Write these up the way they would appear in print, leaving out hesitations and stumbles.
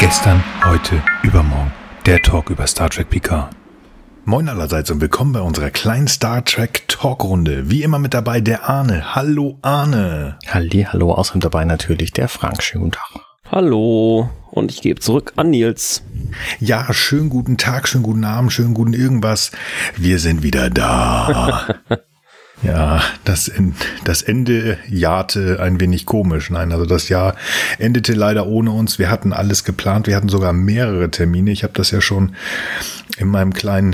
Gestern, heute, übermorgen. Der Talk über Star Trek Picard. Moin allerseits und willkommen bei unserer kleinen Star Trek Talkrunde. Wie immer mit dabei der Arne. Hallo Arne. Hallo, außerdem dabei natürlich der Frank. Schönen guten Tag. Hallo, und ich gebe zurück an Nils. Ja, schönen guten Tag, schönen guten Abend, schönen guten irgendwas. Wir sind wieder da. Ja, das Ende jahte ein wenig komisch. Nein, also das Jahr endete leider ohne uns. Wir hatten alles geplant. Wir hatten sogar mehrere Termine. Ich habe das ja schon in meinem kleinen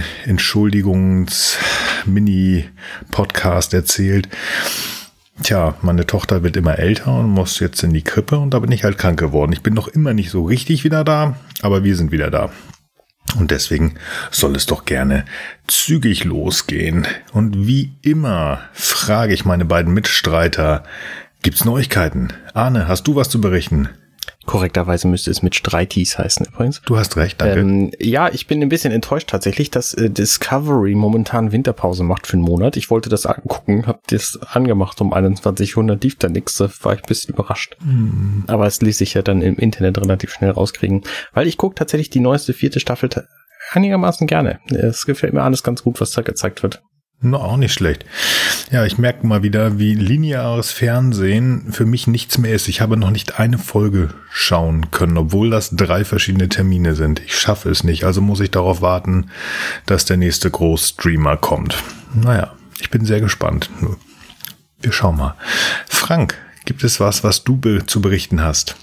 Entschuldigungs-Mini-Podcast erzählt. Tja, meine Tochter wird immer älter und muss jetzt in die Krippe und da bin ich halt krank geworden. Ich bin noch immer nicht so richtig wieder da, aber wir sind wieder da. Und deswegen soll es doch gerne zügig losgehen. Und wie immer frage ich meine beiden Mitstreiter, gibt's Neuigkeiten? Arne, hast du was zu berichten? Korrekterweise müsste es mit Streitis heißen übrigens. Du hast recht, danke. Ja, ich bin ein bisschen enttäuscht tatsächlich, dass Discovery momentan Winterpause macht für einen Monat. Ich wollte das angucken, hab das angemacht um 2100, lief da nichts, da war ich ein bisschen überrascht. Aber es ließ sich ja dann im Internet relativ schnell rauskriegen, weil ich gucke tatsächlich die neueste 4. Staffel einigermaßen gerne. Es gefällt mir alles ganz gut, was da gezeigt wird. No, auch nicht schlecht. Ja, ich merke mal wieder, wie lineares Fernsehen für mich nichts mehr ist. Ich habe noch nicht eine Folge schauen können, obwohl das 3 verschiedene Termine sind. Ich schaffe es nicht, also muss ich darauf warten, dass der nächste Großstreamer kommt. Naja, ich bin sehr gespannt. Wir schauen mal. Frank, gibt es was du zu berichten hast?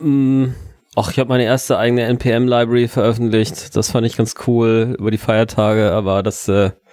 Ich habe meine erste eigene NPM-Library veröffentlicht. Das fand ich ganz cool über die Feiertage, aber das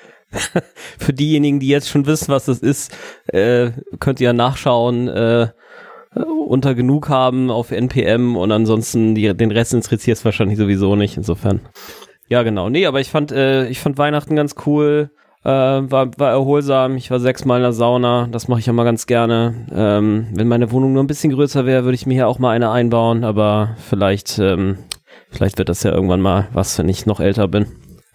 für diejenigen, die jetzt schon wissen, was das ist, könnt ihr ja nachschauen, unter genug haben auf NPM und ansonsten den Rest interessiert es wahrscheinlich sowieso nicht, insofern. Ja, genau. Nee, aber ich fand Weihnachten ganz cool, war erholsam, ich war 6-mal in der Sauna, das mache ich ja mal ganz gerne. Wenn meine Wohnung nur ein bisschen größer wäre, würde ich mir hier auch mal eine einbauen, aber vielleicht wird das ja irgendwann mal was, wenn ich noch älter bin.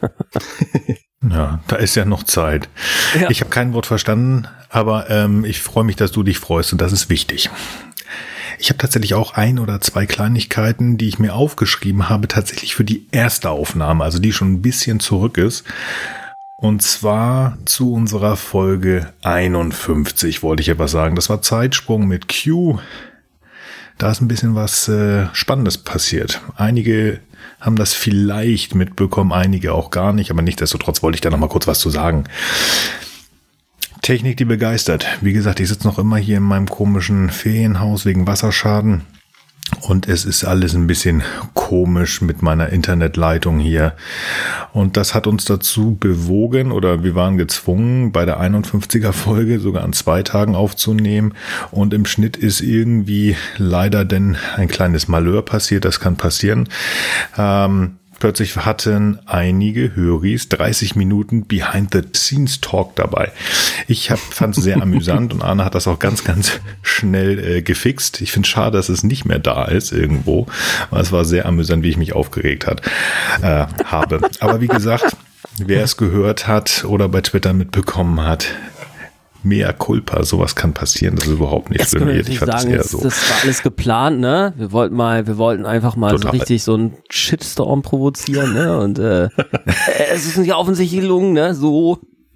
Ja, da ist ja noch Zeit. Ja. Ich habe kein Wort verstanden, aber ich freue mich, dass du dich freust und das ist wichtig. Ich habe tatsächlich auch 1 oder 2 Kleinigkeiten, die ich mir aufgeschrieben habe, tatsächlich für die erste Aufnahme, also die schon ein bisschen zurück ist. Und zwar zu unserer Folge 51 wollte ich etwas sagen. Das war Zeitsprung mit Q. Da ist ein bisschen was Spannendes passiert. Einige haben das vielleicht mitbekommen, einige auch gar nicht, aber nichtsdestotrotz wollte ich da noch mal kurz was zu sagen. Technik, die begeistert. Wie gesagt, ich sitze noch immer hier in meinem komischen Ferienhaus wegen Wasserschaden und es ist alles ein bisschen komisch mit meiner Internetleitung hier. Und das hat uns dazu bewogen oder wir waren gezwungen, bei der 51er Folge sogar an 2 Tagen aufzunehmen. Und im Schnitt ist irgendwie leider denn ein kleines Malheur passiert. Das kann passieren. Plötzlich hatten einige Höris 30 Minuten Behind-the-Scenes-Talk dabei. Ich fand es sehr amüsant und Arne hat das auch ganz, ganz schnell gefixt. Ich finde es schade, dass es nicht mehr da ist irgendwo, weil es war sehr amüsant, wie ich mich aufgeregt habe. Aber wie gesagt, wer es gehört hat oder bei Twitter mitbekommen hat, mea culpa, sowas kann passieren, das ist überhaupt nicht schlimm. Ich fand das eher so. Das war alles geplant, ne? Wir wollten einfach mal total so richtig so einen Shitstorm provozieren, ne? Und es ist nicht offensichtlich gelungen, ne? So.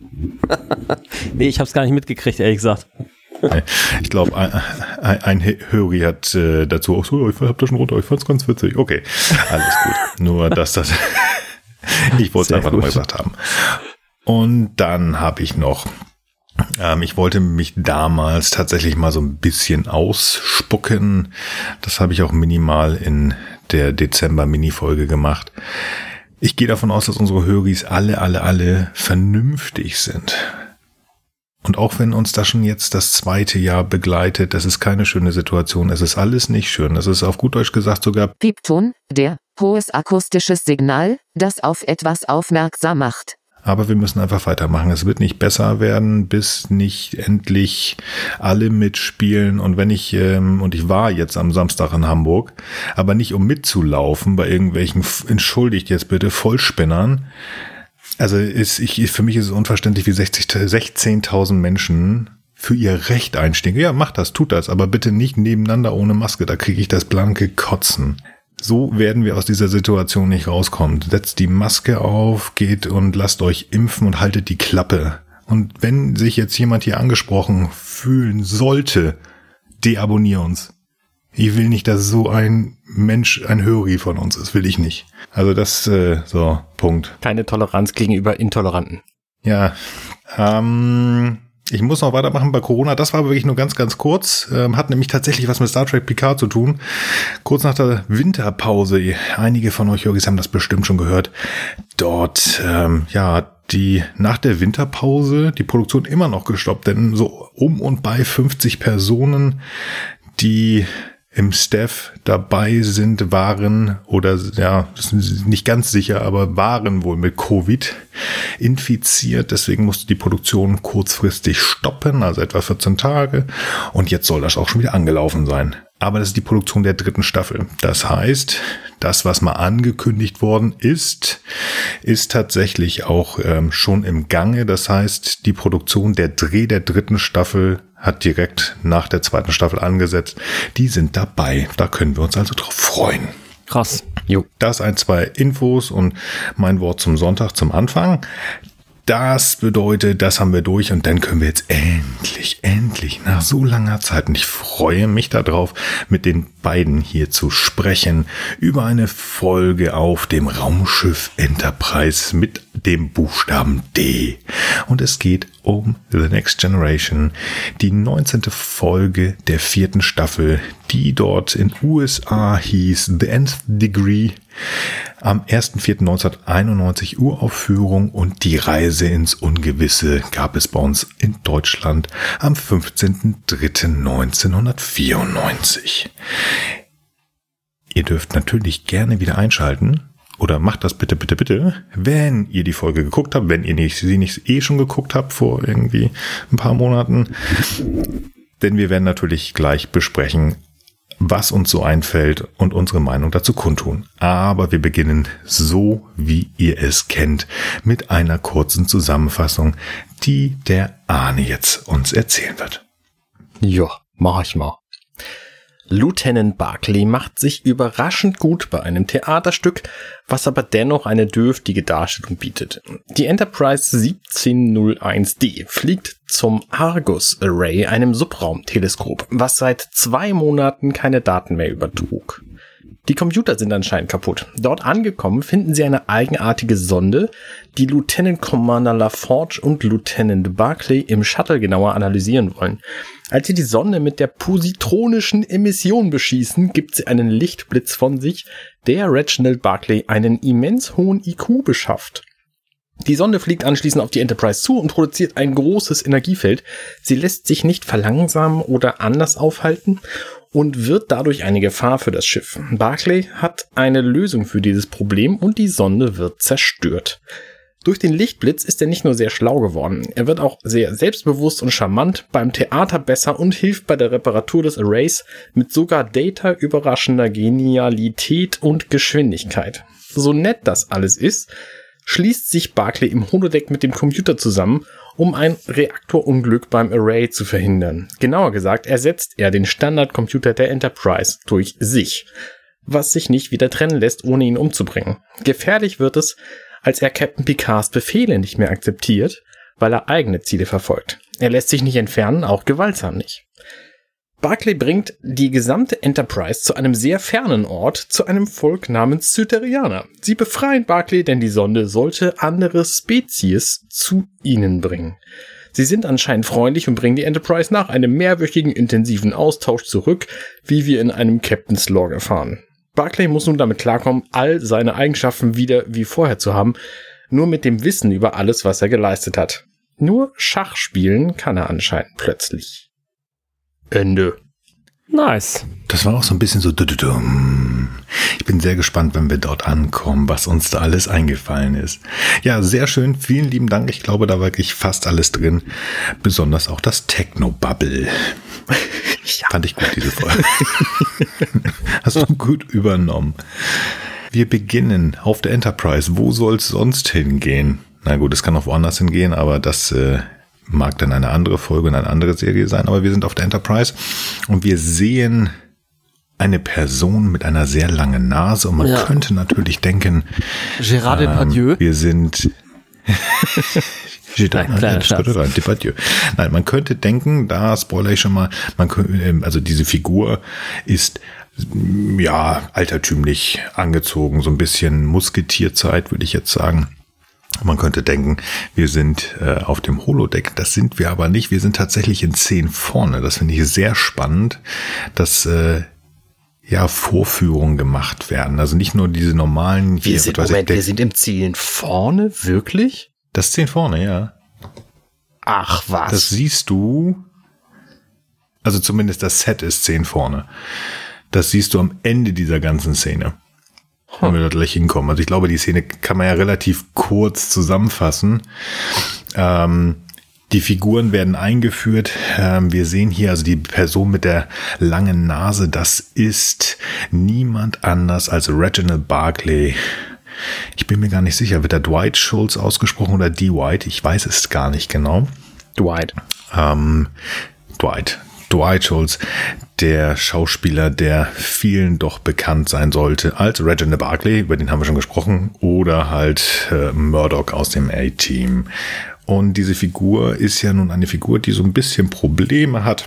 Nee, ich hab's gar nicht mitgekriegt, ehrlich gesagt. Ich glaube, ein Höri hat dazu auch so, ich hab das schon runter, ich fand's ganz witzig. Okay, alles gut. Nur, dass das ich wollte es einfach nochmal gesagt haben. Und dann habe ich noch ich wollte mich damals tatsächlich mal so ein bisschen ausspucken. Das habe ich auch minimal in der Dezember-Mini-Folge gemacht. Ich gehe davon aus, dass unsere Höris alle vernünftig sind. Und auch wenn uns das schon jetzt das 2. Jahr begleitet, das ist keine schöne Situation. Es ist alles nicht schön. Das ist auf gut Deutsch gesagt sogar Piepton, der hohes akustisches Signal, das auf etwas aufmerksam macht. Aber wir müssen einfach weitermachen. Es wird nicht besser werden, bis nicht endlich alle mitspielen. Und wenn ich war jetzt am Samstag in Hamburg, aber nicht um mitzulaufen bei irgendwelchen, entschuldigt jetzt bitte, Vollspinnern. Also für mich ist es unverständlich, wie 16.000 Menschen für ihr Recht einstehen. Ja, macht das, tut das, aber bitte nicht nebeneinander ohne Maske. Da kriege ich das blanke Kotzen. So werden wir aus dieser Situation nicht rauskommen. Setzt die Maske auf, geht und lasst euch impfen und haltet die Klappe. Und wenn sich jetzt jemand hier angesprochen fühlen sollte, deabonnier uns. Ich will nicht, dass so ein Mensch ein Höri von uns ist. Will ich nicht. Also das, so, Punkt. Keine Toleranz gegenüber Intoleranten. Ja, ich muss noch weitermachen bei Corona. Das war wirklich nur ganz, ganz kurz. Hat nämlich tatsächlich was mit Star Trek Picard zu tun. Kurz nach der Winterpause. Einige von euch Höris haben das bestimmt schon gehört. Dort, nach der Winterpause die Produktion immer noch gestoppt. Denn so um und bei 50 Personen, die im Staff dabei sind, waren das ist nicht ganz sicher, aber waren wohl mit Covid infiziert. Deswegen musste die Produktion kurzfristig stoppen, also etwa 14 Tage. Und jetzt soll das auch schon wieder angelaufen sein. Aber das ist die Produktion der 3. Staffel. Das heißt, das, was mal angekündigt worden ist tatsächlich auch schon im Gange. Das heißt, die Produktion der Dreh der 3. Staffel hat direkt nach der 2. Staffel angesetzt. Die sind dabei. Da können wir uns also drauf freuen. Krass. Jo. Das 2 Infos und mein Wort zum Sonntag zum Anfang. Das bedeutet, das haben wir durch und dann können wir jetzt endlich nach so langer Zeit, und ich freue mich darauf, mit den beiden hier zu sprechen, über eine Folge auf dem Raumschiff Enterprise mit dem Buchstaben D. Und es geht um The Next Generation, die 19. Folge der 4. Staffel, die dort in USA hieß The Nth Degree. Am 1.4.1991 Uraufführung und die Reise ins Ungewisse gab es bei uns in Deutschland am 15.03.1994. Ihr dürft natürlich gerne wieder einschalten oder macht das bitte, wenn ihr die Folge geguckt habt, wenn ihr sie nicht schon geguckt habt vor irgendwie ein paar Monaten. Denn wir werden natürlich gleich besprechen, was uns so einfällt und unsere Meinung dazu kundtun. Aber wir beginnen so, wie ihr es kennt, mit einer kurzen Zusammenfassung, die der Arne jetzt uns erzählen wird. Ja, mach ich mal. Lieutenant Barclay macht sich überraschend gut bei einem Theaterstück, was aber dennoch eine dürftige Darstellung bietet. Die Enterprise 1701D fliegt zum Argus Array, einem Subraumteleskop, was seit 2 Monaten keine Daten mehr übertrug. Die Computer sind anscheinend kaputt. Dort angekommen finden sie eine eigenartige Sonde, die Lieutenant Commander LaForge und Lieutenant Barclay im Shuttle genauer analysieren wollen. Als sie die Sonde mit der positronischen Emission beschießen, gibt sie einen Lichtblitz von sich, der Reginald Barclay einen immens hohen IQ beschafft. Die Sonde fliegt anschließend auf die Enterprise zu und produziert ein großes Energiefeld. Sie lässt sich nicht verlangsamen oder anders aufhalten und wird dadurch eine Gefahr für das Schiff. Barclay hat eine Lösung für dieses Problem und die Sonde wird zerstört. Durch den Lichtblitz ist er nicht nur sehr schlau geworden, er wird auch sehr selbstbewusst und charmant, beim Theater besser und hilft bei der Reparatur des Arrays mit sogar Data überraschender Genialität und Geschwindigkeit. So nett das alles ist, schließt sich Barclay im Holodeck mit dem Computer zusammen, um ein Reaktorunglück beim Array zu verhindern. Genauer gesagt, ersetzt er den Standardcomputer der Enterprise durch sich, was sich nicht wieder trennen lässt, ohne ihn umzubringen. Gefährlich wird es, als er Captain Picards Befehle nicht mehr akzeptiert, weil er eigene Ziele verfolgt. Er lässt sich nicht entfernen, auch gewaltsam nicht. Barclay bringt die gesamte Enterprise zu einem sehr fernen Ort, zu einem Volk namens Cytherianer. Sie befreien Barclay, denn die Sonde sollte andere Spezies zu ihnen bringen. Sie sind anscheinend freundlich und bringen die Enterprise nach einem mehrwöchigen intensiven Austausch zurück, wie wir in einem Captain's Log erfahren. Barclay muss nun damit klarkommen, all seine Eigenschaften wieder wie vorher zu haben, nur mit dem Wissen über alles, was er geleistet hat. Nur Schach spielen kann er anscheinend plötzlich. Ende. Nice. Das war auch so ein bisschen so. Ich bin sehr gespannt, wenn wir dort ankommen, was uns da alles eingefallen ist. Ja, sehr schön. Vielen lieben Dank. Ich glaube, da war wirklich fast alles drin. Besonders auch das Techno-Bubble. Ja. Fand ich gut, diese Folge. Hast du gut übernommen. Wir beginnen auf der Enterprise. Wo soll es sonst hingehen? Na gut, es kann auch woanders hingehen, aber das mag dann eine andere Folge und eine andere Serie sein. Aber wir sind auf der Enterprise und wir sehen eine Person mit einer sehr langen Nase und man könnte natürlich denken, Gérard Depardieu. Wir sind Nein, man könnte denken, da spoilere ich schon mal, also diese Figur ist altertümlich angezogen, so ein bisschen Musketierzeit, würde ich jetzt sagen. Man könnte denken, wir sind auf dem Holodeck. Das sind wir aber nicht. Wir sind tatsächlich in 10 vorne. Das finde ich sehr spannend, dass Vorführungen gemacht werden. Also nicht nur diese normalen... wir sind im 10 vorne? Wirklich? Das 10 vorne, ja. Ach was. Das siehst du. Also zumindest das Set ist 10 vorne. Das siehst du am Ende dieser ganzen Szene. Wenn wir da gleich hinkommen. Also ich glaube, die Szene kann man ja relativ kurz zusammenfassen. Die Figuren werden eingeführt. Wir sehen hier also die Person mit der langen Nase. Das ist niemand anders als Reginald Barclay. Ich bin mir gar nicht sicher, wird da Dwight Schultz ausgesprochen oder Dwight? Ich weiß es gar nicht genau. Dwight. Dwight Schultz, der Schauspieler, der vielen doch bekannt sein sollte als Reginald Barclay, über den haben wir schon gesprochen, oder halt Murdoch aus dem A-Team. Und diese Figur ist ja nun eine Figur, die so ein bisschen Probleme hat,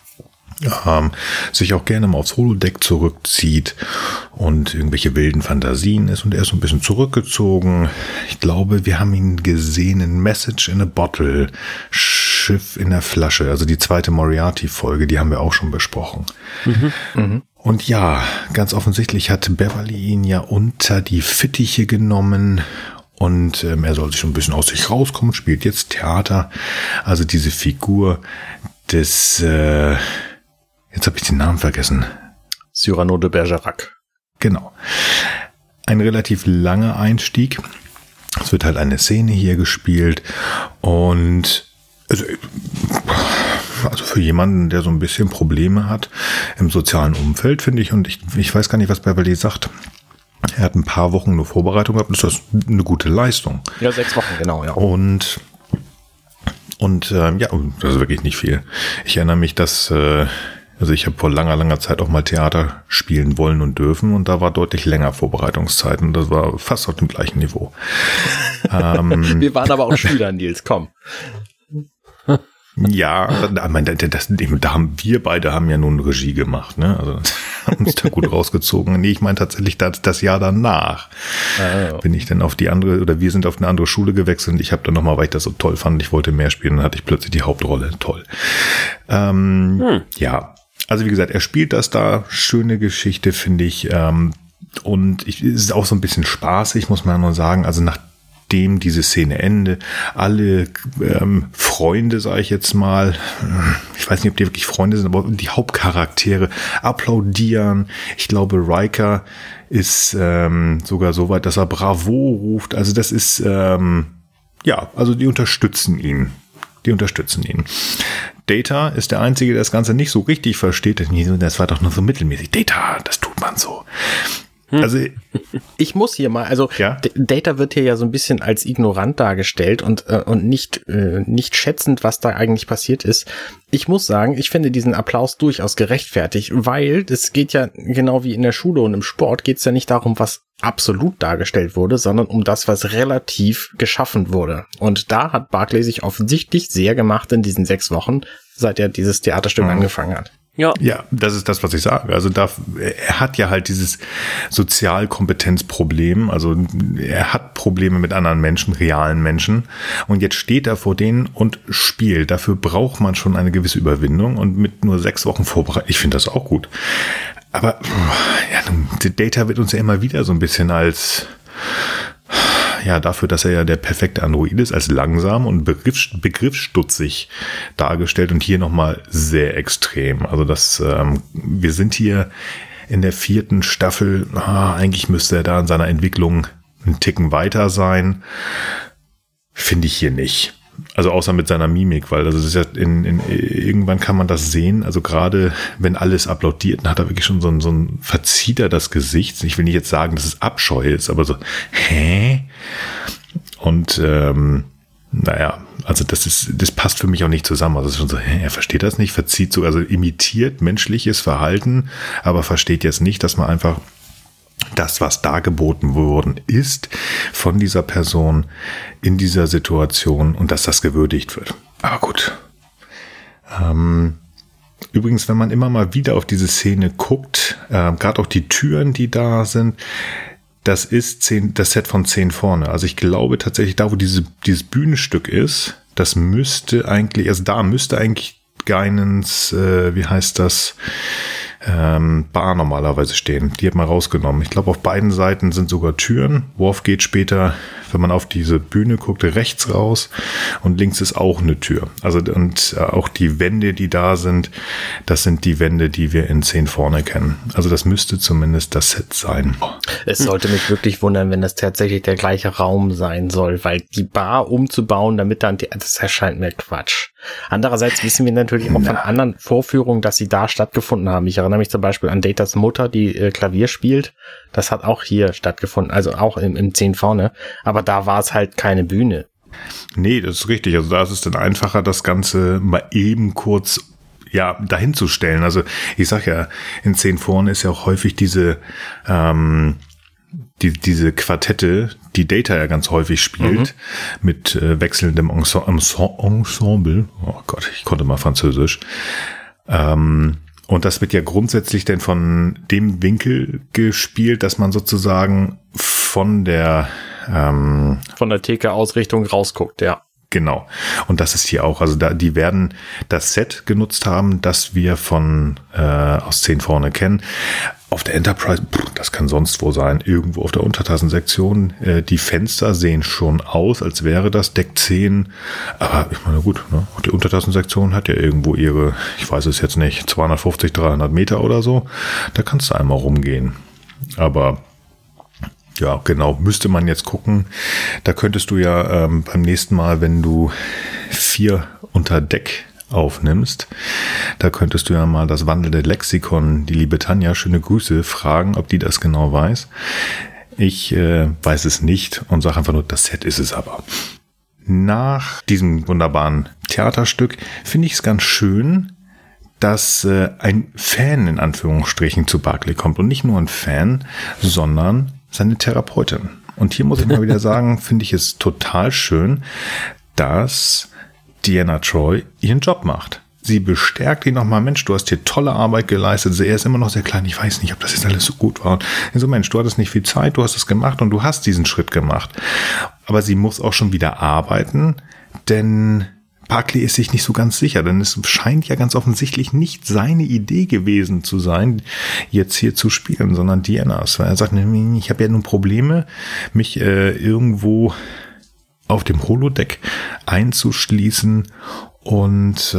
sich auch gerne mal aufs Holodeck zurückzieht und irgendwelche wilden Fantasien ist und er ist so ein bisschen zurückgezogen. Ich glaube, wir haben ihn gesehen in Message in a Bottle, Schiff in der Flasche, also die 2. Moriarty-Folge, die haben wir auch schon besprochen. Und ja, ganz offensichtlich hat Beverly ihn ja unter die Fittiche genommen und er soll sich schon ein bisschen aus sich rauskommen, spielt jetzt Theater. Also diese Figur des... Jetzt habe ich den Namen vergessen. Cyrano de Bergerac. Genau. Ein relativ langer Einstieg. Es wird halt eine Szene hier gespielt. Und also für jemanden, der so ein bisschen Probleme hat im sozialen Umfeld, finde ich, und ich weiß gar nicht, was Beverly sagt. Er hat ein paar Wochen nur Vorbereitung gehabt. Das ist eine gute Leistung. Ja, 6 Wochen, genau, ja. Und das ist wirklich nicht viel. Ich erinnere mich, dass... Also ich habe vor langer Zeit auch mal Theater spielen wollen und dürfen und da war deutlich länger Vorbereitungszeit und das war fast auf dem gleichen Niveau. Wir waren aber auch Schüler, Nils, komm. Ja, da haben wir beide ja nun Regie gemacht, ne? Also haben uns da gut rausgezogen. Nee, ich meine tatsächlich das Jahr danach bin ich dann wir sind auf eine andere Schule gewechselt und ich habe dann nochmal, weil ich das so toll fand, ich wollte mehr spielen, dann hatte ich plötzlich die Hauptrolle. Toll. Ja. Also wie gesagt, er spielt das da, schöne Geschichte, finde ich, und es ist auch so ein bisschen spaßig, muss man nur sagen, also nachdem diese Szene endet, alle Freunde, sage ich jetzt mal, ich weiß nicht, ob die wirklich Freunde sind, aber die Hauptcharaktere applaudieren, ich glaube, Riker ist sogar so weit, dass er Bravo ruft, also das ist, also die unterstützen ihn. Data ist der Einzige, der das Ganze nicht so richtig versteht. Das war doch nur so mittelmäßig. Data, das tut man so. Also ich muss hier mal, also ja? Data wird hier ja so ein bisschen als ignorant dargestellt und nicht schätzend, was da eigentlich passiert ist. Ich muss sagen, ich finde diesen Applaus durchaus gerechtfertigt, weil es geht ja genau wie in der Schule und im Sport geht es ja nicht darum, was absolut dargestellt wurde, sondern um das, was relativ geschaffen wurde. Und da hat Barclay sich offensichtlich sehr gemacht in diesen 6 Wochen, seit er dieses Theaterstück angefangen hat. Ja, das ist das, was ich sage. Also er hat ja halt dieses Sozialkompetenzproblem. Also er hat Probleme mit anderen Menschen, realen Menschen. Und jetzt steht er vor denen und spielt. Dafür braucht man schon eine gewisse Überwindung. Und mit nur 6 Wochen Vorbereitung, ich finde das auch gut. Aber Data wird uns ja immer wieder so ein bisschen als... Ja, dafür, dass er ja der perfekte Android ist, als langsam und begriffsstutzig dargestellt und hier nochmal sehr extrem. Also wir sind hier in der 4. Staffel, eigentlich müsste er da in seiner Entwicklung einen Ticken weiter sein. Finde ich hier nicht. Also außer mit seiner Mimik, weil das ist ja irgendwann kann man das sehen. Also gerade wenn alles applaudiert, dann hat er wirklich schon so ein verzieht er das Gesicht. Ich will nicht jetzt sagen, dass es Abscheu ist, aber so, hä? Und naja, also das passt für mich auch nicht zusammen. Also es ist schon so, er versteht das nicht, verzieht so, also imitiert menschliches Verhalten, aber versteht jetzt nicht, dass man einfach das, was dargeboten worden ist von dieser Person in dieser Situation und dass das gewürdigt wird. Aber gut. Übrigens, wenn man immer mal wieder auf diese Szene guckt, gerade auch die Türen, die da sind, das ist das Set von 10 vorne. Also ich glaube tatsächlich, da wo dieses Bühnenstück ist, das müsste eigentlich, also da müsste eigentlich Guinans, wie heißt das, Bar normalerweise stehen. Die hat man rausgenommen. Ich glaube, auf beiden Seiten sind sogar Türen. Worf geht später, wenn man auf diese Bühne guckt, rechts raus und links ist auch eine Tür. Also und auch die Wände, die da sind, das sind die Wände, die wir in 10 vorne kennen. Also das müsste zumindest das Set sein. Es sollte mich wirklich wundern, wenn das tatsächlich der gleiche Raum sein soll, weil die Bar umzubauen, damit dann das erscheint mir Quatsch. Andererseits wissen wir natürlich auch von anderen Vorführungen, dass sie da stattgefunden haben. Ich erinnere mich zum Beispiel an Datas Mutter, die Klavier spielt. Das hat auch hier stattgefunden, also auch im 10 vorne. Aber da war es halt keine Bühne. Nee, das ist richtig. Also da ist es dann einfacher, das Ganze mal eben kurz dahin zu stellen. Also ich sag ja, in 10 vorne ist ja auch häufig diese Quartette, die Data ja ganz häufig spielt, mit wechselndem Ensemble. Oh Gott, ich konnte mal Französisch. Und das wird ja grundsätzlich denn von dem Winkel gespielt, dass man sozusagen von der Theke aus Richtung rausguckt, ja. Genau. Und das ist hier auch, also die werden das Set genutzt haben, das wir aus 10 vorne kennen. Auf der Enterprise, das kann sonst wo sein, irgendwo auf der Untertassensektion. Die Fenster sehen schon aus, als wäre das Deck 10. Aber ich meine, gut, ne? Die Untertassensektion hat ja irgendwo ihre, ich weiß es jetzt nicht, 250, 300 Meter oder so. Da kannst du einmal rumgehen. Aber ja, genau, müsste man jetzt gucken. Da könntest du ja beim nächsten Mal, wenn du 4 unter Deck aufnimmst, da könntest du ja mal das wandelnde Lexikon, die liebe Tanja, schöne Grüße, fragen, ob die das genau weiß. Ich weiß es nicht und sage einfach nur, das Set ist es aber. Nach diesem wunderbaren Theaterstück finde ich es ganz schön, dass ein Fan in Anführungsstrichen zu Barclay kommt und nicht nur ein Fan, sondern seine Therapeutin. Und hier muss ich mal wieder sagen, finde ich es total schön, dass Deanna Troi ihren Job macht. Sie bestärkt ihn nochmal, Mensch, du hast hier tolle Arbeit geleistet. Er ist immer noch sehr klein, ich weiß nicht, ob das jetzt alles so gut war. Und so, Mensch, du hattest nicht viel Zeit, du hast es gemacht und du hast diesen Schritt gemacht. Aber sie muss auch schon wieder arbeiten, denn Barclay ist sich nicht so ganz sicher, denn es scheint ja ganz offensichtlich nicht seine Idee gewesen zu sein, jetzt hier zu spielen, sondern Deannas. Weil er sagt, ich habe ja nun Probleme, mich irgendwo auf dem Holodeck einzuschließen und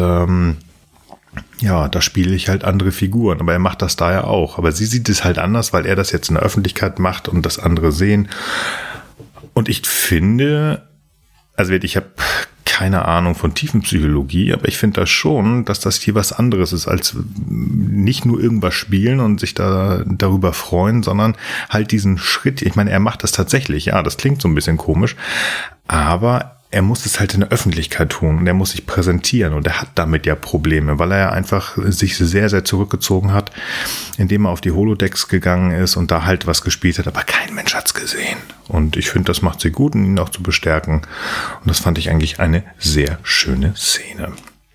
da spiele ich halt andere Figuren, aber er macht das da ja auch. Aber sie sieht es halt anders, weil er das jetzt in der Öffentlichkeit macht und das andere sehen. Und ich finde, also ich habe keine Ahnung von Tiefenpsychologie, aber ich finde das schon, dass das hier was anderes ist, als nicht nur irgendwas spielen und sich darüber freuen, sondern halt diesen Schritt. Ich meine, er macht das tatsächlich, ja, das klingt so ein bisschen komisch, aber er muss es halt in der Öffentlichkeit tun und er muss sich präsentieren und er hat damit ja Probleme, weil er ja einfach sich sehr, sehr zurückgezogen hat, indem er auf die Holodecks gegangen ist und da halt was gespielt hat, aber kein Mensch hat's gesehen. Und ich finde, das macht sie gut, um ihn auch zu bestärken. Und das fand ich eigentlich eine sehr schöne Szene.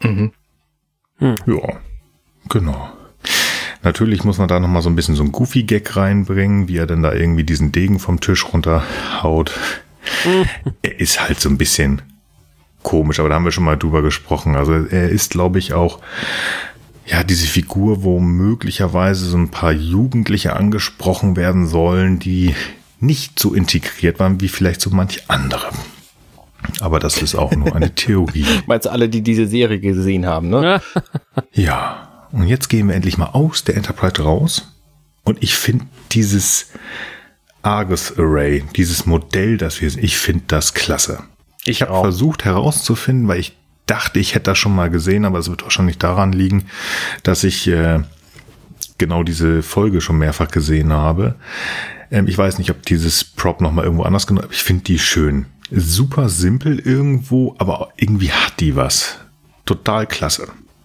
Ja, genau. Natürlich muss man da nochmal so ein bisschen so ein Goofy-Gag reinbringen, wie er dann da irgendwie diesen Degen vom Tisch runterhaut. Er ist halt so ein bisschen komisch, aber da haben wir schon mal drüber gesprochen. Also er ist, glaube ich, auch diese Figur, wo möglicherweise so ein paar Jugendliche angesprochen werden sollen, die nicht so integriert waren wie vielleicht so manch andere. Aber das ist auch nur eine Theorie. Meinst du alle, die diese Serie gesehen haben, ne? Ja, und jetzt gehen wir endlich mal aus der Enterprise raus. Und ich finde dieses Argus Array, dieses Modell, ich finde das klasse. Ich habe versucht herauszufinden, weil ich dachte, ich hätte das schon mal gesehen, aber es wird wahrscheinlich daran liegen, dass ich genau diese Folge schon mehrfach gesehen habe. Ich weiß nicht, ob dieses Prop nochmal irgendwo anders genommen, aber ich finde die schön. super simpel irgendwo, aber irgendwie hat die was. Total klasse.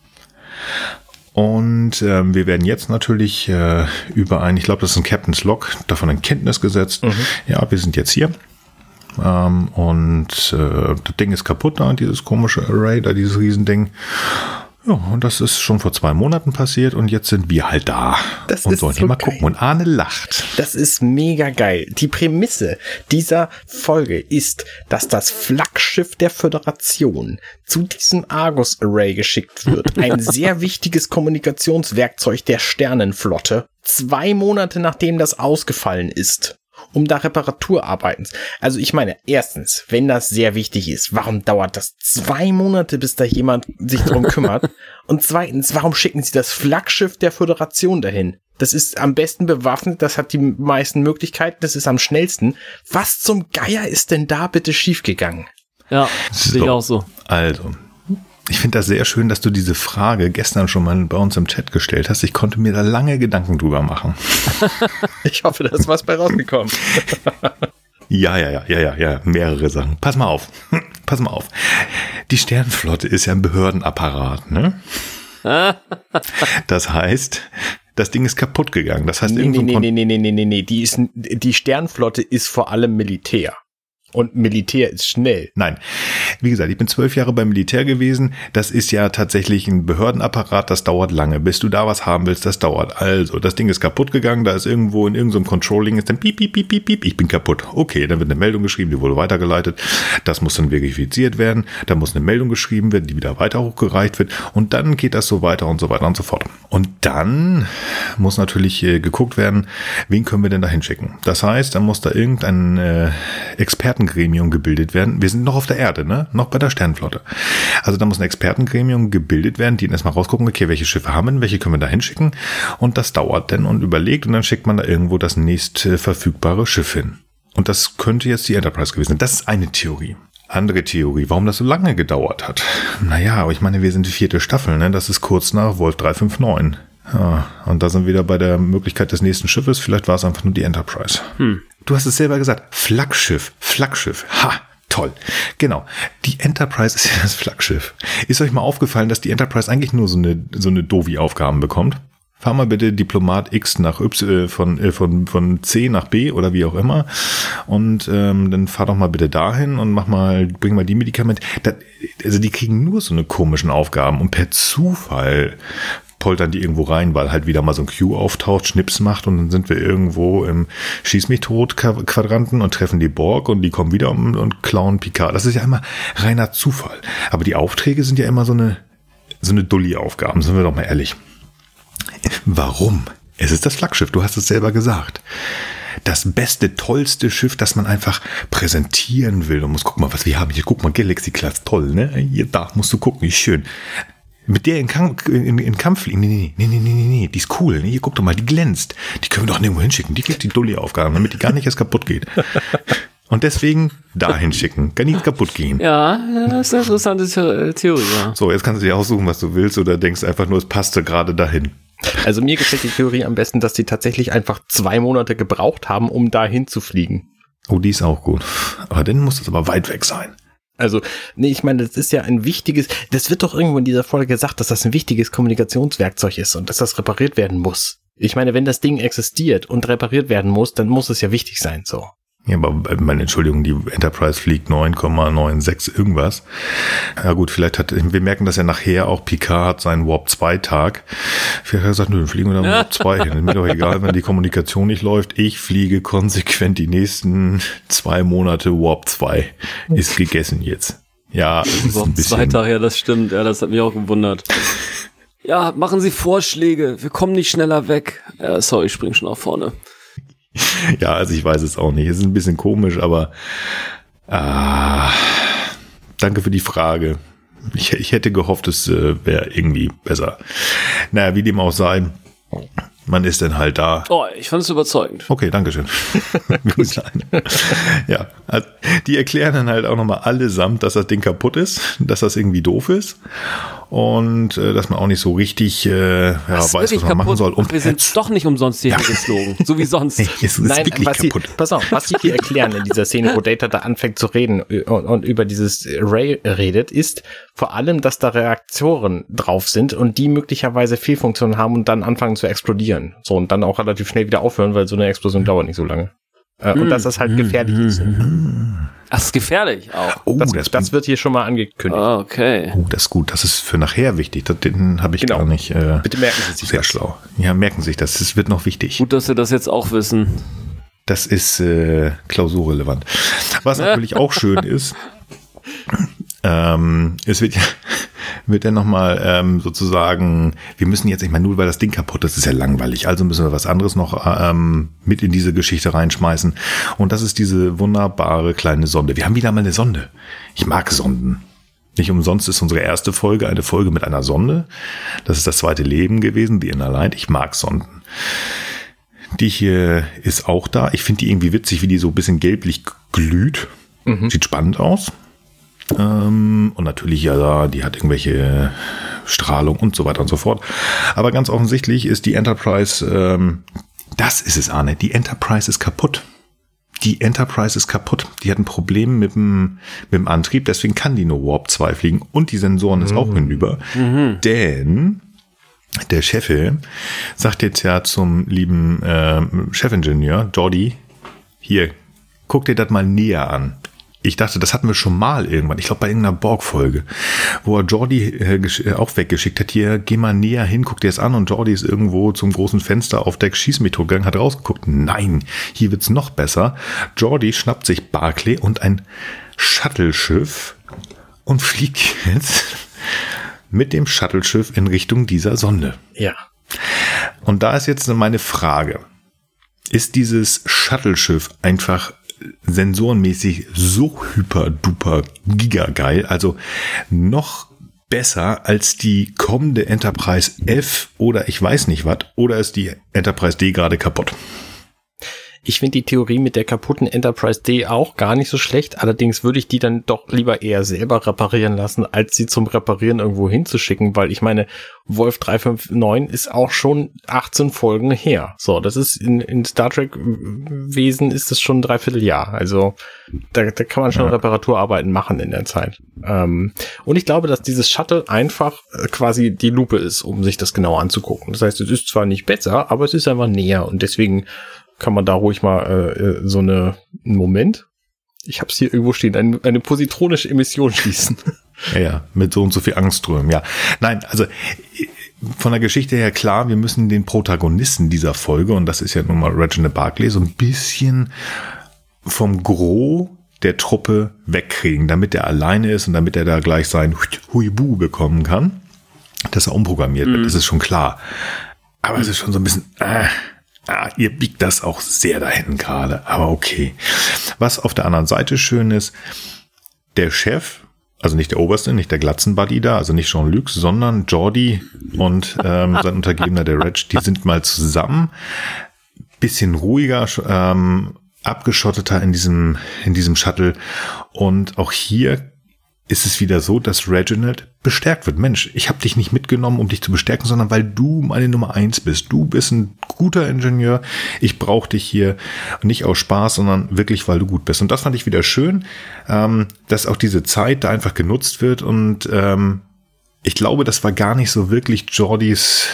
Und wir werden jetzt natürlich über ich glaube, das ist ein Captain's Log, davon in Kenntnis gesetzt. Ja, wir sind jetzt hier. Und das Ding ist kaputt da, dieses komische Array, da dieses Riesending. Ja, und das ist schon vor 2 Monaten passiert und jetzt sind wir halt da. Das und ist sollen so hier mal geil. gucken. Und Arne lacht. Das ist mega geil. Die Prämisse dieser Folge ist, dass das Flaggschiff der Föderation zu diesem Argus-Array geschickt wird. Ein sehr wichtiges Kommunikationswerkzeug der Sternenflotte. 2 Monate nachdem das ausgefallen ist. Um da Reparaturarbeiten. Also ich meine, erstens, wenn das sehr wichtig ist, warum dauert das 2 Monate, bis da jemand sich drum kümmert? Und zweitens, warum schicken sie das Flaggschiff der Föderation dahin? Das ist am besten bewaffnet, das hat die meisten Möglichkeiten, das ist am schnellsten. Was zum Geier ist denn da bitte schiefgegangen? Ja, sehe ich auch so. Also, ich finde das sehr schön, dass du diese Frage gestern schon mal bei uns im Chat gestellt hast. Ich konnte mir da lange Gedanken drüber machen. Ich hoffe, da ist was bei rausgekommen. Ja, mehrere Sachen. Pass mal auf. Die Sternenflotte ist ja ein Behördenapparat, ne? Das heißt, das Ding ist kaputt gegangen. Das heißt, Nee. Die Sternenflotte ist vor allem Militär. Und Militär ist schnell. Nein, wie gesagt, ich bin 12 Jahre beim Militär gewesen. Das ist ja tatsächlich ein Behördenapparat, das dauert lange. Bis du da was haben willst, das dauert. Also, das Ding ist kaputt gegangen, da ist irgendwo in irgendeinem Controlling, ist dann piep, piep, piep, piep, piep, ich bin kaputt. Okay, dann wird eine Meldung geschrieben, die wurde weitergeleitet. Das muss dann verifiziert werden. Da muss eine Meldung geschrieben werden, die wieder weiter hochgereicht wird. Und dann geht das so weiter und so weiter und so fort. Und dann muss natürlich geguckt werden, wen können wir denn da hinschicken. Das heißt, dann muss da irgendein Expertengremium gebildet werden. Wir sind noch auf der Erde, ne? Noch bei der Sternenflotte. Also da muss ein Expertengremium gebildet werden, die erstmal rausgucken, okay, welche Schiffe haben wir, welche können wir da hinschicken? Und das dauert dann und überlegt und dann schickt man da irgendwo das nächst verfügbare Schiff hin. Und das könnte jetzt die Enterprise gewesen sein. Das ist eine Theorie. Andere Theorie, warum das so lange gedauert hat. Naja, aber ich meine, wir sind die 4. Staffel, ne? Das ist kurz nach Wolf 359. Ja, und da sind wir wieder bei der Möglichkeit des nächsten Schiffes. Vielleicht war es einfach nur die Enterprise. Du hast es selber gesagt. Flaggschiff. Ha, toll. Genau. Die Enterprise ist ja das Flaggschiff. Ist euch mal aufgefallen, dass die Enterprise eigentlich nur so eine Dovi-Aufgaben bekommt? Fahr mal bitte Diplomat X nach Y, von C nach B oder wie auch immer. Und dann fahr doch mal bitte dahin und bring mal die Medikamente. Also die kriegen nur so eine komischen Aufgaben und per Zufall poltern die irgendwo rein, weil halt wieder mal so ein Q auftaucht, Schnips macht und dann sind wir irgendwo im Schieß-mich-tot-Quadranten und treffen die Borg und die kommen wieder und klauen Picard. Das ist ja immer reiner Zufall. Aber die Aufträge sind ja immer so eine Dulli-Aufgaben, sind wir doch mal ehrlich. Warum? Es ist das Flaggschiff, du hast es selber gesagt. Das beste, tollste Schiff, das man einfach präsentieren will. Und muss gucken mal, was wir haben. Hier, guck mal, Galaxy Class, toll, ne? Hier, da musst du gucken, wie schön. Mit der in Kampf fliegen. Nee, die ist cool. Ne? Hier, guck doch mal, die glänzt. Die können wir doch nirgendwo hinschicken. Die kriegt die Dulli-Aufgaben, damit die gar nicht erst kaputt geht. Und deswegen dahin schicken. Kann nicht kaputt gehen. Ja, das ist eine interessante Theorie, ja. So, jetzt kannst du dir aussuchen, was du willst oder denkst einfach nur, es passte gerade dahin. Also mir gefällt die Theorie am besten, dass die tatsächlich einfach 2 Monate gebraucht haben, um dahin zu fliegen. Oh, die ist auch gut. Aber dann muss das aber weit weg sein. Also, nee, ich meine, das ist ja das wird doch irgendwo in dieser Folge gesagt, dass das ein wichtiges Kommunikationswerkzeug ist und dass das repariert werden muss. Ich meine, wenn das Ding existiert und repariert werden muss, dann muss es ja wichtig sein, so. Ja, aber meine Entschuldigung, die Enterprise fliegt 9,96 irgendwas. Ja gut, wir merken das ja nachher auch, Picard hat seinen Warp 2 Tag. Vielleicht hat er gesagt, nö, dann fliegen wir dann Warp 2 hin. Ist mir doch egal, wenn die Kommunikation nicht läuft. Ich fliege konsequent die nächsten 2 Monate Warp 2. Ist gegessen jetzt. Ja, es ist ein bisschen. 2 Tage, ja, das stimmt. Ja, das hat mich auch gewundert. Ja, machen Sie Vorschläge. Wir kommen nicht schneller weg. Ja, sorry, ich spring schon nach vorne. Ja, also ich weiß es auch nicht. Es ist ein bisschen komisch, aber danke für die Frage. Ich hätte gehofft, es wäre irgendwie besser. Naja, wie dem auch sei, man ist dann halt da. Oh, ich fand es überzeugend. Okay, dankeschön. Ja, also die erklären dann halt auch nochmal allesamt, dass das Ding kaputt ist, dass das irgendwie doof ist und dass man auch nicht so richtig weiß, was man machen soll. Und wir sind doch nicht umsonst hierher geflogen, so wie sonst. Es ist wirklich kaputt. Pass auf, was sie hier erklären in dieser Szene, wo Data da anfängt zu reden und über dieses Ray redet, ist vor allem, dass da Reaktoren drauf sind und die möglicherweise Fehlfunktionen haben und dann anfangen zu explodieren. So, und dann auch relativ schnell wieder aufhören, weil so eine Explosion dauert nicht so lange. Und dass das halt gefährlich ist. Ach, das ist gefährlich auch. Oh, das wird hier schon mal angekündigt. Ah, okay. Oh, das ist gut. Das ist für nachher wichtig. Den habe ich gar nicht. Bitte merken Sie sich sehr das. Schlau. Ja, merken Sie sich das. Das wird noch wichtig. Gut, dass wir das jetzt auch wissen. Das ist klausurrelevant. Was natürlich auch schön ist, es wird ja nochmal sozusagen, wir müssen jetzt, ich meine, nur weil das Ding kaputt ist, ist ja langweilig, also müssen wir was anderes noch mit in diese Geschichte reinschmeißen. Und das ist diese wunderbare kleine Sonde. Wir haben wieder mal eine Sonde. Ich mag Sonden. Nicht umsonst ist unsere erste Folge eine Folge mit einer Sonde. Das ist das zweite Leben gewesen, die Inner Light. Ich mag Sonden. Die hier ist auch da. Ich finde die irgendwie witzig, wie die so ein bisschen gelblich glüht. Sieht spannend aus. Und natürlich, ja, die hat irgendwelche Strahlung und so weiter und so fort. Aber ganz offensichtlich ist die Enterprise, das ist es, Arne, die Enterprise ist kaputt. Die Enterprise ist kaputt. Die hat ein Problem mit dem Antrieb, deswegen kann die nur Warp 2 fliegen. Und die Sensoren ist auch hinüber. Denn der Chef sagt jetzt ja zum lieben Chefingenieur, Geordi, hier, guck dir das mal näher an. Ich dachte, das hatten wir schon mal irgendwann. Ich glaube, bei irgendeiner Borg-Folge, wo er Geordi auch weggeschickt hat. Hier, geh mal näher hin, guck dir das an. Und Geordi ist irgendwo zum großen Fenster auf Deck Schieß mich tot gegangen, hat rausgeguckt. Nein, hier wird's noch besser. Geordi schnappt sich Barclay und ein Shuttle-Schiff und fliegt jetzt mit dem Shuttle-Schiff in Richtung dieser Sonde. Ja. Und da ist jetzt meine Frage. Ist dieses Shuttle-Schiff einfach sensorenmäßig so hyper-duper gigageil, also noch besser als die kommende Enterprise F oder ich weiß nicht was, oder ist die Enterprise D gerade kaputt? Ich finde die Theorie mit der kaputten Enterprise D auch gar nicht so schlecht. Allerdings würde ich die dann doch lieber eher selber reparieren lassen, als sie zum Reparieren irgendwo hinzuschicken, weil ich meine, Wolf 359 ist auch schon 18 Folgen her. So, das ist in Star Trek Wesen ist das schon ein Dreivierteljahr. Also da kann man schon Reparaturarbeiten machen in der Zeit. Und ich glaube, dass dieses Shuttle einfach quasi die Lupe ist, um sich das genau anzugucken. Das heißt, es ist zwar nicht besser, aber es ist einfach näher und deswegen kann man da ruhig mal so einen Moment, ich habe es hier irgendwo stehen, eine positronische Emission schließen. Ja, mit so und so viel Angstströmen, ja. Nein, also von der Geschichte her klar, wir müssen den Protagonisten dieser Folge, und das ist ja nun mal Reginald Barclay, so ein bisschen vom Gros der Truppe wegkriegen, damit er alleine ist und damit er da gleich sein Huibu bekommen kann, dass er umprogrammiert wird, das ist schon klar. Aber es ist schon so ein bisschen... ihr biegt das auch sehr dahin gerade, aber okay. Was auf der anderen Seite schön ist, der Chef, also nicht der Oberste, nicht der Glatzenbuddy da, also nicht Jean-Luc, sondern Geordi und sein Untergebener, der Reg, die sind mal zusammen, bisschen ruhiger, abgeschotteter in diesem Shuttle. Und auch hier ist es wieder so, dass Reginald bestärkt wird. Mensch, ich habe dich nicht mitgenommen, um dich zu bestärken, sondern weil du meine Nummer 1 bist. Du bist ein guter Ingenieur. Ich brauche dich hier nicht aus Spaß, sondern wirklich, weil du gut bist. Und das fand ich wieder schön, dass auch diese Zeit da einfach genutzt wird. Und ich glaube, das war gar nicht so wirklich Geordis,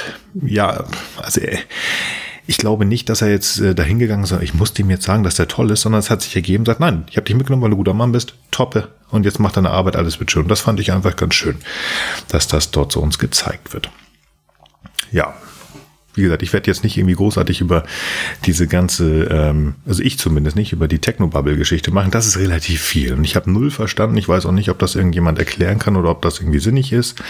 ich glaube nicht, dass er jetzt dahin gegangen ist, ich musste ihm jetzt sagen, dass der toll ist, sondern es hat sich ergeben, sagt, nein, ich habe dich mitgenommen, weil du ein guter Mann bist, toppe, und jetzt macht deine Arbeit, alles wird schön. Und das fand ich einfach ganz schön, dass das dort so uns gezeigt wird. Ja, wie gesagt, ich werde jetzt nicht irgendwie großartig über diese ganze, also ich zumindest nicht, über die Technobubble-Geschichte machen. Das ist relativ viel und ich habe null verstanden. Ich weiß auch nicht, ob das irgendjemand erklären kann oder ob das irgendwie sinnig ist.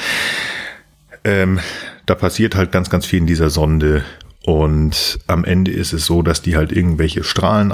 Da passiert halt ganz, ganz viel in dieser Sonde. Und am Ende ist es so, dass die halt irgendwelche Strahlen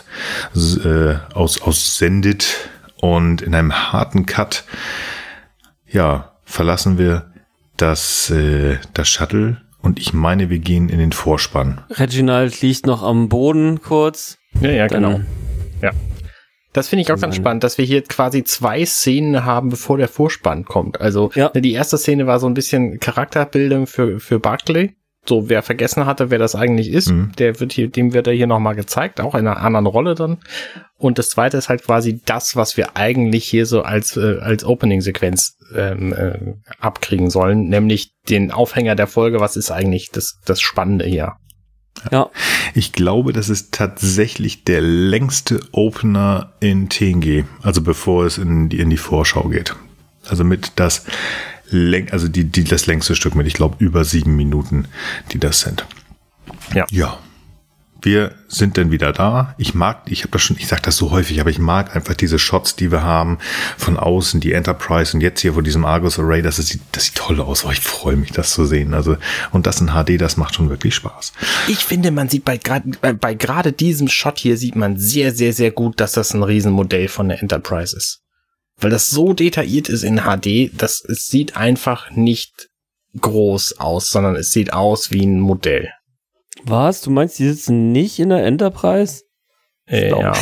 aussendet und in einem harten Cut, ja, verlassen wir das Shuttle und ich meine, wir gehen in den Vorspann. Reginald liegt noch am Boden kurz. Ja, genau. Ja. Das finde ich auch ganz spannend, dass wir hier quasi 2 Szenen haben, bevor der Vorspann kommt. Also die erste Szene war so ein bisschen Charakterbildung für Barclay. So, wer vergessen hatte, wer das eigentlich ist, dem wird er hier nochmal gezeigt, auch in einer anderen Rolle dann. Und das zweite ist halt quasi das, was wir eigentlich hier so als Opening-Sequenz abkriegen sollen, nämlich den Aufhänger der Folge, was ist eigentlich das Spannende hier. Ja. Ich glaube, das ist tatsächlich der längste Opener in TNG, also bevor es in die Vorschau geht. Also mit das längste Stück mit, ich glaube, über 7 Minuten, die das sind. Ja. Wir sind dann wieder da. Ich sag das so häufig, aber ich mag einfach diese Shots, die wir haben von außen, die Enterprise und jetzt hier vor diesem Argus Array, das sieht toll aus. Ich freue mich, das zu sehen. Also, und das in HD, das macht schon wirklich Spaß. Ich finde, man sieht bei gerade diesem Shot hier sieht man sehr, sehr, sehr gut, dass das ein Riesenmodell von der Enterprise ist. Weil das so detailliert ist in HD, es sieht einfach nicht groß aus, sondern es sieht aus wie ein Modell. Was? Du meinst, die sitzen nicht in der Enterprise? Ja.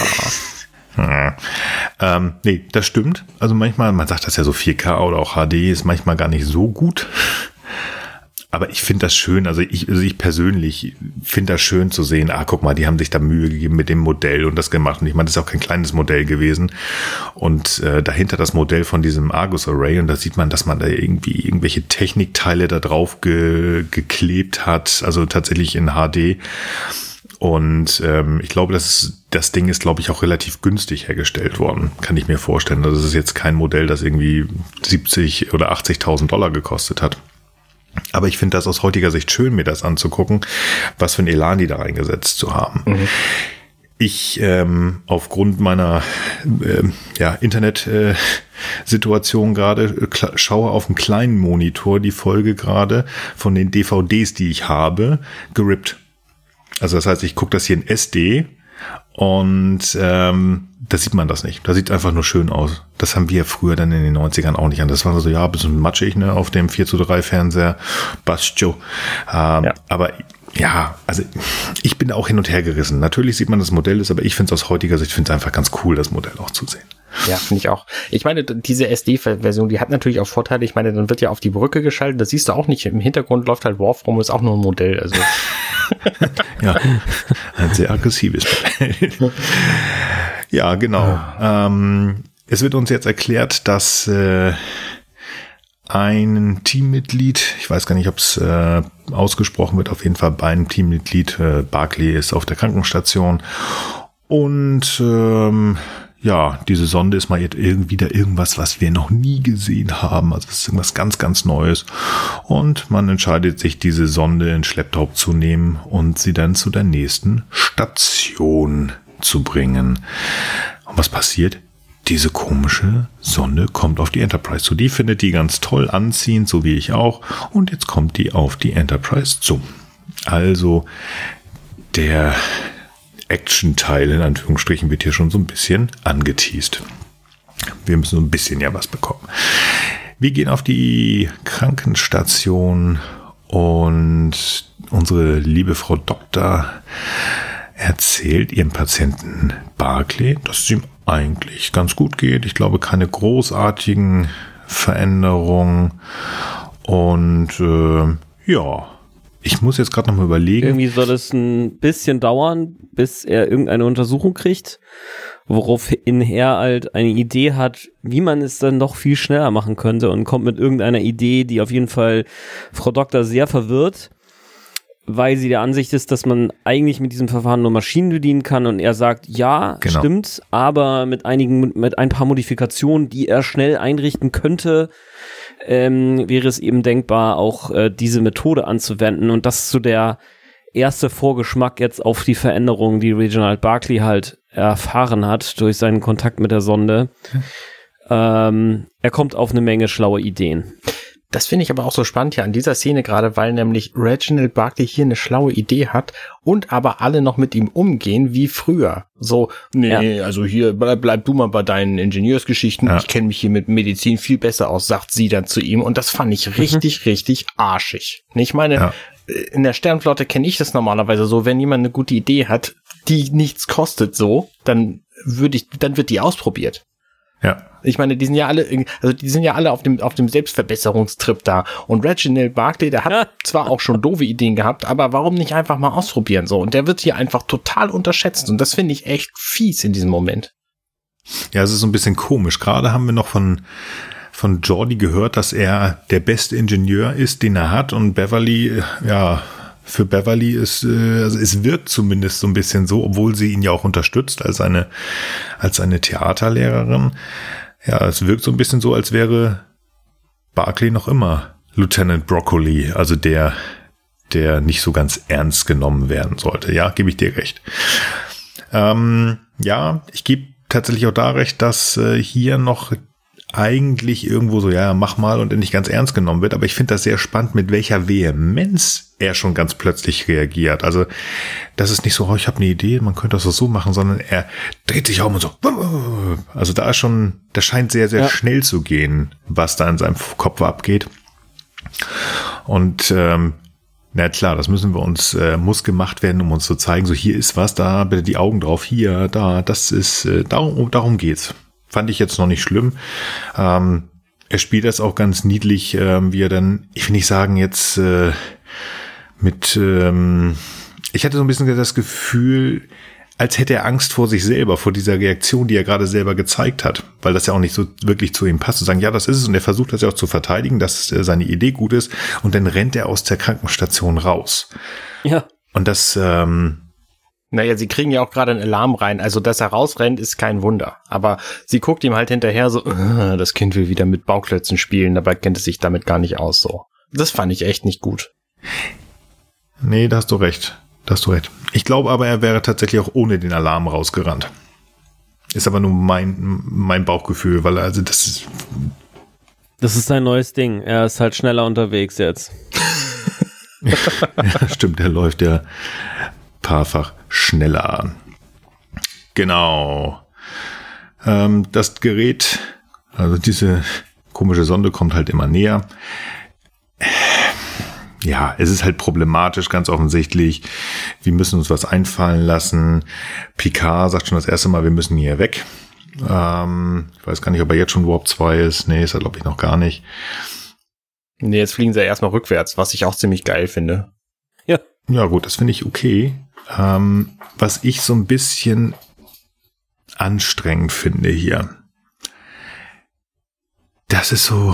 Nee, das stimmt. Also manchmal, man sagt das ja so 4K oder auch HD ist manchmal gar nicht so gut. Aber ich finde das schön, also ich persönlich finde das schön zu sehen, guck mal, die haben sich da Mühe gegeben mit dem Modell und das gemacht. Und ich meine, das ist auch kein kleines Modell gewesen. Und dahinter das Modell von diesem Argus Array und da sieht man, dass man da irgendwie irgendwelche Technikteile da drauf geklebt hat, also tatsächlich in HD. Und ich glaube, das Ding ist, glaube ich, auch relativ günstig hergestellt worden, kann ich mir vorstellen. Also es ist jetzt kein Modell, das irgendwie 70 oder 80.000 Dollar gekostet hat. Aber ich finde das aus heutiger Sicht schön, mir das anzugucken, was für ein Elan die da reingesetzt zu haben. Mhm. Ich aufgrund meiner Internet-Situation gerade schaue auf einem kleinen Monitor die Folge gerade von den DVDs, die ich habe, gerippt. Also das heißt, ich gucke das hier in SD und da sieht man das nicht. Da sieht einfach nur schön aus. Das haben wir früher dann in den 90ern auch nicht an. Das war so, ein bisschen matschig, ne, auf dem 4:3 Fernseher. Bascho. Aber ja, also ich bin auch hin und her gerissen. Natürlich sieht man, das Modell ist, aber ich finde es aus heutiger Sicht, einfach ganz cool, das Modell auch zu sehen. Ja, finde ich auch. Ich meine, diese SD-Version, die hat natürlich auch Vorteile. Ich meine, dann wird ja auf die Brücke geschaltet. Das siehst du auch nicht. Im Hintergrund läuft halt Worf rum, ist auch nur ein Modell. Also ja, ein sehr aggressives Modell. Ja, genau. Es wird uns jetzt erklärt, dass ein Teammitglied, ich weiß gar nicht, ob es ausgesprochen wird, auf jeden Fall bei einem Teammitglied, Barclay ist auf der Krankenstation und diese Sonde ist mal wieder irgendwas, was wir noch nie gesehen haben. Also es ist irgendwas ganz, ganz Neues. Und man entscheidet sich, diese Sonde in Schlepptau zu nehmen und sie dann zu der nächsten Station zu bringen. Und was passiert? Diese komische Sonde kommt auf die Enterprise zu. Die findet die ganz toll anziehend, so wie ich auch. Und jetzt kommt die auf die Enterprise zu. Also der Action-Teil in Anführungsstrichen wird hier schon so ein bisschen angeteast. Wir müssen so ein bisschen was bekommen. Wir gehen auf die Krankenstation und unsere liebe Frau Doktor erzählt ihrem Patienten Barclay, dass es ihm eigentlich ganz gut geht. Ich glaube, keine großartigen Veränderungen. Und ich muss jetzt gerade noch mal überlegen. Irgendwie soll es ein bisschen dauern, bis er irgendeine Untersuchung kriegt, woraufhin er halt eine Idee hat, wie man es dann doch viel schneller machen könnte und kommt mit irgendeiner Idee, die auf jeden Fall Frau Doktor sehr verwirrt, weil sie der Ansicht ist, dass man eigentlich mit diesem Verfahren nur Maschinen bedienen kann und er sagt, ja, genau, stimmt, aber mit ein paar Modifikationen, die er schnell einrichten könnte, wäre es eben denkbar, auch diese Methode anzuwenden. Und das ist so der erste Vorgeschmack jetzt auf die Veränderungen, die Reginald Barclay halt erfahren hat durch seinen Kontakt mit der Sonde. Er kommt auf eine Menge schlaue Ideen. Das finde ich aber auch so spannend hier an dieser Szene gerade, weil nämlich Reginald Barclay hier eine schlaue Idee hat und aber alle noch mit ihm umgehen wie früher. So, also hier bleib du mal bei deinen Ingenieursgeschichten. Ja. Ich kenne mich hier mit Medizin viel besser aus, sagt sie dann zu ihm. Und das fand ich richtig, richtig arschig. Ich meine, in der Sternflotte kenne ich das normalerweise so, wenn jemand eine gute Idee hat, die nichts kostet dann wird die ausprobiert. Ja. Ich meine, die sind ja alle auf dem Selbstverbesserungstrip da. Und Reginald Barclay, der hat zwar auch schon doofe Ideen gehabt, aber warum nicht einfach mal ausprobieren so? Und der wird hier einfach total unterschätzt. Und das finde ich echt fies in diesem Moment. Ja, es ist so ein bisschen komisch. Gerade haben wir noch von Geordi gehört, dass er der beste Ingenieur ist, den er hat. Und Beverly, für Beverly ist, also es wirkt zumindest so ein bisschen so, obwohl sie ihn ja auch unterstützt als eine Theaterlehrerin. Ja, es wirkt so ein bisschen so, als wäre Barclay noch immer Lieutenant Broccoli, also der nicht so ganz ernst genommen werden sollte. Ja, gebe ich dir recht. Ich gebe tatsächlich auch da recht, dass hier noch eigentlich irgendwo so, ja, mach mal und nicht ganz ernst genommen wird. Aber ich finde das sehr spannend, mit welcher Vehemenz er schon ganz plötzlich reagiert. Also das ist nicht so, ich habe eine Idee, man könnte das so machen, sondern er dreht sich um und so. Also das scheint sehr, sehr schnell zu gehen, was da in seinem Kopf abgeht. Und na klar, das muss gemacht werden, um uns zu zeigen, so hier ist was, da bitte die Augen drauf, hier, da, das ist, darum geht's. Fand ich jetzt noch nicht schlimm. Er spielt das auch ganz niedlich, wie er dann, ich will nicht sagen jetzt ich hatte so ein bisschen das Gefühl, als hätte er Angst vor sich selber, vor dieser Reaktion, die er gerade selber gezeigt hat, weil das ja auch nicht so wirklich zu ihm passt, zu sagen, ja, das ist es, und er versucht das ja auch zu verteidigen, dass seine Idee gut ist, und dann rennt er aus der Krankenstation raus. Ja. Und das, naja, sie kriegen ja auch gerade einen Alarm rein, also dass er rausrennt, ist kein Wunder. Aber sie guckt ihm halt hinterher so, das Kind will wieder mit Bauklötzen spielen, dabei kennt es sich damit gar nicht aus, so. Das fand ich echt nicht gut. Nee, da hast du recht. Ich glaube aber, er wäre tatsächlich auch ohne den Alarm rausgerannt. Ist aber nur mein Bauchgefühl, weil also das ist sein neues Ding. Er ist halt schneller unterwegs jetzt. Ja, stimmt, er läuft ja paarfach schneller an. Genau. Das Gerät, also diese komische Sonde kommt halt immer näher. Ja, es ist halt problematisch, ganz offensichtlich. Wir müssen uns was einfallen lassen. Picard sagt schon das erste Mal, wir müssen hier weg. Ich weiß gar nicht, ob er jetzt schon Warp 2 ist. Nee, ist er, glaube ich, noch gar nicht. Nee, jetzt fliegen sie erstmal rückwärts, was ich auch ziemlich geil finde. Ja. Ja, gut, das finde ich okay. Was ich so ein bisschen anstrengend finde hier. Das ist so,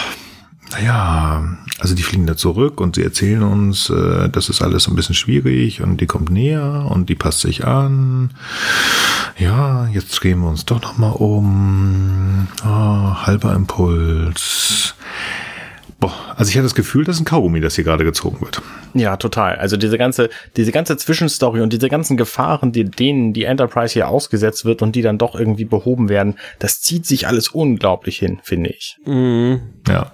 naja, also die fliegen da zurück und sie erzählen uns, das ist alles so ein bisschen schwierig und die kommt näher und die passt sich an. Ja, jetzt drehen wir uns doch nochmal um. Halber Impuls. Also ich hatte das Gefühl, das ist ein Kaugummi, das hier gerade gezogen wird. Ja, total. Also diese ganze Zwischenstory und diese ganzen Gefahren, denen die Enterprise hier ausgesetzt wird und die dann doch irgendwie behoben werden, das zieht sich alles unglaublich hin, finde ich. Mhm. Ja.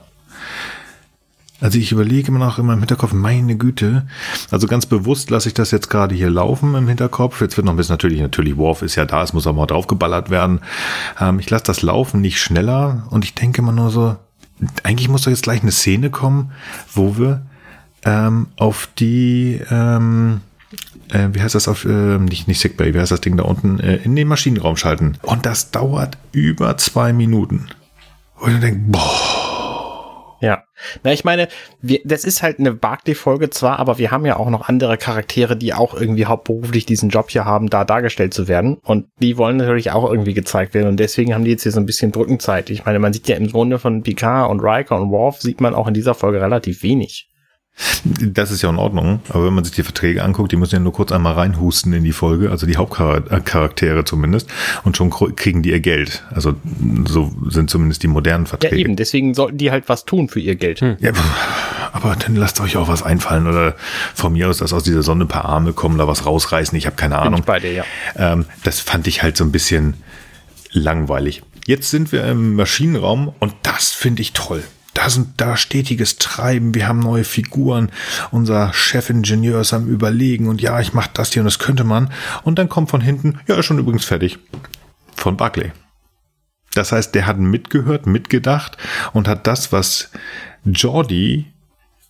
Also ich überlege immer noch in meinem Hinterkopf, meine Güte, also ganz bewusst lasse ich das jetzt gerade hier laufen im Hinterkopf. Jetzt wird noch ein bisschen natürlich Worf ist ja da, es muss auch mal draufgeballert werden. Ich lasse das laufen, nicht schneller, und ich denke immer nur so, eigentlich muss doch jetzt gleich eine Szene kommen, wo wir auf die, wie heißt das auf, nicht Sickbay, wie heißt das Ding da unten, in den Maschinenraum schalten. Und das dauert über 2 Minuten. Und ich denke, Ja, na, ich meine, das ist halt eine Barclay-Folge zwar, aber wir haben ja auch noch andere Charaktere, die auch irgendwie hauptberuflich diesen Job hier haben, da dargestellt zu werden, und die wollen natürlich auch irgendwie gezeigt werden, und deswegen haben die jetzt hier so ein bisschen Brückenzeit. Ich meine, man sieht ja im Grunde von Picard und Riker und Worf sieht man auch in dieser Folge relativ wenig. Das ist ja in Ordnung, aber wenn man sich die Verträge anguckt, die müssen ja nur kurz einmal reinhusten in die Folge, also die Hauptcharaktere zumindest, und schon kriegen die ihr Geld. Also so sind zumindest die modernen Verträge. Ja eben, deswegen sollten die halt was tun für ihr Geld. Ja, aber dann lasst euch auch was einfallen, oder von mir aus, dass aus dieser Sonne ein paar Arme kommen, da was rausreißen, ich habe keine Ahnung. Bin ich bei dir, ja. Das fand ich halt so ein bisschen langweilig. Jetzt sind wir im Maschinenraum und das finde ich toll. Da stetiges Treiben, wir haben neue Figuren, unser Chefingenieur ist am Überlegen und ja, ich mache das hier und das könnte man. Und dann kommt von hinten, ja, ist schon übrigens fertig, von Barclay. Das heißt, der hat mitgehört, mitgedacht und hat das, was Geordi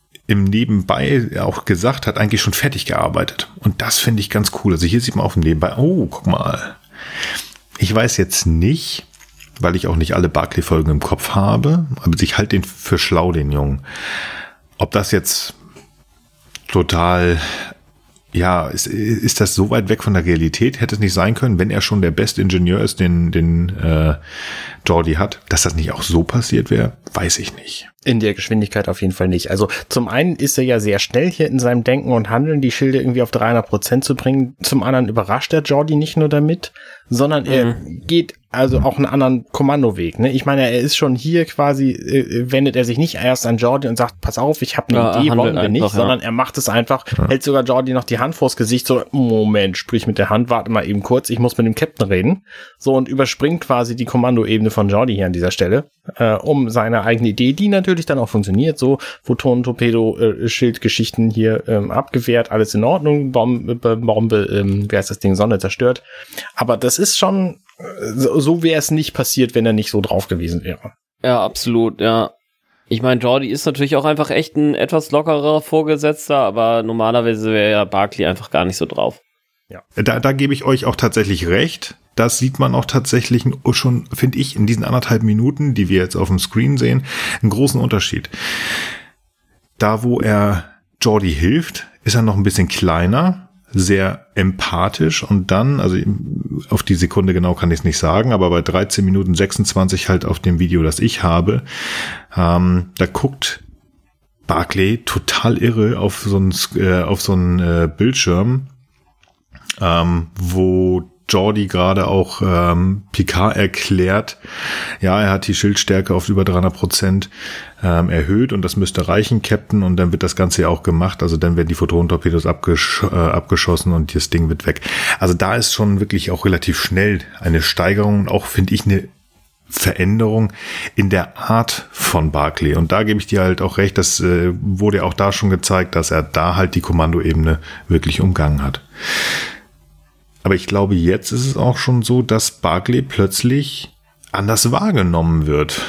im Nebenbei auch gesagt hat, eigentlich schon fertig gearbeitet. Und das finde ich ganz cool. Also hier sieht man auf dem Nebenbei, oh, guck mal. Ich weiß jetzt nicht, weil ich auch nicht alle Barclay-Folgen im Kopf habe, aber ich halte den für schlau, den Jungen. Ob das jetzt total, ja, ist das so weit weg von der Realität? Hätte es nicht sein können, wenn er schon der beste Ingenieur ist, den Geordi hat, dass das nicht auch so passiert wäre? Weiß ich nicht. In der Geschwindigkeit auf jeden Fall nicht. Also zum einen ist er ja sehr schnell hier in seinem Denken und Handeln, die Schilde irgendwie auf 300% zu bringen. Zum anderen überrascht der Geordi nicht nur damit, sondern er geht also auch einen anderen Kommandoweg. Ne? Ich meine, er ist schon hier quasi, wendet er sich nicht erst an Geordi und sagt, pass auf, ich habe eine Idee, wollen wir nicht, sondern er macht es einfach, hält sogar Geordi noch die Hand vors Gesicht, so, Moment, sprich mit der Hand, warte mal eben kurz, ich muss mit dem Captain reden. So, und überspringt quasi die Kommandoebene von Geordi hier an dieser Stelle, um seine eigene Idee, die natürlich dann auch funktioniert, so Photonen, Torpedo, Schildgeschichten hier abgewehrt, alles in Ordnung, Bombe, wie heißt das Ding, Sonne zerstört. Aber das ist schon, so wäre es nicht passiert, wenn er nicht so drauf gewesen wäre. Ja, absolut, ja. Ich meine, Geordi ist natürlich auch einfach echt ein etwas lockerer Vorgesetzter, aber normalerweise wäre ja Barclay einfach gar nicht so drauf. Ja. Da gebe ich euch auch tatsächlich recht. Das sieht man auch tatsächlich schon, finde ich, in diesen 1,5 Minuten, die wir jetzt auf dem Screen sehen, einen großen Unterschied. Da, wo er Geordi hilft, ist er noch ein bisschen kleiner, sehr empathisch und dann, also auf die Sekunde genau kann ich es nicht sagen, aber bei 13 Minuten 26 halt auf dem Video, das ich habe, da guckt Barclay total irre auf so einen Bildschirm, wo Geordi gerade auch Picard erklärt, ja, er hat die Schildstärke auf über 300% erhöht und das müsste reichen, Captain, und dann wird das Ganze ja auch gemacht, also dann werden die Photonentorpedos abgeschossen und das Ding wird weg. Also da ist schon wirklich auch relativ schnell eine Steigerung, auch finde ich eine Veränderung in der Art von Barclay. Und da gebe ich dir halt auch recht, das wurde ja auch da schon gezeigt, dass er da halt die Kommandoebene wirklich umgangen hat. Aber ich glaube, jetzt ist es auch schon so, dass Barclay plötzlich anders wahrgenommen wird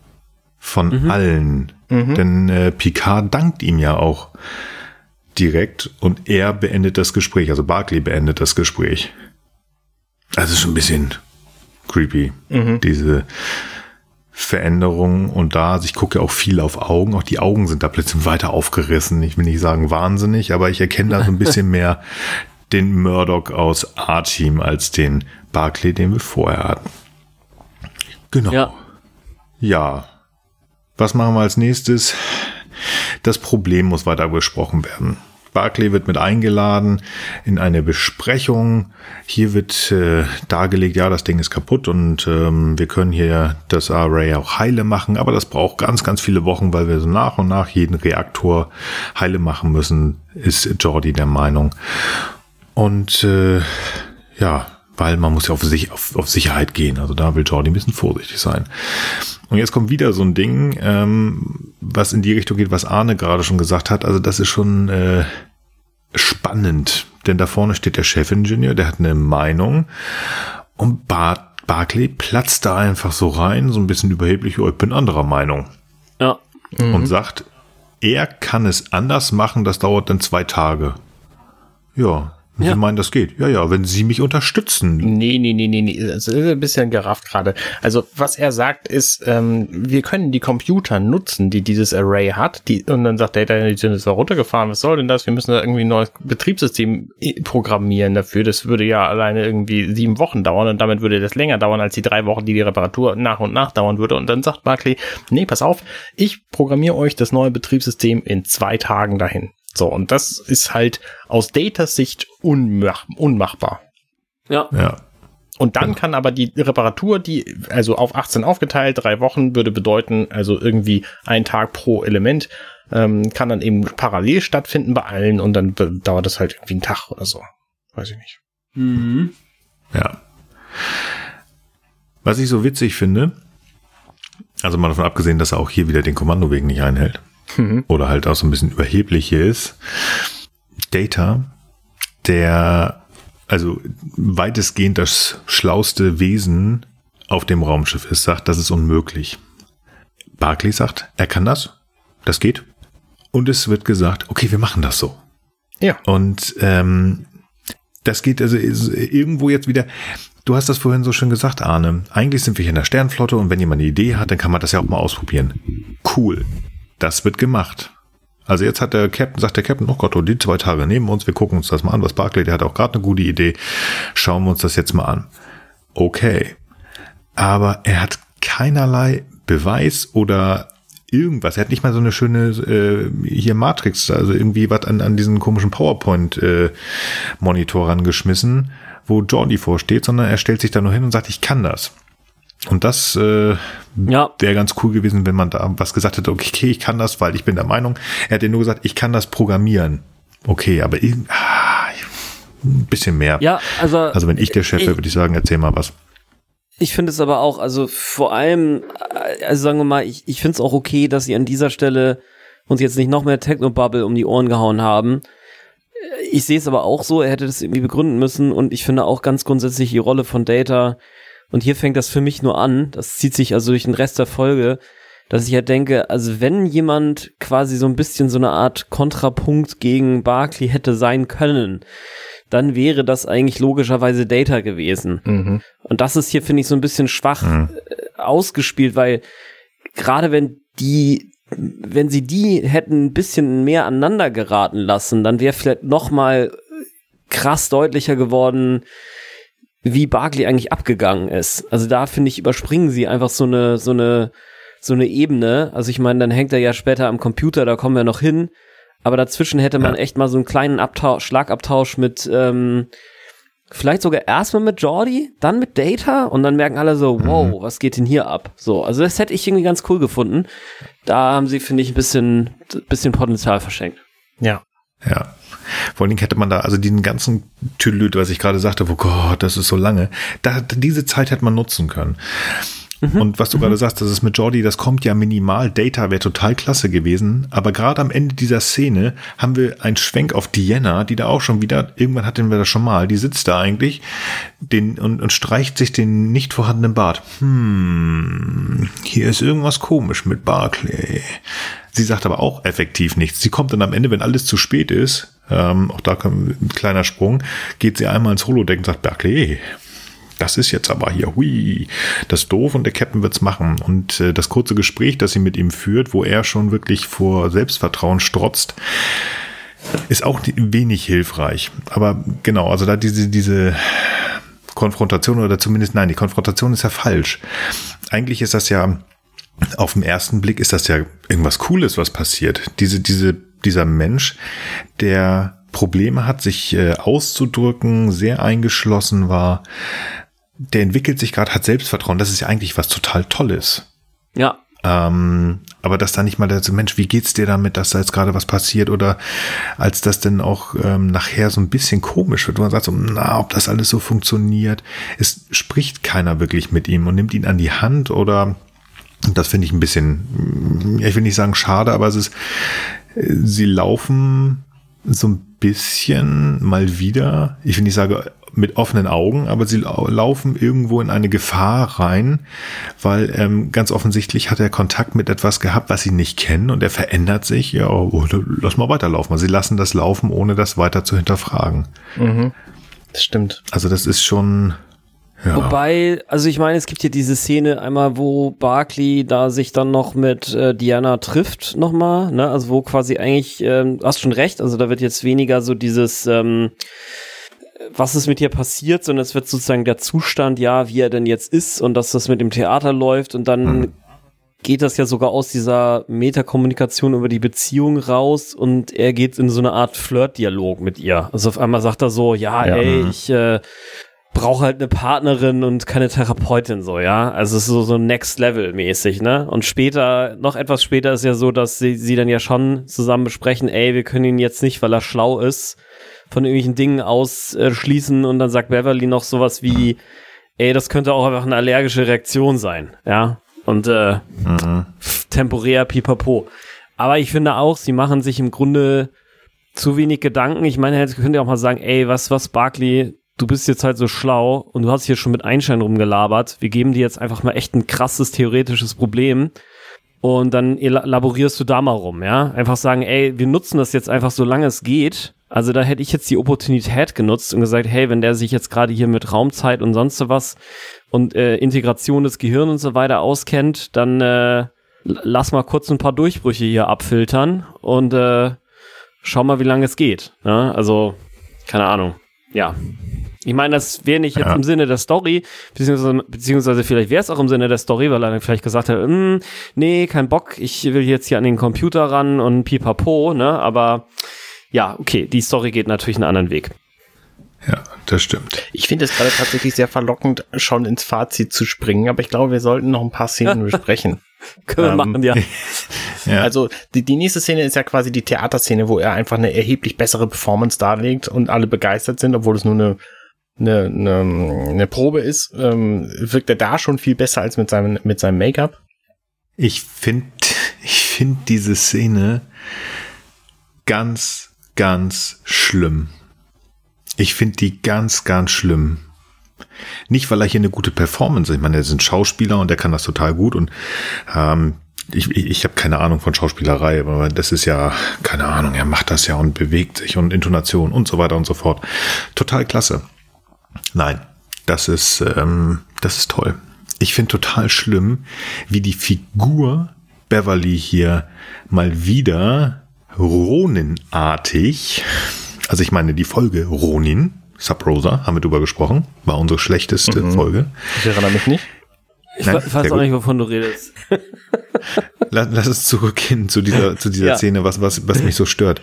von allen. Denn Picard dankt ihm ja auch direkt und er beendet das Gespräch. Also Barclay beendet das Gespräch. Also schon ein bisschen creepy, diese Veränderung. Und da, also ich gucke ja auch viel auf Augen. Auch die Augen sind da plötzlich weiter aufgerissen. Ich will nicht sagen wahnsinnig, aber ich erkenne da so ein bisschen mehr den Murdoch aus A-Team als den Barclay, den wir vorher hatten. Genau. Ja. Was machen wir als nächstes? Das Problem muss weiter besprochen werden. Barclay wird mit eingeladen in eine Besprechung. Hier wird dargelegt, ja, das Ding ist kaputt und wir können hier das Array auch heile machen, aber das braucht ganz, ganz viele Wochen, weil wir so nach und nach jeden Reaktor heile machen müssen, ist Geordi der Meinung. Und weil man muss ja auf Sicherheit gehen. Also da will Geordi ein bisschen vorsichtig sein. Und jetzt kommt wieder so ein Ding, was in die Richtung geht, was Arne gerade schon gesagt hat. Also das ist schon spannend. Denn da vorne steht der Chefingenieur, der hat eine Meinung. Und Barclay platzt da einfach so rein, so ein bisschen überheblich, ich bin anderer Meinung. Ja. Und sagt, er kann es anders machen, das dauert dann 2 Tage. Ja. Sie meinen, das geht. Ja, wenn Sie mich unterstützen. Nee. Das ist ein bisschen gerafft gerade. Also, was er sagt, ist, wir können die Computer nutzen, die dieses Array hat. Und dann sagt Data, die sind jetzt da runtergefahren. Was soll denn das? Wir müssen da irgendwie ein neues Betriebssystem programmieren dafür. Das würde ja alleine irgendwie 7 Wochen dauern. Und damit würde das länger dauern als die 3 Wochen, die Reparatur nach und nach dauern würde. Und dann sagt Barclay, nee, pass auf, ich programmiere euch das neue Betriebssystem in 2 Tagen dahin. So, und das ist halt aus Datas Sicht unmachbar. Ja. Und dann kann aber die Reparatur, also auf 18 aufgeteilt, 3 Wochen würde bedeuten, also irgendwie 1 Tag pro Element, kann dann eben parallel stattfinden bei allen und dann dauert das halt irgendwie einen Tag oder so. Weiß ich nicht. Ja. Was ich so witzig finde, also mal davon abgesehen, dass er auch hier wieder den Kommandoweg nicht einhält, oder halt auch so ein bisschen überheblich hier ist. Data, der also weitestgehend das schlauste Wesen auf dem Raumschiff ist, sagt, das ist unmöglich. Barclay sagt, er kann das geht. Und es wird gesagt, okay, wir machen das so. Ja. Und das geht also irgendwo jetzt wieder, du hast das vorhin so schön gesagt, Arne, eigentlich sind wir hier in der Sternflotte und wenn jemand eine Idee hat, dann kann man das ja auch mal ausprobieren. Cool, das wird gemacht. Also jetzt sagt der Captain, oh Gott, die 2 Tage neben uns, wir gucken uns das mal an, was Barclay, der hat auch gerade eine gute Idee, schauen wir uns das jetzt mal an. Okay, aber er hat keinerlei Beweis oder irgendwas. Er hat nicht mal so eine schöne hier Matrix, also irgendwie was an diesen komischen PowerPoint-Monitor rangeschmissen, wo Geordi vorsteht, sondern er stellt sich da nur hin und sagt, ich kann das. Und das wäre ganz cool gewesen, wenn man da was gesagt hätte, okay, ich kann das, weil ich bin der Meinung. Er hat ja nur gesagt, ich kann das programmieren. Okay, aber ein bisschen mehr. Ja, also wenn ich der Chef wäre, würde ich sagen, erzähl mal was. Ich finde es aber auch, also vor allem, also sagen wir mal, ich finde es auch okay, dass sie an dieser Stelle uns jetzt nicht noch mehr Technobubble um die Ohren gehauen haben. Ich sehe es aber auch so, er hätte das irgendwie begründen müssen und ich finde auch ganz grundsätzlich die Rolle von Data, und hier fängt das für mich nur an, das zieht sich also durch den Rest der Folge, dass ich ja denke, also wenn jemand quasi so ein bisschen so eine Art Kontrapunkt gegen Barclay hätte sein können, dann wäre das eigentlich logischerweise Data gewesen. Mhm. Und das ist hier, finde ich, so ein bisschen schwach ausgespielt, weil gerade wenn sie die hätten ein bisschen mehr aneinander geraten lassen, dann wäre vielleicht noch mal krass deutlicher geworden, wie Barclay eigentlich abgegangen ist. Also da, finde ich, überspringen sie einfach so eine Ebene. Also ich meine, dann hängt er ja später am Computer, da kommen wir noch hin. Aber dazwischen hätte man echt mal so einen kleinen Schlagabtausch mit, vielleicht sogar erstmal mit Geordi, dann mit Data und dann merken alle so, wow, was geht denn hier ab? So, also das hätte ich irgendwie ganz cool gefunden. Da haben sie, finde ich, ein bisschen Potenzial verschenkt. Ja. Ja. Vor allen Dingen hätte man da, also diesen ganzen Tüdelüt, was ich gerade sagte, oh Gott, das ist so lange, diese Zeit hätte man nutzen können. Und was du gerade sagst, das ist mit Geordi, das kommt ja minimal. Data wäre total klasse gewesen. Aber gerade am Ende dieser Szene haben wir einen Schwenk auf Deanna, die da auch schon wieder, irgendwann hatten wir das schon mal, die sitzt da eigentlich und streicht sich den nicht vorhandenen Bart. Hier ist irgendwas komisch mit Barclay. Sie sagt aber auch effektiv nichts. Sie kommt dann am Ende, wenn alles zu spät ist, auch da kommt ein kleiner Sprung, geht sie einmal ins Holodeck und sagt, Barclay, das ist jetzt aber hier, hui, das ist doof und der Captain wird's machen. Und das kurze Gespräch, das sie mit ihm führt, wo er schon wirklich vor Selbstvertrauen strotzt, ist auch wenig hilfreich. Aber genau, also da diese Konfrontation oder zumindest, nein, die Konfrontation ist ja falsch. Eigentlich ist das ja, auf den ersten Blick ist das ja irgendwas Cooles, was passiert. Dieser Mensch, der Probleme hat, sich auszudrücken, sehr eingeschlossen war, der entwickelt sich gerade, hat Selbstvertrauen. Das ist ja eigentlich was total Tolles. Ja. Aber dass da nicht mal der Mensch, wie geht's dir damit, dass da jetzt gerade was passiert? Oder als das denn auch nachher so ein bisschen komisch wird, wo man sagt so, ob das alles so funktioniert. Es spricht keiner wirklich mit ihm und nimmt ihn an die Hand oder, das finde ich ein bisschen, ich will nicht sagen schade, aber sie laufen so ein bisschen mal wieder, ich will nicht sagen mit offenen Augen, aber sie laufen irgendwo in eine Gefahr rein, weil ganz offensichtlich hat er Kontakt mit etwas gehabt, was sie nicht kennen und er verändert sich. Ja, lass mal weiterlaufen. Also sie lassen das laufen, ohne das weiter zu hinterfragen. Mhm. Das stimmt. Also das ist schon... Ja. Wobei, also ich meine, es gibt hier diese Szene einmal, wo Barclay da sich dann noch mit Deanna trifft nochmal, ne, also wo quasi eigentlich, du hast schon recht, also da wird jetzt weniger so dieses, was ist mit dir passiert, sondern es wird sozusagen der Zustand, ja, wie er denn jetzt ist und dass das mit dem Theater läuft und dann geht das ja sogar aus dieser Metakommunikation über die Beziehung raus und er geht in so eine Art Flirt-Dialog mit ihr. Also auf einmal sagt er so, ich brauche halt eine Partnerin und keine Therapeutin, so, ja. Also es ist so Next-Level-mäßig, ne? Und später, noch etwas später ist ja so, dass sie dann ja schon zusammen besprechen, wir können ihn jetzt nicht, weil er schlau ist, von irgendwelchen Dingen ausschließen und dann sagt Beverly noch sowas wie, das könnte auch einfach eine allergische Reaktion sein, ja. Und temporär pipapo. Aber ich finde auch, sie machen sich im Grunde zu wenig Gedanken. Ich meine, jetzt könnt ihr auch mal sagen, was Barclay, du bist jetzt halt so schlau und du hast hier schon mit Einstein rumgelabert. Wir geben dir jetzt einfach mal echt ein krasses theoretisches Problem. und dann elaborierst du da mal rum, ja. Einfach sagen, ey, wir nutzen das jetzt einfach, solange es geht. Also da hätte ich jetzt die Opportunität genutzt und gesagt, hey, wenn der sich jetzt gerade hier mit Raumzeit und sonst was und Integration des Gehirns und so weiter auskennt, dann lass mal kurz ein paar Durchbrüche hier abfiltern und schau mal, wie lange es geht. Ne? Also, keine Ahnung. Ja. Ich meine, das wäre nicht jetzt im Sinne der Story, beziehungsweise vielleicht wäre es auch im Sinne der Story, weil er dann vielleicht gesagt hat, nee, kein Bock, ich will jetzt hier an den Computer ran und pipapo, ne? Aber ja, okay, die Story geht natürlich einen anderen Weg. Ja, das stimmt. Ich finde es gerade tatsächlich sehr verlockend, schon ins Fazit zu springen, aber ich glaube, wir sollten noch ein paar Szenen besprechen. Können wir machen, ja. Ja. Also die nächste Szene ist ja quasi die Theaterszene, wo er einfach eine erheblich bessere Performance darlegt und alle begeistert sind, obwohl es nur eine Probe ist. Wirkt er da schon viel besser als mit seinem Make-up? Ich finde diese Szene ganz, ganz schlimm. Ich finde die ganz, ganz schlimm. Nicht, weil er hier eine gute Performance, ich meine, er ist ein Schauspieler und der kann das total gut und ich habe keine Ahnung von Schauspielerei, aber das ist ja, keine Ahnung, er macht das ja und bewegt sich und Intonation und so weiter und so fort. Total klasse. Nein, das ist toll. Ich finde total schlimm, wie die Figur Beverly hier mal wieder Ronin-artig, also ich meine die Folge Ronin, Sub Rosa, haben wir drüber gesprochen, war unsere schlechteste Folge. Ich erinnere mich nicht. Ich weiß auch nicht, wovon du redest. Lass uns zurückgehen zu dieser Szene, was mich so stört.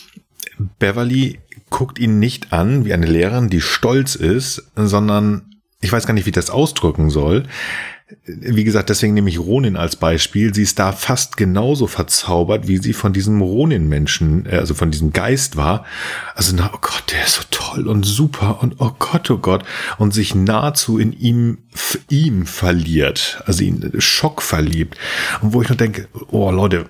Beverly guckt ihn nicht an wie eine Lehrerin, die stolz ist, sondern ich weiß gar nicht, wie ich das ausdrücken soll. Wie gesagt, deswegen nehme ich Ronin als Beispiel. Sie ist da fast genauso verzaubert, wie sie von diesem Ronin-Menschen, also von diesem Geist war. Also, oh Gott, der ist so toll und super und oh Gott. Und sich nahezu in ihm verliert. Also ihn Schock verliebt. Und wo ich nur denke, oh Leute.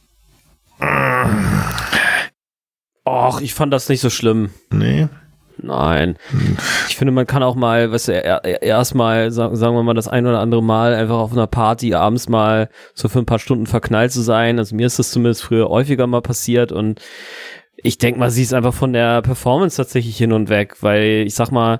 Och, ich fand das nicht so schlimm. Nee. Nein. Ich finde, man kann auch mal, weißt du, erstmal, sagen wir mal, das ein oder andere Mal einfach auf einer Party abends mal so für ein paar Stunden verknallt zu sein. Also mir ist das zumindest früher häufiger mal passiert und ich denke mal, sie ist einfach von der Performance tatsächlich hin und weg, weil ich sag mal,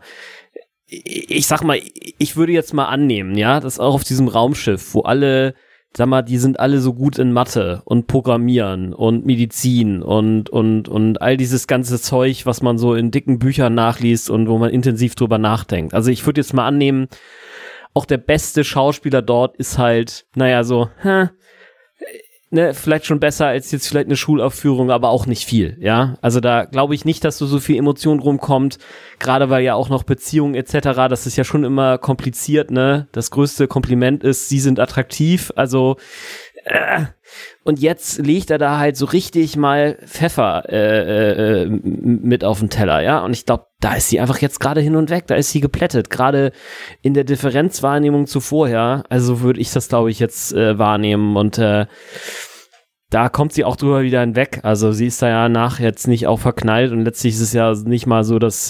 ich würde jetzt mal annehmen, ja, dass auch auf diesem Raumschiff, wo alle, sag mal, die sind alle so gut in Mathe und Programmieren und Medizin und all dieses ganze Zeug, was man so in dicken Büchern nachliest und wo man intensiv drüber nachdenkt. Also ich würde jetzt mal annehmen, auch der beste Schauspieler dort ist halt, naja, so, vielleicht schon besser als jetzt vielleicht eine Schulaufführung, aber auch nicht viel, ja. Also da glaube ich nicht, dass so viel Emotion rumkommt, gerade weil ja auch noch Beziehungen etc., das ist ja schon immer kompliziert, ne. Das größte Kompliment ist, sie sind attraktiv, also und jetzt legt er da halt so richtig mal Pfeffer mit auf den Teller, ja, und ich glaube, da ist sie einfach jetzt gerade hin und weg, da ist sie geplättet, gerade in der Differenzwahrnehmung zu vorher, also würde ich das, glaube ich, jetzt wahrnehmen und da kommt sie auch drüber wieder hinweg, also sie ist da ja nach jetzt nicht auch verknallt und letztlich ist es ja nicht mal so, dass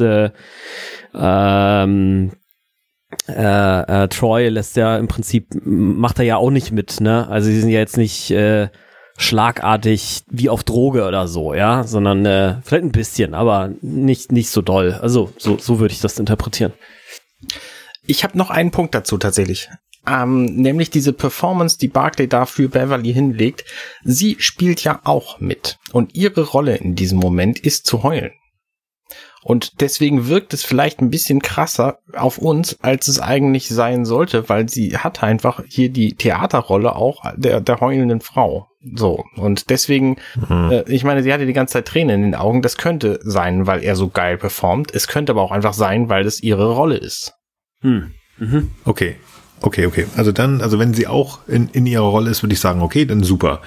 Troy lässt ja im Prinzip, macht er ja auch nicht mit, ne? Also sie sind ja jetzt nicht schlagartig wie auf Droge oder so, ja, sondern vielleicht ein bisschen, aber nicht so doll. Also so würde ich das interpretieren. Ich habe noch einen Punkt dazu tatsächlich. Nämlich diese Performance, die Barclay da für Beverly hinlegt. Sie spielt ja auch mit. Und ihre Rolle in diesem Moment ist zu heulen. Und deswegen wirkt es vielleicht ein bisschen krasser auf uns, als es eigentlich sein sollte, weil sie hat einfach hier die Theaterrolle auch der heulenden Frau. So. Und deswegen, ich meine, sie hatte die ganze Zeit Tränen in den Augen. Das könnte sein, weil er so geil performt. Es könnte aber auch einfach sein, weil das ihre Rolle ist. Okay. Also wenn sie auch in ihrer Rolle ist, würde ich sagen, okay, dann super.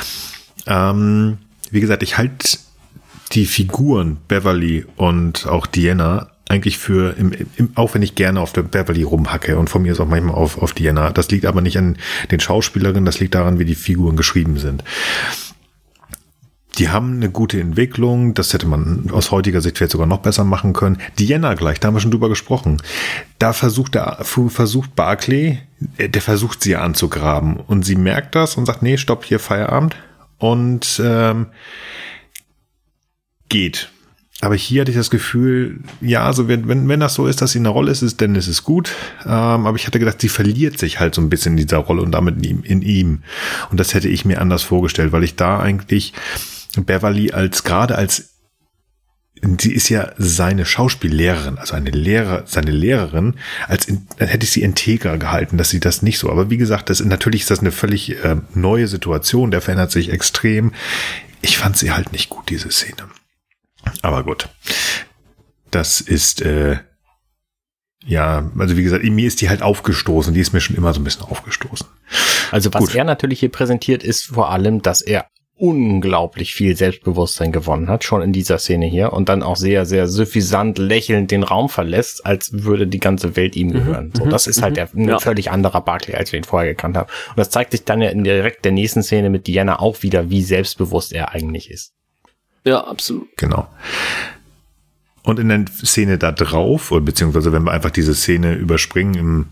Wie gesagt, ich halte die Figuren Beverly und auch Diana eigentlich für, auch wenn ich gerne auf der Beverly rumhacke und von mir ist auch manchmal auf Diana, das liegt aber nicht an den Schauspielerinnen, das liegt daran, wie die Figuren geschrieben sind. Die haben eine gute Entwicklung, das hätte man aus heutiger Sicht vielleicht sogar noch besser machen können. Diana gleich, da haben wir schon drüber gesprochen. Da versucht Barclay, der versucht sie anzugraben und sie merkt das und sagt, nee, stopp, hier Feierabend und geht. Aber hier hatte ich das Gefühl, ja, also wenn das so ist, dass sie in der Rolle ist, dann ist es gut. Aber ich hatte gedacht, sie verliert sich halt so ein bisschen in dieser Rolle und damit in ihm. Und das hätte ich mir anders vorgestellt, weil ich da eigentlich Beverly sie ist ja seine Schauspiellehrerin, also seine Lehrerin, dann hätte ich sie integer gehalten, dass sie das nicht so. Aber wie gesagt, natürlich ist das eine völlig neue Situation, der verändert sich extrem. Ich fand sie halt nicht gut, diese Szene. Aber gut, das ist, also wie gesagt, mir ist die halt aufgestoßen, die ist mir schon immer so ein bisschen aufgestoßen. Also was er natürlich hier präsentiert, ist vor allem, dass er unglaublich viel Selbstbewusstsein gewonnen hat, schon in dieser Szene hier, und dann auch sehr, sehr suffisant lächelnd den Raum verlässt, als würde die ganze Welt ihm gehören. So, das ist halt ein völlig anderer Barclay, als wir ihn vorher gekannt haben. Und das zeigt sich dann ja in direkt der nächsten Szene mit Diana auch wieder, wie selbstbewusst er eigentlich ist. Ja, absolut. Genau. Und in der Szene da drauf, oder beziehungsweise wenn wir einfach diese Szene überspringen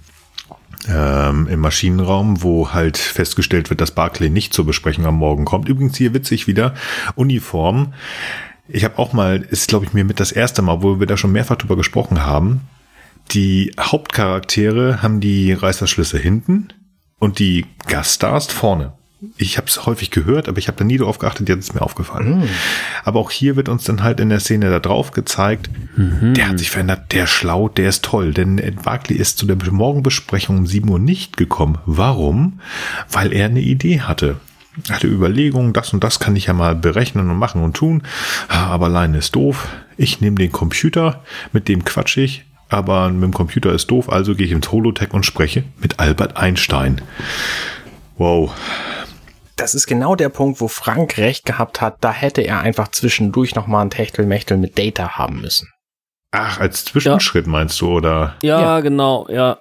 im Maschinenraum, wo halt festgestellt wird, dass Barclay nicht zur Besprechung am Morgen kommt. Übrigens hier witzig wieder, Uniform. Ich habe auch mal, ist glaube ich mir mit das erste Mal, wo wir da schon mehrfach drüber gesprochen haben, die Hauptcharaktere haben die Reißverschlüsse hinten und die Gaststars vorne. Ich habe es häufig gehört, aber ich habe da nie darauf geachtet, jetzt ist mir aufgefallen. Aber auch hier wird uns dann halt in der Szene da drauf gezeigt, der hat sich verändert, der ist schlau, der ist toll. Denn Barclay ist zu der Morgenbesprechung um 7 Uhr nicht gekommen. Warum? Weil er eine Idee hatte. Er hatte Überlegungen, das und das kann ich ja mal berechnen und machen und tun. Aber alleine ist doof. Ich nehme den Computer, mit dem quatsche ich. Aber mit dem Computer ist doof, also gehe ich ins Holotech und spreche mit Albert Einstein. Wow. Das ist genau der Punkt, wo Frank recht gehabt hat. Da hätte er einfach zwischendurch nochmal ein Techtelmechtel mit Data haben müssen. Ach, als Zwischenschritt meinst du, oder? Ja, genau, ja.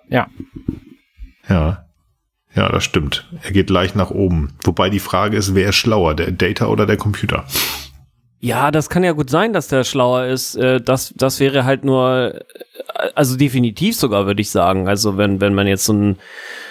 Ja, das stimmt. Er geht leicht nach oben. Wobei die Frage ist, wer ist schlauer, der Data oder der Computer? Ja, das kann ja gut sein, dass der schlauer ist. Das wäre halt nur, also definitiv sogar, würde ich sagen. Also wenn man jetzt so ein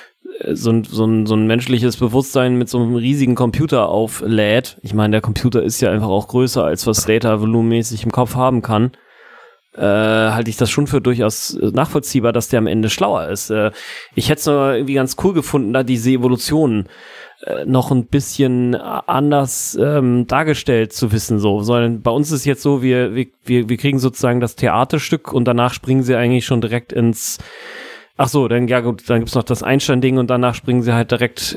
menschliches Bewusstsein mit so einem riesigen Computer auflädt. Ich meine, der Computer ist ja einfach auch größer, als was Data volumenmäßig im Kopf haben kann. Halte ich das schon für durchaus nachvollziehbar, dass der am Ende schlauer ist. Ich hätte es nur irgendwie ganz cool gefunden, da diese Evolution noch ein bisschen anders dargestellt zu wissen. Sondern bei uns ist jetzt so, wir kriegen sozusagen das Theaterstück und danach springen sie eigentlich schon direkt ins Ach so, dann gibt's noch das Einstein-Ding und danach springen sie halt direkt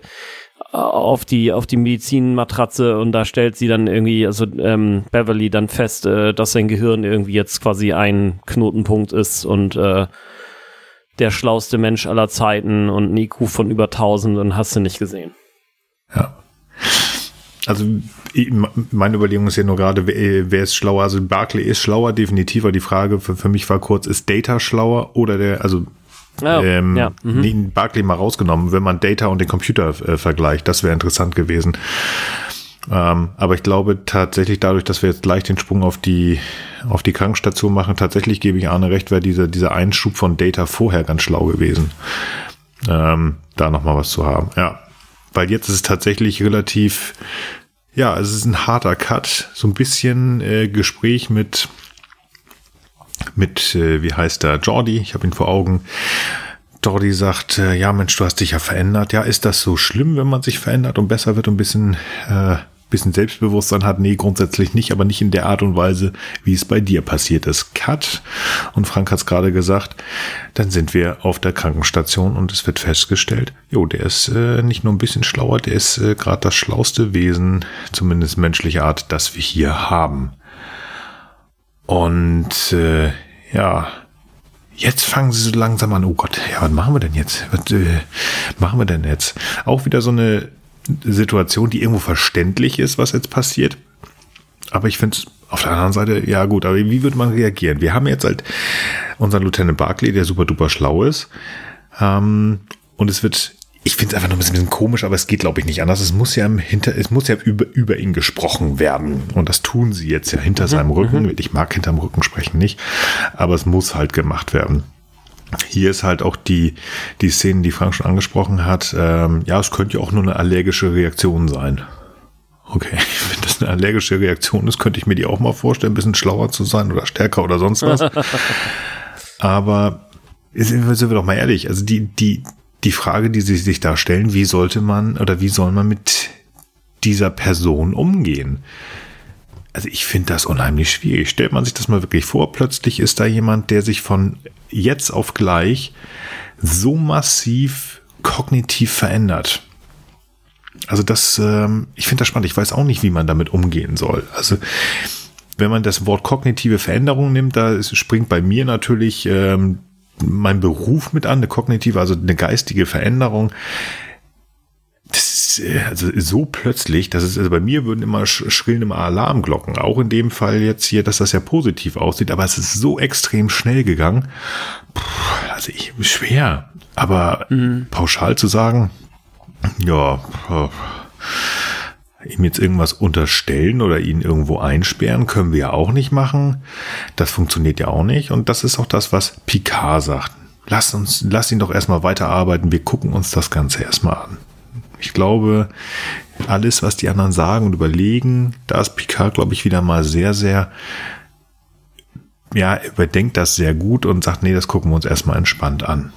auf die Medizinmatratze und da stellt sie dann irgendwie, also Beverly dann fest, dass sein Gehirn irgendwie jetzt quasi ein Knotenpunkt ist und der schlauste Mensch aller Zeiten und ein IQ von über 1000 und hast du nicht gesehen. Ja. Also meine Überlegung ist ja nur gerade, wer ist schlauer? Also Barclay ist schlauer, definitiv, aber die Frage für mich war kurz, ist Data schlauer oder Barclay mal rausgenommen, wenn man Data und den Computer vergleicht, das wäre interessant gewesen. Aber ich glaube tatsächlich dadurch, dass wir jetzt gleich den Sprung auf die Krankenstation machen, tatsächlich gebe ich Arne recht, wäre dieser Einschub von Data vorher ganz schlau gewesen, da nochmal was zu haben. Ja, weil jetzt ist es tatsächlich relativ, ja, es ist ein harter Cut, so ein bisschen Gespräch mit wie heißt der, Jordi, ich habe ihn vor Augen. Jordi sagt, ja Mensch, du hast dich ja verändert. Ja, ist das so schlimm, wenn man sich verändert und besser wird und ein bisschen Selbstbewusstsein hat? Nee, grundsätzlich nicht, aber nicht in der Art und Weise, wie es bei dir passiert ist. Cut. Und Frank hat es gerade gesagt, dann sind wir auf der Krankenstation und es wird festgestellt, jo, der ist nicht nur ein bisschen schlauer, der ist gerade das schlauste Wesen, zumindest menschliche Art, das wir hier haben. Und ja, jetzt fangen sie so langsam an, oh Gott, ja, was machen wir denn jetzt? Was machen wir denn jetzt? Auch wieder so eine Situation, die irgendwo verständlich ist, was jetzt passiert. Aber ich finde es auf der anderen Seite, ja gut, aber wie würde man reagieren? Wir haben jetzt halt unseren Lieutenant Barclay, der super duper schlau ist. Und es wird ich finde es einfach nur ein bisschen komisch, aber es geht, glaube ich, nicht anders. Es muss ja über ihn gesprochen werden. Und das tun sie jetzt ja hinter seinem Rücken. Ich mag hinterm Rücken sprechen nicht, aber es muss halt gemacht werden. Hier ist halt auch die Szene, die Frank schon angesprochen hat. Ja, es könnte ja auch nur eine allergische Reaktion sein. Okay, wenn das eine allergische Reaktion ist, könnte ich mir die auch mal vorstellen, ein bisschen schlauer zu sein oder stärker oder sonst was. Aber sind wir doch mal ehrlich, also die Frage, die sie sich da stellen, wie soll man mit dieser Person umgehen? Also ich finde das unheimlich schwierig. Stellt man sich das mal wirklich vor, plötzlich ist da jemand, der sich von jetzt auf gleich so massiv kognitiv verändert. Also ich finde das spannend. Ich weiß auch nicht, wie man damit umgehen soll. Also wenn man das Wort kognitive Veränderung nimmt, da springt bei mir natürlich mein Beruf mit an, eine kognitive, also eine geistige Veränderung. Das ist also so plötzlich, also bei mir würden immer schrillen immer Alarmglocken. Auch in dem Fall jetzt hier, dass das ja positiv aussieht, aber es ist so extrem schnell gegangen. Also schwer, aber pauschal zu sagen, ja, ihm jetzt irgendwas unterstellen oder ihn irgendwo einsperren, können wir ja auch nicht machen. Das funktioniert ja auch nicht. Und das ist auch das, was Picard sagt. Lass ihn doch erstmal weiterarbeiten. Wir gucken uns das Ganze erstmal an. Ich glaube, alles, was die anderen sagen und überlegen, da ist Picard, glaube ich, wieder mal sehr, sehr, ja, überdenkt das sehr gut und sagt, nee, das gucken wir uns erstmal entspannt an.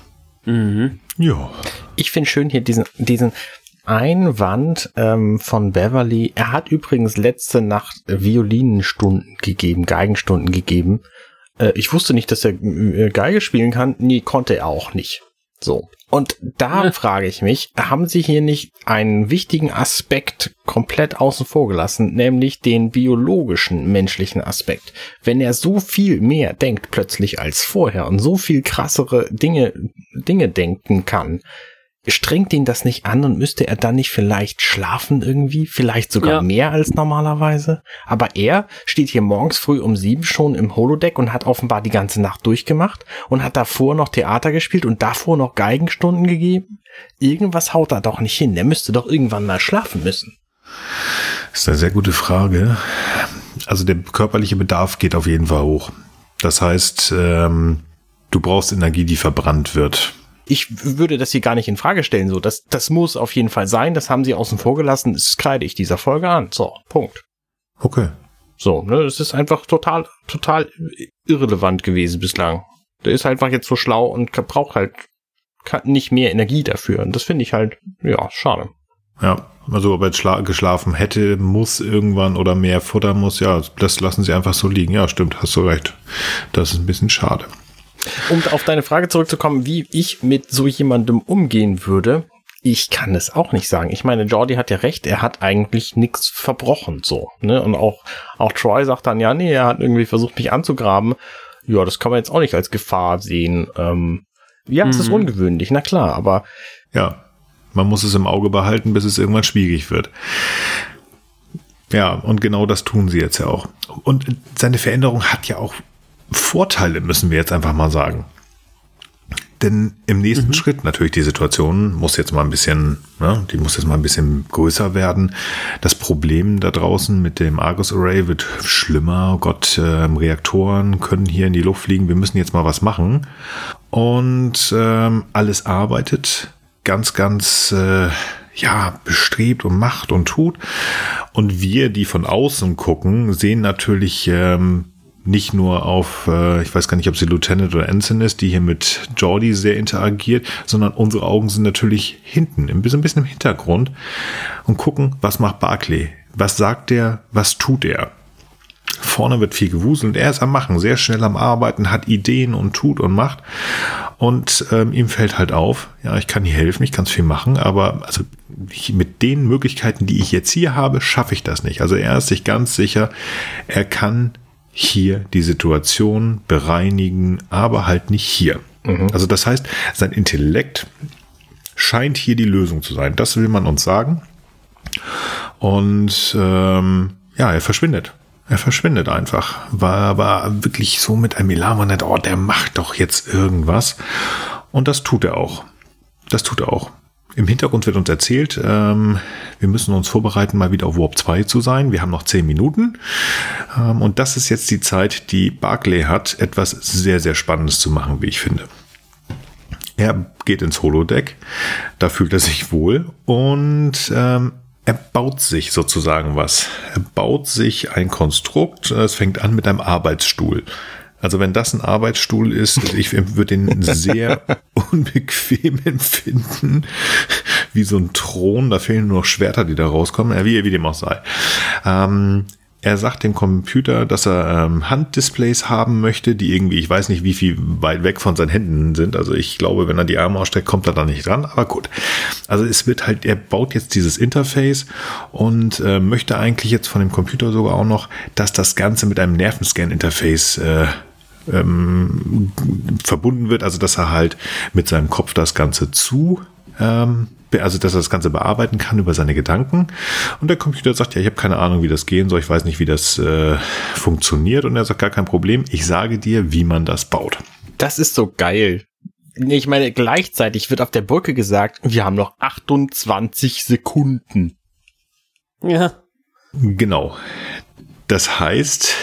Ja. Ich finde schön hier diesen Einwand von Beverly. Er hat übrigens letzte Nacht Violinstunden gegeben, Geigenstunden gegeben. Ich wusste nicht, dass er Geige spielen kann. Nee, konnte er auch nicht. So. Und da frage ich mich, haben sie hier nicht einen wichtigen Aspekt komplett außen vor gelassen, nämlich den biologischen, menschlichen Aspekt? Wenn er so viel mehr denkt plötzlich als vorher und so viel krassere Dinge denken kann, strengt ihn das nicht an und müsste er dann nicht vielleicht schlafen irgendwie? Vielleicht sogar mehr als normalerweise? Aber er steht hier morgens früh um 7 schon im Holodeck und hat offenbar die ganze Nacht durchgemacht und hat davor noch Theater gespielt und davor noch Geigenstunden gegeben? Irgendwas haut da doch nicht hin. Der müsste doch irgendwann mal schlafen müssen. Das ist eine sehr gute Frage. Also der körperliche Bedarf geht auf jeden Fall hoch. Das heißt, du brauchst Energie, die verbrannt wird. Ich würde das hier gar nicht in Frage stellen. So, das muss auf jeden Fall sein. Das haben sie außen vor gelassen. Das kreide ich dieser Folge an. So, Punkt. Okay. So, ne, das ist einfach total irrelevant gewesen bislang. Der ist einfach jetzt so schlau und braucht halt nicht mehr Energie dafür. Und das finde ich halt, ja, schade. Ja, also ob er geschlafen hätte, muss irgendwann oder mehr Futter muss, ja, das lassen sie einfach so liegen. Ja, stimmt, hast du recht. Das ist ein bisschen schade. Um auf deine Frage zurückzukommen, wie ich mit so jemandem umgehen würde, ich kann es auch nicht sagen. Ich meine, Geordi hat ja recht, er hat eigentlich nichts verbrochen, so, ne? Und auch Troy sagt dann, ja, nee, er hat irgendwie versucht, mich anzugraben. Ja, das kann man jetzt auch nicht als Gefahr sehen. Ja, es ist ungewöhnlich, na klar, aber... Ja, man muss es im Auge behalten, bis es irgendwann schwierig wird. Ja, und genau das tun sie jetzt ja auch. Und seine Veränderung hat ja auch Vorteile, müssen wir jetzt einfach mal sagen. Denn im nächsten Schritt natürlich die Situation muss jetzt mal ein bisschen, ne, die muss jetzt mal ein bisschen größer werden. Das Problem da draußen mit dem Argus Array wird schlimmer. Oh Gott, Reaktoren können hier in die Luft fliegen. Wir müssen jetzt mal was machen. Und alles arbeitet ganz bestrebt und macht und tut. Und wir, die von außen gucken, sehen natürlich nicht nur auf, ich weiß gar nicht, ob sie Lieutenant oder Ensign ist, die hier mit Geordi sehr interagiert, sondern unsere Augen sind natürlich hinten, ein bisschen im Hintergrund und gucken, was macht Barclay? Was sagt er? Was tut er? Vorne wird viel gewuselt, er ist am Machen, sehr schnell am Arbeiten, hat Ideen und tut und macht. Und ihm fällt halt auf, ja, ich kann hier helfen, ich kann viel machen, aber also mit den Möglichkeiten, die ich jetzt hier habe, schaffe ich das nicht. Also er ist sich ganz sicher, er kann hier die Situation bereinigen, aber halt nicht hier. Also das heißt, sein Intellekt scheint hier die Lösung zu sein. Das will man uns sagen. Und er verschwindet. Er verschwindet einfach. War aber wirklich so mit einem Elan, man denkt, der macht doch jetzt irgendwas. Und das tut er auch. Im Hintergrund wird uns erzählt, wir müssen uns vorbereiten, mal wieder auf Warp 2 zu sein. Wir haben noch 10 Minuten. Und das ist jetzt die Zeit, die Barclay hat, etwas sehr, sehr Spannendes zu machen, wie ich finde. Er geht ins Holodeck, da fühlt er sich wohl und er baut sich sozusagen was. Er baut sich ein Konstrukt. Es fängt an mit einem Arbeitsstuhl. Also wenn das ein Arbeitsstuhl ist, ich würde den sehr unbequem empfinden, wie so ein Thron, da fehlen nur noch Schwerter, die da rauskommen, wie dem auch sei. Er sagt dem Computer, dass er Handdisplays haben möchte, die irgendwie, ich weiß nicht, wie viel weit weg von seinen Händen sind. Also ich glaube, wenn er die Arme ausstreckt, kommt er da nicht dran. Aber gut. Also es wird halt, er baut jetzt dieses Interface und möchte eigentlich jetzt von dem Computer sogar auch noch, dass das Ganze mit einem Nervenscan-Interface verbunden wird. Also dass er halt mit seinem Kopf das Ganze also dass er das Ganze bearbeiten kann über seine Gedanken. Und der Computer sagt, ja, ich habe keine Ahnung, wie das gehen soll. Ich weiß nicht, wie das funktioniert. Und er sagt, gar kein Problem. Ich sage dir, wie man das baut. Das ist so geil. Ich meine, gleichzeitig wird auf der Brücke gesagt, wir haben noch 28 Sekunden. Ja. Genau. Das heißt,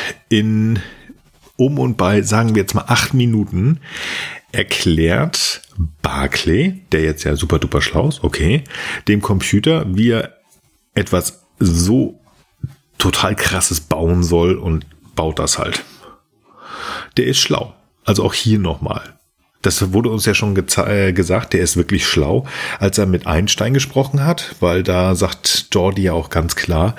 und bei, sagen wir jetzt mal 8 Minuten, erklärt Barclay, der jetzt ja super duper schlau ist, okay, dem Computer, wie er etwas so total krasses bauen soll und baut das halt. Der ist schlau. Also auch hier nochmal. Das wurde uns ja schon gesagt, der ist wirklich schlau, als er mit Einstein gesprochen hat, weil da sagt Geordi ja auch ganz klar,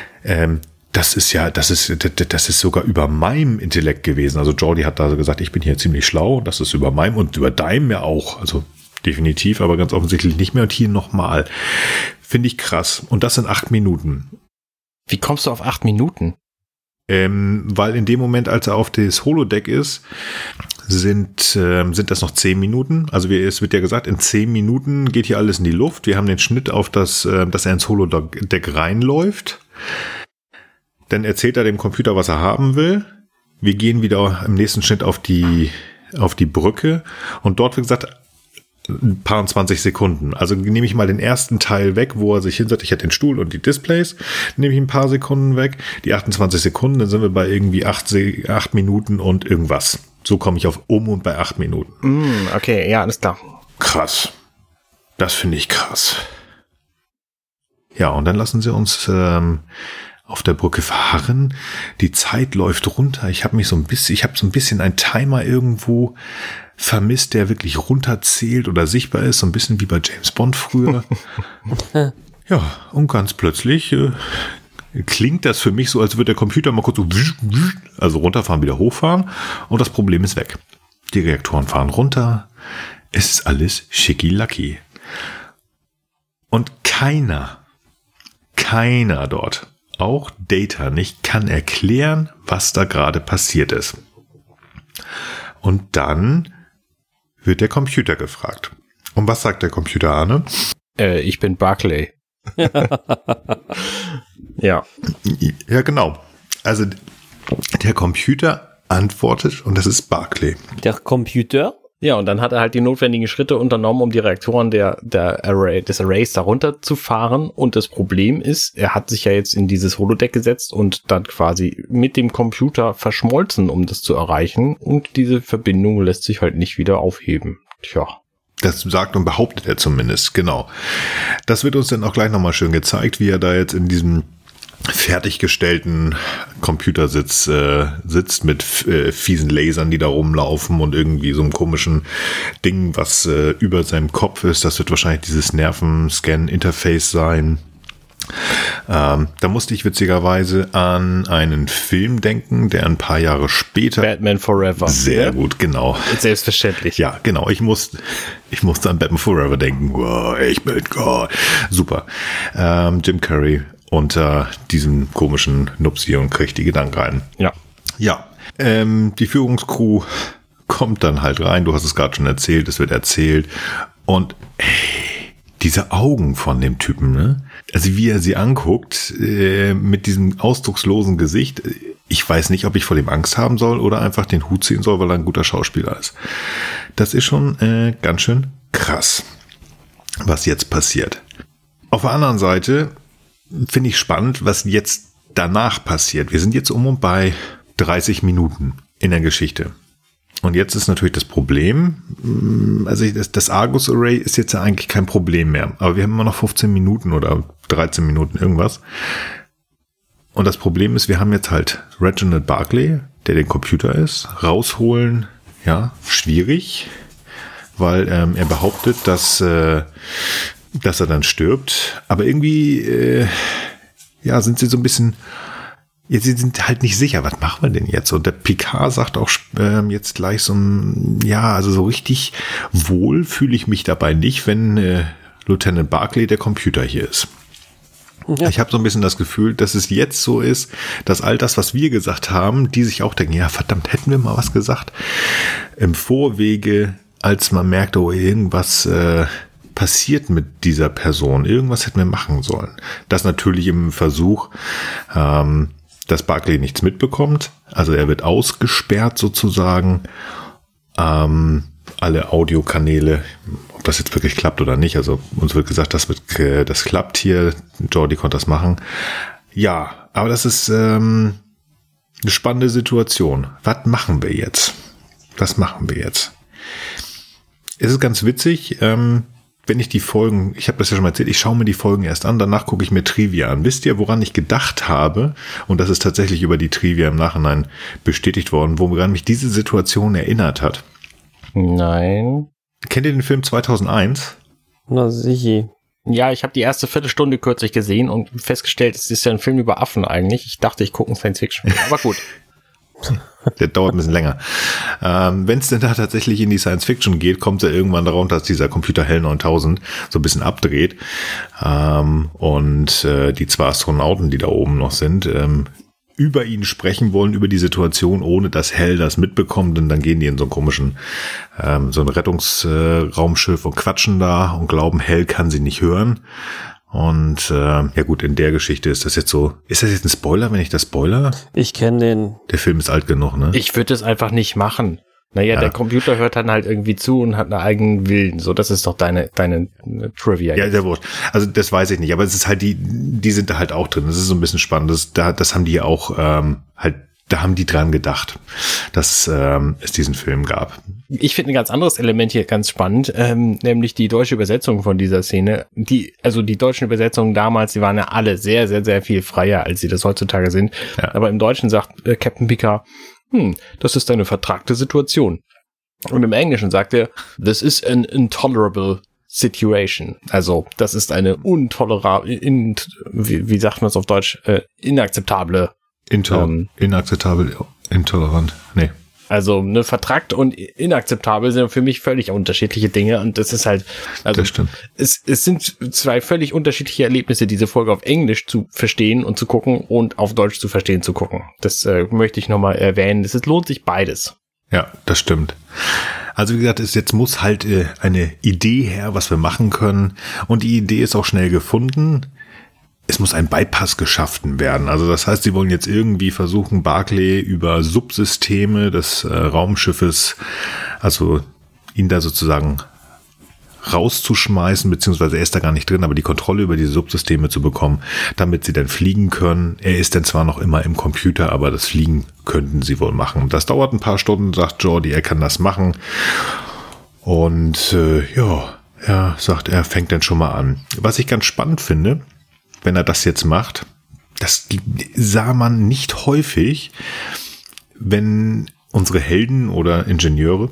das ist sogar über meinem Intellekt gewesen. Also Geordi hat da gesagt, ich bin hier ziemlich schlau, das ist über meinem und über deinem ja auch. Also definitiv, aber ganz offensichtlich nicht mehr. Und hier nochmal. Finde ich krass. Und das sind 8 Minuten. Wie kommst du auf 8 Minuten? Weil in dem Moment, als er auf das Holodeck ist, sind das noch 10 Minuten. Also es wird ja gesagt, in 10 Minuten geht hier alles in die Luft. Wir haben den Schnitt auf dass er ins Holodeck reinläuft. Dann erzählt er dem Computer, was er haben will. Wir gehen wieder im nächsten Schnitt auf die Brücke. Und dort wird gesagt, ein paar und 20 Sekunden. Also nehme ich mal den ersten Teil weg, wo er sich hinsetzt. Ich hätte den Stuhl und die Displays. Nehme ich ein paar Sekunden weg. Die 28 Sekunden, dann sind wir bei irgendwie 8 Minuten und irgendwas. So komme ich auf und bei 8 Minuten. Okay, ja, alles klar. Krass. Das finde ich krass. Ja, und dann lassen sie uns auf der Brücke verharren. Die Zeit läuft runter. Ich habe so ein bisschen einen Timer irgendwo vermisst, der wirklich runterzählt oder sichtbar ist. So ein bisschen wie bei James Bond früher. Ja, und ganz plötzlich klingt das für mich so, als würde der Computer mal kurz so, also runterfahren, wieder hochfahren. Und das Problem ist weg. Die Reaktoren fahren runter. Es ist alles schicki-lacki. Und keiner dort, auch Data nicht, kann erklären, was da gerade passiert ist. Und dann wird der Computer gefragt. Und was sagt der Computer, Arne? Ich bin Barclay. Ja. Ja, genau. Also der Computer antwortet und das ist Barclay. Der Computer? Ja, und dann hat er halt die notwendigen Schritte unternommen, um die Reaktoren des Arrays da runterzufahren. Und das Problem ist, er hat sich ja jetzt in dieses Holodeck gesetzt und dann quasi mit dem Computer verschmolzen, um das zu erreichen. Und diese Verbindung lässt sich halt nicht wieder aufheben. Tja. Das sagt und behauptet er zumindest, genau. Das wird uns dann auch gleich nochmal schön gezeigt, wie er da jetzt in diesem fertiggestellten Computersitz sitzt mit fiesen Lasern, die da rumlaufen und irgendwie so einem komischen Ding, was über seinem Kopf ist. Das wird wahrscheinlich dieses Nervenscan-Interface sein. Da musste ich witzigerweise an einen Film denken, der ein paar Jahre später... Batman Forever. Sehr gut, genau. Selbstverständlich. Ja, genau. Ich musste an Batman Forever denken. Wow, ich bin Gott. Super. Jim Carrey unter diesem komischen Nupsi und kriegt die Gedanken rein. Ja. Ja. Die Führungscrew kommt dann halt rein. Du hast es gerade schon erzählt. Es wird erzählt. Und diese Augen von dem Typen, ne? Also wie er sie anguckt, mit diesem ausdruckslosen Gesicht. Ich weiß nicht, ob ich vor dem Angst haben soll oder einfach den Hut ziehen soll, weil er ein guter Schauspieler ist. Das ist schon ganz schön krass. was jetzt passiert. Auf der anderen Seite finde ich spannend, was jetzt danach passiert. Wir sind jetzt um und bei 30 Minuten in der Geschichte. Und jetzt ist natürlich das Problem, also das Argus Array ist jetzt ja eigentlich kein Problem mehr. Aber wir haben immer noch 15 Minuten oder 13 Minuten irgendwas. Und das Problem ist, wir haben jetzt halt Reginald Barclay, der Computer ist, rausholen, ja, schwierig, weil er behauptet, dass er dann stirbt. Aber irgendwie, sind sie so ein bisschen, sie sind halt nicht sicher, was machen wir denn jetzt? Und der Picard sagt auch jetzt gleich so, so richtig wohl fühle ich mich dabei nicht, wenn Lieutenant Barclay der Computer hier ist. Ja. Ich habe so ein bisschen das Gefühl, dass es jetzt so ist, dass all das, was wir gesagt haben, die sich auch denken, ja verdammt, hätten wir mal was gesagt, im Vorwege, als man merkt, oh, irgendwas passiert mit dieser Person, irgendwas hätten wir machen sollen. Das natürlich im Versuch, dass Barclay nichts mitbekommt, also er wird ausgesperrt sozusagen, alle Audiokanäle, ob das jetzt wirklich klappt oder nicht, also uns wird gesagt, das klappt hier, Geordi konnte das machen. Ja, aber das ist eine spannende Situation. Was machen wir jetzt? Es ist ganz witzig, wenn ich die Folgen, ich habe das ja schon mal erzählt, ich schaue mir die Folgen erst an, danach gucke ich mir Trivia an. Wisst ihr, woran ich gedacht habe? Und das ist tatsächlich über die Trivia im Nachhinein bestätigt worden, woran mich diese Situation erinnert hat. Nein. Kennt ihr den Film 2001? Na sicher. Ja, ich habe die erste Viertelstunde kürzlich gesehen und festgestellt, es ist ja ein Film über Affen eigentlich. Ich dachte, ich gucke einen Science-Fiction. Aber gut. Der dauert ein bisschen länger. Wenn es denn da tatsächlich in die Science-Fiction geht, kommt er irgendwann darauf, dass dieser Computer HAL 9000 so ein bisschen abdreht. Und die zwei Astronauten, die da oben noch sind, über ihn sprechen wollen, über die Situation, ohne dass HAL das mitbekommt. Und dann gehen die in so einen komischen, so ein Rettungsraumschiff und quatschen da und glauben, HAL kann sie nicht hören. Und gut, in der Geschichte ist das jetzt so. Ist das jetzt ein Spoiler, wenn ich das spoiler? Ich kenne den. Der Film ist alt genug, ne? Ich würde es einfach nicht machen. Naja, der Computer hört dann halt irgendwie zu und hat einen eigenen Willen. So, das ist doch deine Trivia. Ja, sehr wurscht. Also das weiß ich nicht, aber es ist halt die sind da halt auch drin. Das ist so ein bisschen spannend. Das haben die auch da haben die dran gedacht, dass es diesen Film gab. Ich finde ein ganz anderes Element hier ganz spannend, nämlich die deutsche Übersetzung von dieser Szene. Die deutschen Übersetzungen damals, die waren ja alle sehr, sehr, sehr viel freier, als sie das heutzutage sind. Ja. Aber im Deutschen sagt Captain Picard, das ist eine vertragte Situation. Und im Englischen sagt er, this is an intolerable situation. Also, das ist eine intolerable, wie sagt man es auf Deutsch, inakzeptable. Inakzeptabel, intolerant, nee. Also, ne, vertragt und inakzeptabel sind für mich völlig unterschiedliche Dinge und das ist halt, also, das stimmt. Es sind zwei völlig unterschiedliche Erlebnisse, diese Folge auf Englisch zu verstehen und zu gucken und auf Deutsch zu verstehen zu gucken. Das möchte ich nochmal erwähnen. Es lohnt sich beides. Ja, das stimmt. Also wie gesagt, jetzt muss halt eine Idee her, was wir machen können und die Idee ist auch schnell gefunden. Es muss ein Bypass geschaffen werden. Also das heißt, sie wollen jetzt irgendwie versuchen, Barclay über Subsysteme des Raumschiffes, also ihn da sozusagen rauszuschmeißen, beziehungsweise er ist da gar nicht drin, aber die Kontrolle über diese Subsysteme zu bekommen, damit sie dann fliegen können. Er ist dann zwar noch immer im Computer, aber das Fliegen könnten sie wohl machen. Das dauert ein paar Stunden, sagt Geordi, er kann das machen. Und er sagt, er fängt dann schon mal an. Was ich ganz spannend finde, wenn er das jetzt macht, das sah man nicht häufig, wenn unsere Helden oder Ingenieure,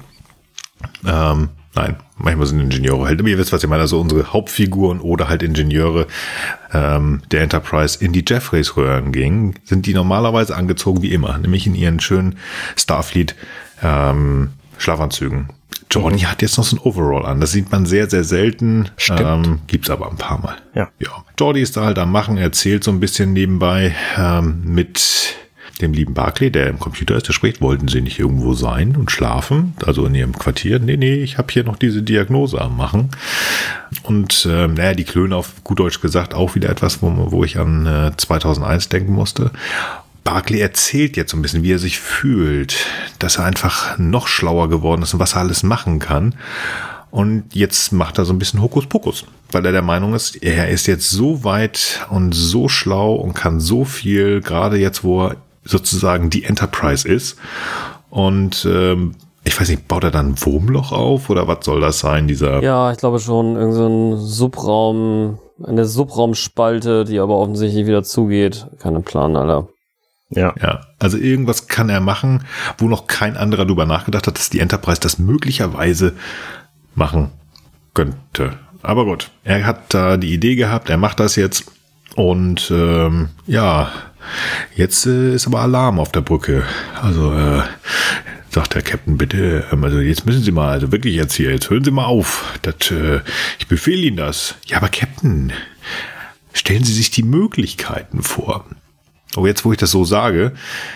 manchmal sind Ingenieure Helden, aber ihr wisst, was ich meine, also unsere Hauptfiguren oder halt Ingenieure der Enterprise in die Jeffreys-Röhren gingen, sind die normalerweise angezogen wie immer, nämlich in ihren schönen Starfleet Schlafanzügen. Geordi hat jetzt noch so ein Overall an. Das sieht man sehr, sehr selten. Gibt's aber ein paar Mal. Ja. Geordi ist da halt am Machen, erzählt so ein bisschen nebenbei mit dem lieben Barclay, der im Computer ist. Der spricht, wollten Sie nicht irgendwo sein und schlafen? Also in Ihrem Quartier? Nee, ich habe hier noch diese Diagnose am Machen. Und die klönen auf gut Deutsch gesagt auch wieder etwas, wo ich an 2001 denken musste. Barclay erzählt jetzt so ein bisschen, wie er sich fühlt, dass er einfach noch schlauer geworden ist und was er alles machen kann. Und jetzt macht er so ein bisschen Hokuspokus, weil er der Meinung ist, er ist jetzt so weit und so schlau und kann so viel, gerade jetzt, wo er sozusagen die Enterprise ist. Und ich weiß nicht, baut er dann ein Wurmloch auf oder was soll das sein, dieser... Ja, ich glaube schon, irgend so ein Subraum, eine Subraumspalte, die aber offensichtlich wieder zugeht. Keine Plan, Alter. Ja, also irgendwas kann er machen, wo noch kein anderer drüber nachgedacht hat, dass die Enterprise das möglicherweise machen könnte. Aber gut, er hat da die Idee gehabt, er macht das jetzt und jetzt ist aber Alarm auf der Brücke. Also sagt der Captain, bitte, also jetzt müssen Sie mal, also wirklich jetzt hier, jetzt hören Sie mal auf. Ich befehle Ihnen das. Ja, aber Captain, stellen Sie sich die Möglichkeiten vor. Oh, jetzt, wo ich das so sage,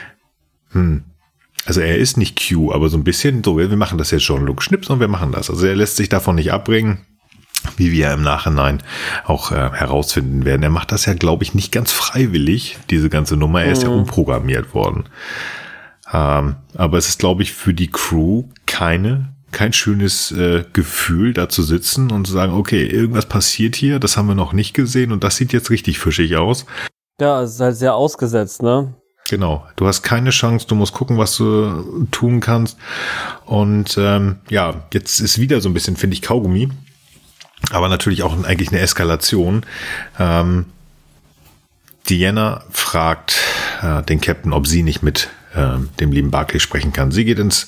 also er ist nicht Q, aber so ein bisschen so, wir machen das jetzt schon, Luke, Schnips und wir machen das. Also er lässt sich davon nicht abbringen, wie wir im Nachhinein auch herausfinden werden. Er macht das ja, glaube ich, nicht ganz freiwillig, diese ganze Nummer. Er ist ja umprogrammiert worden. Aber es ist, glaube ich, für die Crew kein schönes Gefühl, da zu sitzen und zu sagen, okay, irgendwas passiert hier, das haben wir noch nicht gesehen und das sieht jetzt richtig fischig aus. Ja, es ist halt sehr ausgesetzt, ne? Genau, du hast keine Chance, du musst gucken, was du tun kannst. Und jetzt ist wieder so ein bisschen, finde ich, Kaugummi. Aber natürlich auch eigentlich eine Eskalation. Deanna fragt den Captain, ob sie nicht mit dem lieben Barclay sprechen kann. Sie geht ins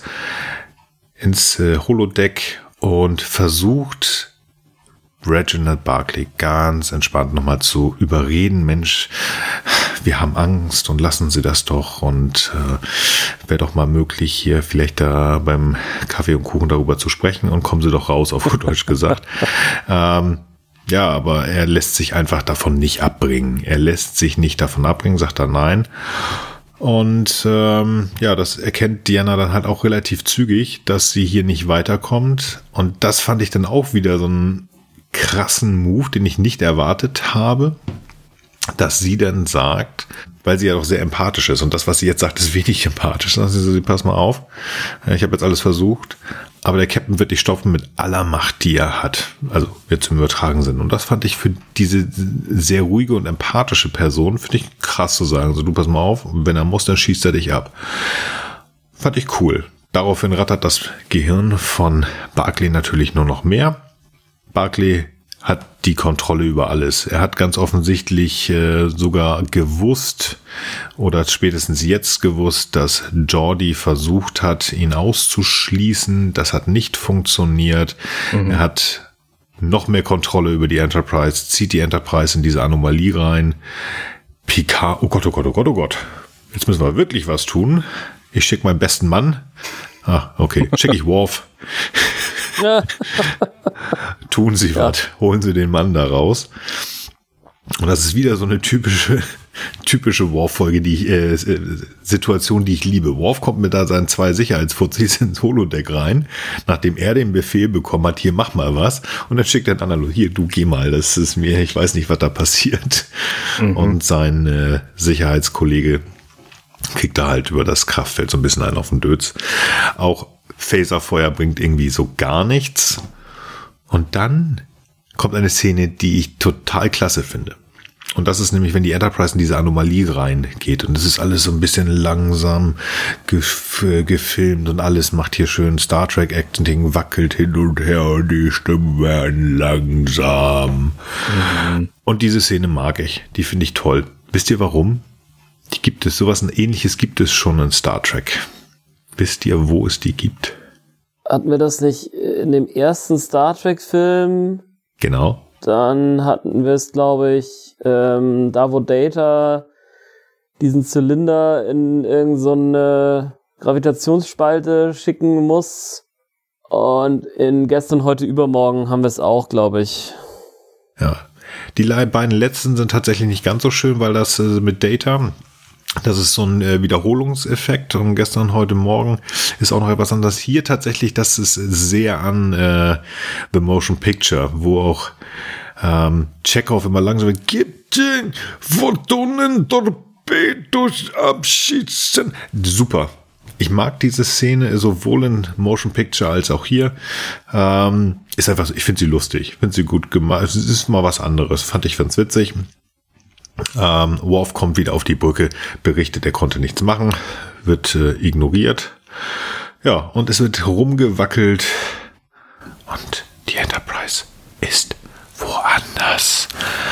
Holodeck und versucht Reginald Barclay ganz entspannt nochmal zu überreden. Mensch, wir haben Angst und lassen Sie das doch und wäre doch mal möglich, hier vielleicht da beim Kaffee und Kuchen darüber zu sprechen und kommen Sie doch raus, auf gut Deutsch gesagt. Ja, aber er lässt sich einfach davon nicht abbringen. Er lässt sich nicht davon abbringen, sagt er nein. Und das erkennt Deanna dann halt auch relativ zügig, dass sie hier nicht weiterkommt. Und das fand ich dann auch wieder so einen krassen Move, den ich nicht erwartet habe, dass sie dann sagt, weil sie ja doch sehr empathisch ist und das, was sie jetzt sagt, ist wenig empathisch. Dann sagt sie, pass mal auf, ich habe jetzt alles versucht, aber der Captain wird dich stoppen mit aller Macht, die er hat. Also jetzt im übertragenen Sinn. Und das fand ich für diese sehr ruhige und empathische Person, finde ich krass zu sagen. So, du pass mal auf, wenn er muss, dann schießt er dich ab. Fand ich cool. Daraufhin rattert das Gehirn von Barclay natürlich nur noch mehr. Barclay hat die Kontrolle über alles. Er hat ganz offensichtlich sogar gewusst oder spätestens jetzt gewusst, dass Geordi versucht hat, ihn auszuschließen. Das hat nicht funktioniert. Er hat noch mehr Kontrolle über die Enterprise, zieht die Enterprise in diese Anomalie rein. Picard, oh Gott, oh Gott, oh Gott, oh Gott. Jetzt müssen wir wirklich was tun. Ich schicke meinen besten Mann. Okay, schicke ich Worf. Tun Sie was, holen Sie den Mann da raus. Und das ist wieder so eine typische Worf-Folge, Situation, die ich liebe. Worf kommt mit da seinen 2 Sicherheitsfuzis ins Holodeck rein, nachdem er den Befehl bekommen hat, hier mach mal was. Und dann schickt er einen anderen, hier, du geh mal, das ist mir, ich weiß nicht, was da passiert. Und sein Sicherheitskollege kriegt da halt über das Kraftfeld so ein bisschen einen auf den Dötz. Auch Phaserfeuer bringt irgendwie so gar nichts. Und dann kommt eine Szene, die ich total klasse finde. Und das ist nämlich, wenn die Enterprise in diese Anomalie reingeht. Und das ist alles so ein bisschen langsam gefilmt und alles macht hier schön Star Trek Acting, wackelt hin und her und die Stimmen werden langsam. Und diese Szene mag ich. Die finde ich toll. Wisst ihr warum? Die gibt es, sowas Ähnliches gibt es schon in Star Trek. Wisst ihr, wo es die gibt? Hatten wir das nicht in dem ersten Star Trek-Film? Genau. Dann hatten wir es, glaube ich, da wo Data diesen Zylinder in irgend so eine Gravitationsspalte schicken muss. Und in Gestern, Heute, Übermorgen haben wir es auch, glaube ich. Ja, die beiden letzten sind tatsächlich nicht ganz so schön, weil das mit Data... Das ist so ein Wiederholungseffekt und Gestern, Heute, Morgen ist auch noch etwas anderes. Hier tatsächlich, das ist sehr an The Motion Picture, wo auch Chekhov immer langsam gibt den Photonen Torpedos abschießen. Super. Ich mag diese Szene sowohl in Motion Picture als auch hier. Ist einfach so, ich finde sie lustig, ich finde sie gut gemacht. Es ist mal was anderes, fand ich ganz witzig. Worf kommt wieder auf die Brücke, berichtet, er konnte nichts machen, wird ignoriert. Ja, und es wird rumgewackelt und die Enterprise ist woanders.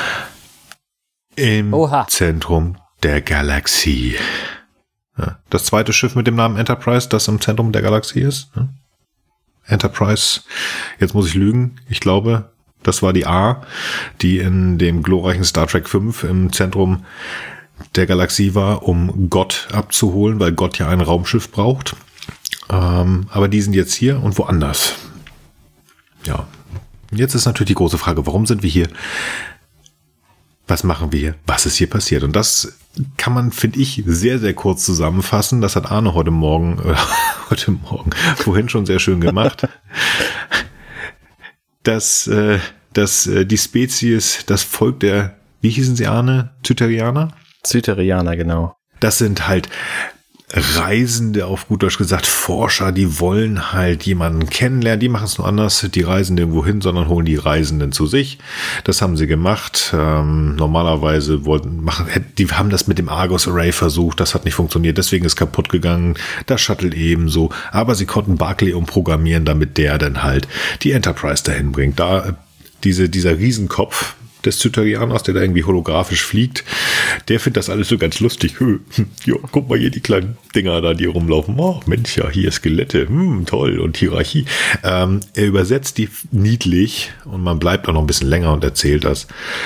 Im Zentrum der Galaxie. Ja, das zweite Schiff mit dem Namen Enterprise, das im Zentrum der Galaxie ist. Enterprise, jetzt muss ich lügen, ich glaube, das war die A, die in dem glorreichen Star Trek 5 im Zentrum der Galaxie war, um Gott abzuholen, weil Gott ja ein Raumschiff braucht. Aber die sind jetzt hier und woanders. Ja, jetzt ist natürlich die große Frage, warum sind wir hier? Was machen wir hier? Was ist hier passiert? Und das kann man, finde ich, sehr, sehr kurz zusammenfassen. Das hat Arne heute Morgen, vorhin schon sehr schön gemacht. Dass die Spezies, das Volk der, wie hießen sie, Arne? Zyterianer? Zyterianer, genau. Das sind halt Reisende, auf gut Deutsch gesagt, Forscher, die wollen halt jemanden kennenlernen, die machen es nur anders, die reisen nirgendwo hin, sondern holen die Reisenden zu sich. Das haben sie gemacht. Normalerweise die haben das mit dem Argus Array versucht, das hat nicht funktioniert, deswegen ist kaputt gegangen, das Shuttle ebenso, aber sie konnten Barclay umprogrammieren, damit der dann halt die Enterprise dahin bringt. Da dieser Riesenkopf des Zyterianers, der da irgendwie holographisch fliegt, der findet das alles so ganz lustig. Ja, guck mal hier die kleinen Dinger da, die rumlaufen. Oh, Mensch, ja, hier Skelette. Toll. Und Hierarchie. Er übersetzt die niedlich und man bleibt auch noch ein bisschen länger und erzählt das,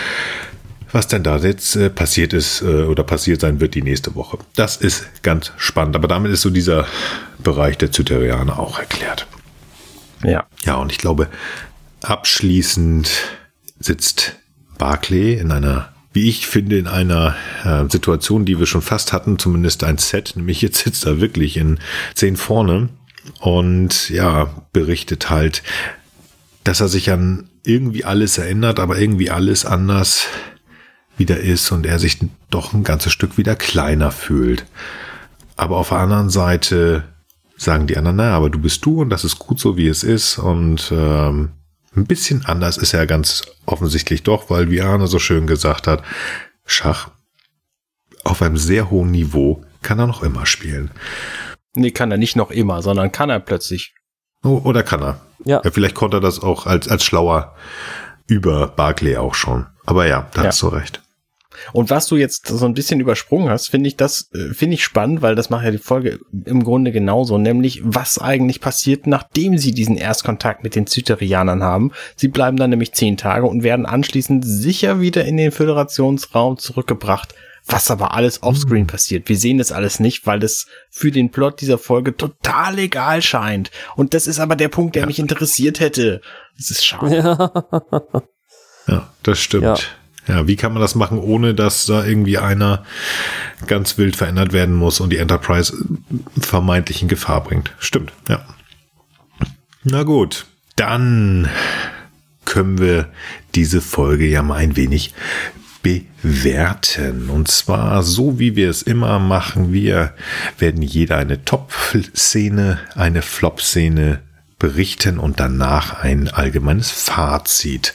was denn da jetzt passiert ist oder passiert sein wird die nächste Woche. Das ist ganz spannend. Aber damit ist so dieser Bereich der Zyterianer auch erklärt. Ja. Ja, und ich glaube, abschließend sitzt Barclay in einer, wie ich finde, in einer Situation, die wir schon fast hatten, zumindest ein Set, nämlich jetzt sitzt er wirklich in 10 vorne und ja, berichtet halt, dass er sich an irgendwie alles erinnert, aber irgendwie alles anders wieder ist und er sich doch ein ganzes Stück wieder kleiner fühlt. Aber auf der anderen Seite sagen die anderen, naja, aber du bist du und das ist gut so, wie es ist und ein bisschen anders ist er ganz offensichtlich doch, weil, wie Arne so schön gesagt hat, Schach auf einem sehr hohen Niveau kann er noch immer spielen. Nee, kann er nicht noch immer, sondern kann er plötzlich. Oh, oder kann er? Ja. Vielleicht konnte er das auch als schlauer über Barclay auch schon. Aber ja, da hast du recht. Und was du jetzt so ein bisschen übersprungen hast, finde ich spannend, weil das macht ja die Folge im Grunde genauso, nämlich was eigentlich passiert, nachdem sie diesen Erstkontakt mit den Zyterianern haben. Sie bleiben dann nämlich 10 Tage und werden anschließend sicher wieder in den Föderationsraum zurückgebracht, was aber alles offscreen passiert. Wir sehen das alles nicht, weil das für den Plot dieser Folge total egal scheint. Und das ist aber der Punkt, der mich interessiert hätte. Das ist schade. Ja, das stimmt. Ja, wie kann man das machen, ohne dass da irgendwie einer ganz wild verändert werden muss und die Enterprise vermeintlich in Gefahr bringt? Stimmt, ja. Na gut, dann können wir diese Folge ja mal ein wenig bewerten. Und zwar so, wie wir es immer machen. Wir werden jeder eine Top-Szene, eine Flop-Szene berichten und danach ein allgemeines Fazit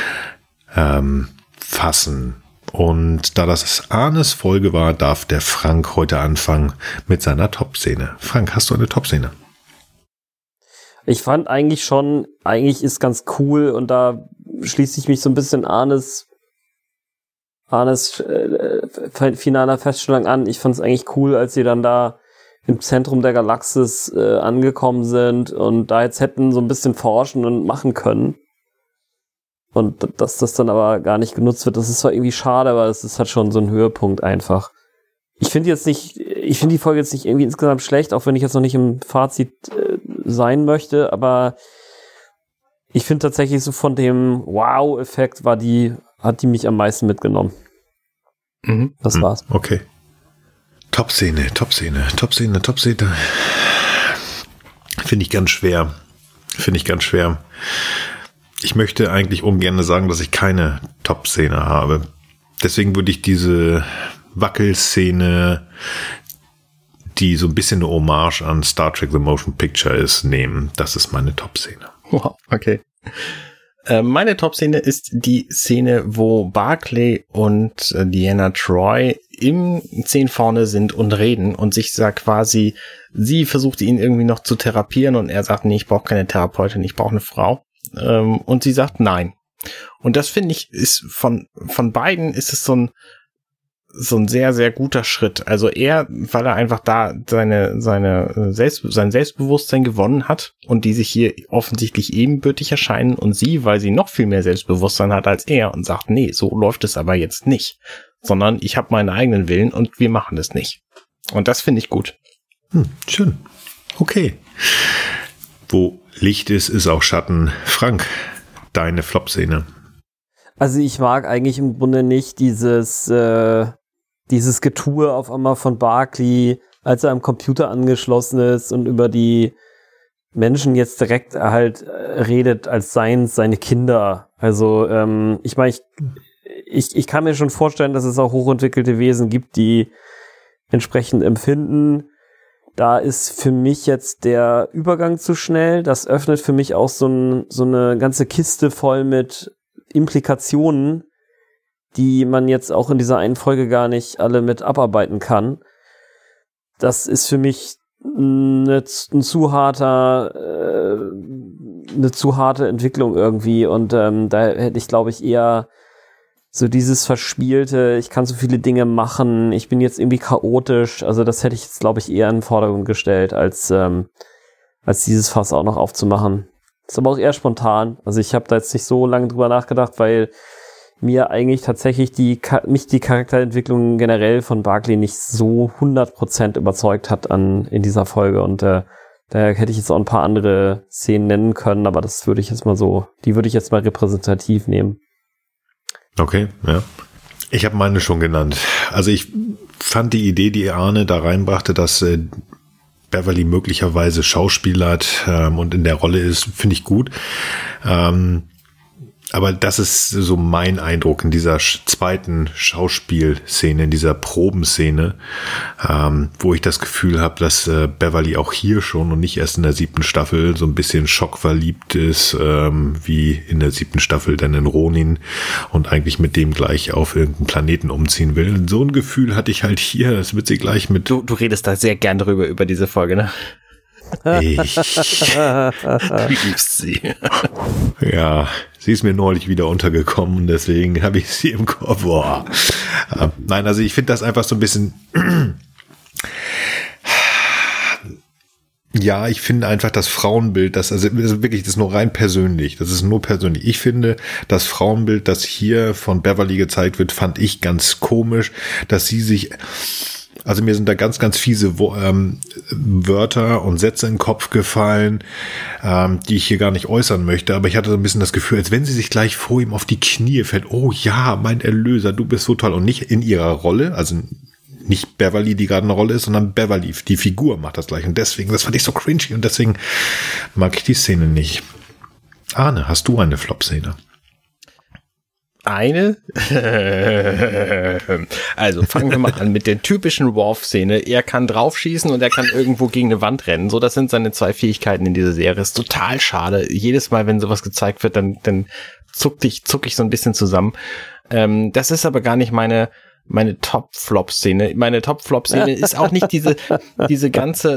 fassen. Und da das Arnes Folge war, darf der Frank heute anfangen mit seiner Top-Szene. Frank, hast du eine Top-Szene? Ich fand eigentlich ist ganz cool und da schließe ich mich so ein bisschen Arnes finaler Feststellung an. Ich fand es eigentlich cool, als sie dann da im Zentrum der Galaxis angekommen sind und da jetzt hätten so ein bisschen forschen und machen können. Und dass das dann aber gar nicht genutzt wird, das ist zwar irgendwie schade, aber es ist halt schon so ein Höhepunkt einfach. Ich finde die Folge jetzt nicht irgendwie insgesamt schlecht, auch wenn ich jetzt noch nicht im Fazit sein möchte, aber ich finde tatsächlich so von dem Wow-Effekt hat die mich am meisten mitgenommen. Das war's. Okay. Top-Szene. Finde ich ganz schwer. Ich möchte eigentlich ungern sagen, dass ich keine Top-Szene habe. Deswegen würde ich diese Wackelszene, die so ein bisschen eine Hommage an Star Trek The Motion Picture ist, nehmen. Das ist meine Top-Szene. Wow, okay. Meine Top-Szene ist die Szene, wo Barclay und Deanna Troi im 10 vorne sind und reden und sich sagt quasi, sie versucht ihn irgendwie noch zu therapieren und er sagt, nee, ich brauche keine Therapeutin, ich brauche eine Frau. Und sie sagt nein. Und das finde ich ist von beiden ist es so ein sehr, sehr guter Schritt. Also er, weil er einfach da sein Selbstbewusstsein gewonnen hat und die sich hier offensichtlich ebenbürtig erscheinen und sie, weil sie noch viel mehr Selbstbewusstsein hat als er und sagt, nee, so läuft es aber jetzt nicht, sondern ich habe meinen eigenen Willen und wir machen das nicht. Und das finde ich gut. Schön. Okay. Wo Licht ist, ist auch Schatten. Frank, deine Flop-Szene. Also ich mag eigentlich im Grunde nicht dieses Getue auf einmal von Barclay, als er am Computer angeschlossen ist und über die Menschen jetzt direkt halt redet, als seien es seine Kinder. Also ich meine, ich kann mir schon vorstellen, dass es auch hochentwickelte Wesen gibt, die entsprechend empfinden. Da ist für mich jetzt der Übergang zu schnell. Das öffnet für mich auch so eine ganze Kiste voll mit Implikationen, die man jetzt auch in dieser einen Folge gar nicht alle mit abarbeiten kann. Das ist für mich eine zu harte Entwicklung irgendwie und da hätte ich, glaube ich, eher so dieses Verspielte, ich kann so viele Dinge machen, ich bin jetzt irgendwie chaotisch, also das hätte ich jetzt, glaube ich, eher in den Vordergrund gestellt, als dieses Fass auch noch aufzumachen. Ist aber auch eher spontan, also ich habe da jetzt nicht so lange drüber nachgedacht, weil mir eigentlich tatsächlich die Charakterentwicklung generell von Barclay nicht so 100% überzeugt hat in dieser Folge und da hätte ich jetzt auch ein paar andere Szenen nennen können, aber die würde ich jetzt mal repräsentativ nehmen. Okay, ja. Ich habe meine schon genannt. Also ich fand die Idee, die Arne da reinbrachte, dass Beverly möglicherweise schauspielert und in der Rolle ist, finde ich gut. Aber das ist so mein Eindruck in dieser zweiten Schauspielszene, in dieser Probenszene, wo ich das Gefühl habe, dass Beverly auch hier schon und nicht erst in der 7. Staffel so ein bisschen schockverliebt ist, wie in der 7. Staffel dann in Ronin und eigentlich mit dem gleich auf irgendeinen Planeten umziehen will. So ein Gefühl hatte ich halt hier, das wird sie gleich mit... Du redest da sehr gern drüber, über diese Folge, ne? Du liebst sie. Ja, sie ist mir neulich wieder untergekommen und deswegen habe ich sie im Kopf. Nein, also ich finde das einfach so ein bisschen... Ja, ich finde einfach das Frauenbild, das ist nur rein persönlich. Das ist nur persönlich. Ich finde, das Frauenbild, das hier von Beverly gezeigt wird, fand ich ganz komisch, dass sie sich... Also mir sind da ganz, ganz fiese Wörter und Sätze in den Kopf gefallen, die ich hier gar nicht äußern möchte. Aber ich hatte so ein bisschen das Gefühl, als wenn sie sich gleich vor ihm auf die Knie fällt. Oh ja, mein Erlöser, du bist so toll. Und nicht in ihrer Rolle, also nicht Beverly, die gerade eine Rolle ist, sondern Beverly, die Figur macht das gleich. Und deswegen, das fand ich so cringy und deswegen mag ich die Szene nicht. Arne, hast du eine Flop-Szene? Eine? Also fangen wir mal an mit der typischen Worf-Szene. Er kann draufschießen und er kann irgendwo gegen eine Wand rennen. So, das sind seine 2 Fähigkeiten in dieser Serie. Ist total schade. Jedes Mal, wenn sowas gezeigt wird, dann zuck ich so ein bisschen zusammen. Das ist aber gar nicht meine Top-Flop-Szene. Meine Top-Flop-Szene ist auch nicht dieses ganze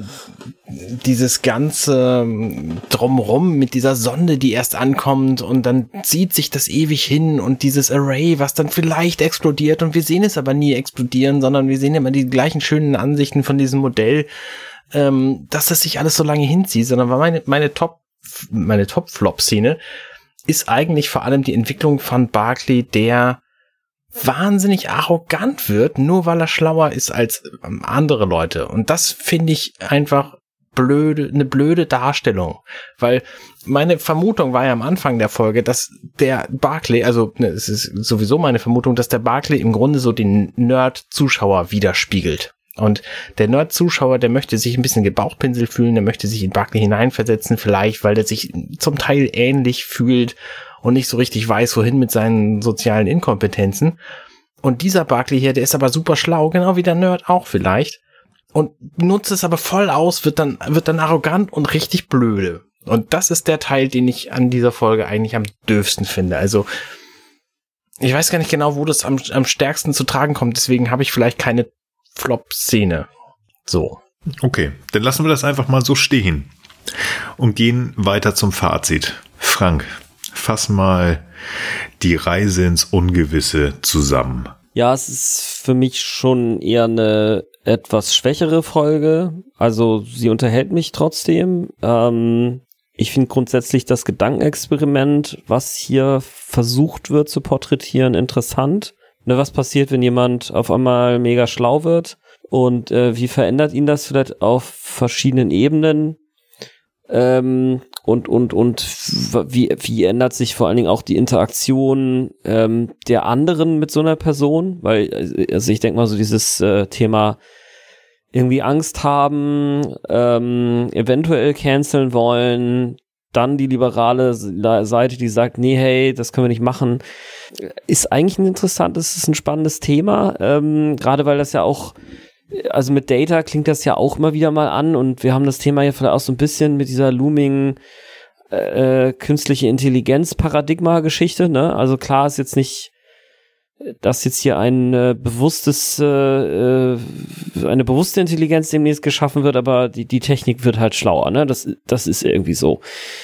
Drumrum mit dieser Sonde, die erst ankommt und dann zieht sich das ewig hin und dieses Array, was dann vielleicht explodiert und wir sehen es aber nie explodieren, sondern wir sehen immer die gleichen schönen Ansichten von diesem Modell, dass das sich alles so lange hinzieht, sondern meine Top-Flop-Szene ist eigentlich vor allem die Entwicklung von Barclay, der wahnsinnig arrogant wird, nur weil er schlauer ist als andere Leute. Und das finde ich einfach eine blöde Darstellung. Weil meine Vermutung war ja am Anfang der Folge, dass der Barclay, es ist sowieso meine Vermutung, dass der Barclay im Grunde so den Nerd-Zuschauer widerspiegelt. Und der Nerd-Zuschauer, der möchte sich ein bisschen gebauchpinselt fühlen, der möchte sich in Barclay hineinversetzen, vielleicht, weil der sich zum Teil ähnlich fühlt und nicht so richtig weiß, wohin mit seinen sozialen Inkompetenzen. Und dieser Barclay hier, der ist aber super schlau, genau wie der Nerd auch vielleicht. und nutzt es aber voll aus, wird dann arrogant und richtig blöde. Und das ist der Teil, den ich an dieser Folge eigentlich am dürfsten finde. Also, ich weiß gar nicht genau, wo das am stärksten zu tragen kommt, deswegen habe ich vielleicht keine Flop-Szene. So. Okay, dann lassen wir das einfach mal so stehen und gehen weiter zum Fazit. Frank, fass mal die Reise ins Ungewisse zusammen. Ja, es ist für mich schon eher eine etwas schwächere Folge. Also sie unterhält mich trotzdem. Ich finde grundsätzlich das Gedankenexperiment, was hier versucht wird zu porträtieren, interessant. Ne, was passiert, wenn jemand auf einmal mega schlau wird? Und wie verändert ihn das vielleicht auf verschiedenen Ebenen? Und wie ändert sich vor allen Dingen auch die Interaktion der anderen mit so einer Person? Weil, also ich denke mal so dieses Thema irgendwie Angst haben, eventuell canceln wollen, dann die liberale Seite, die sagt, nee, hey, das können wir nicht machen, ist eigentlich ein interessantes, ein spannendes Thema, gerade weil das ja auch, also mit Data klingt das ja auch immer wieder mal an und wir haben das Thema ja vielleicht auch so ein bisschen mit dieser looming künstliche Intelligenz-Paradigma-Geschichte, ne? Also klar ist jetzt nicht, dass jetzt hier eine bewusste Intelligenz demnächst geschaffen wird, aber die Technik wird halt schlauer, ne? Das ist irgendwie so.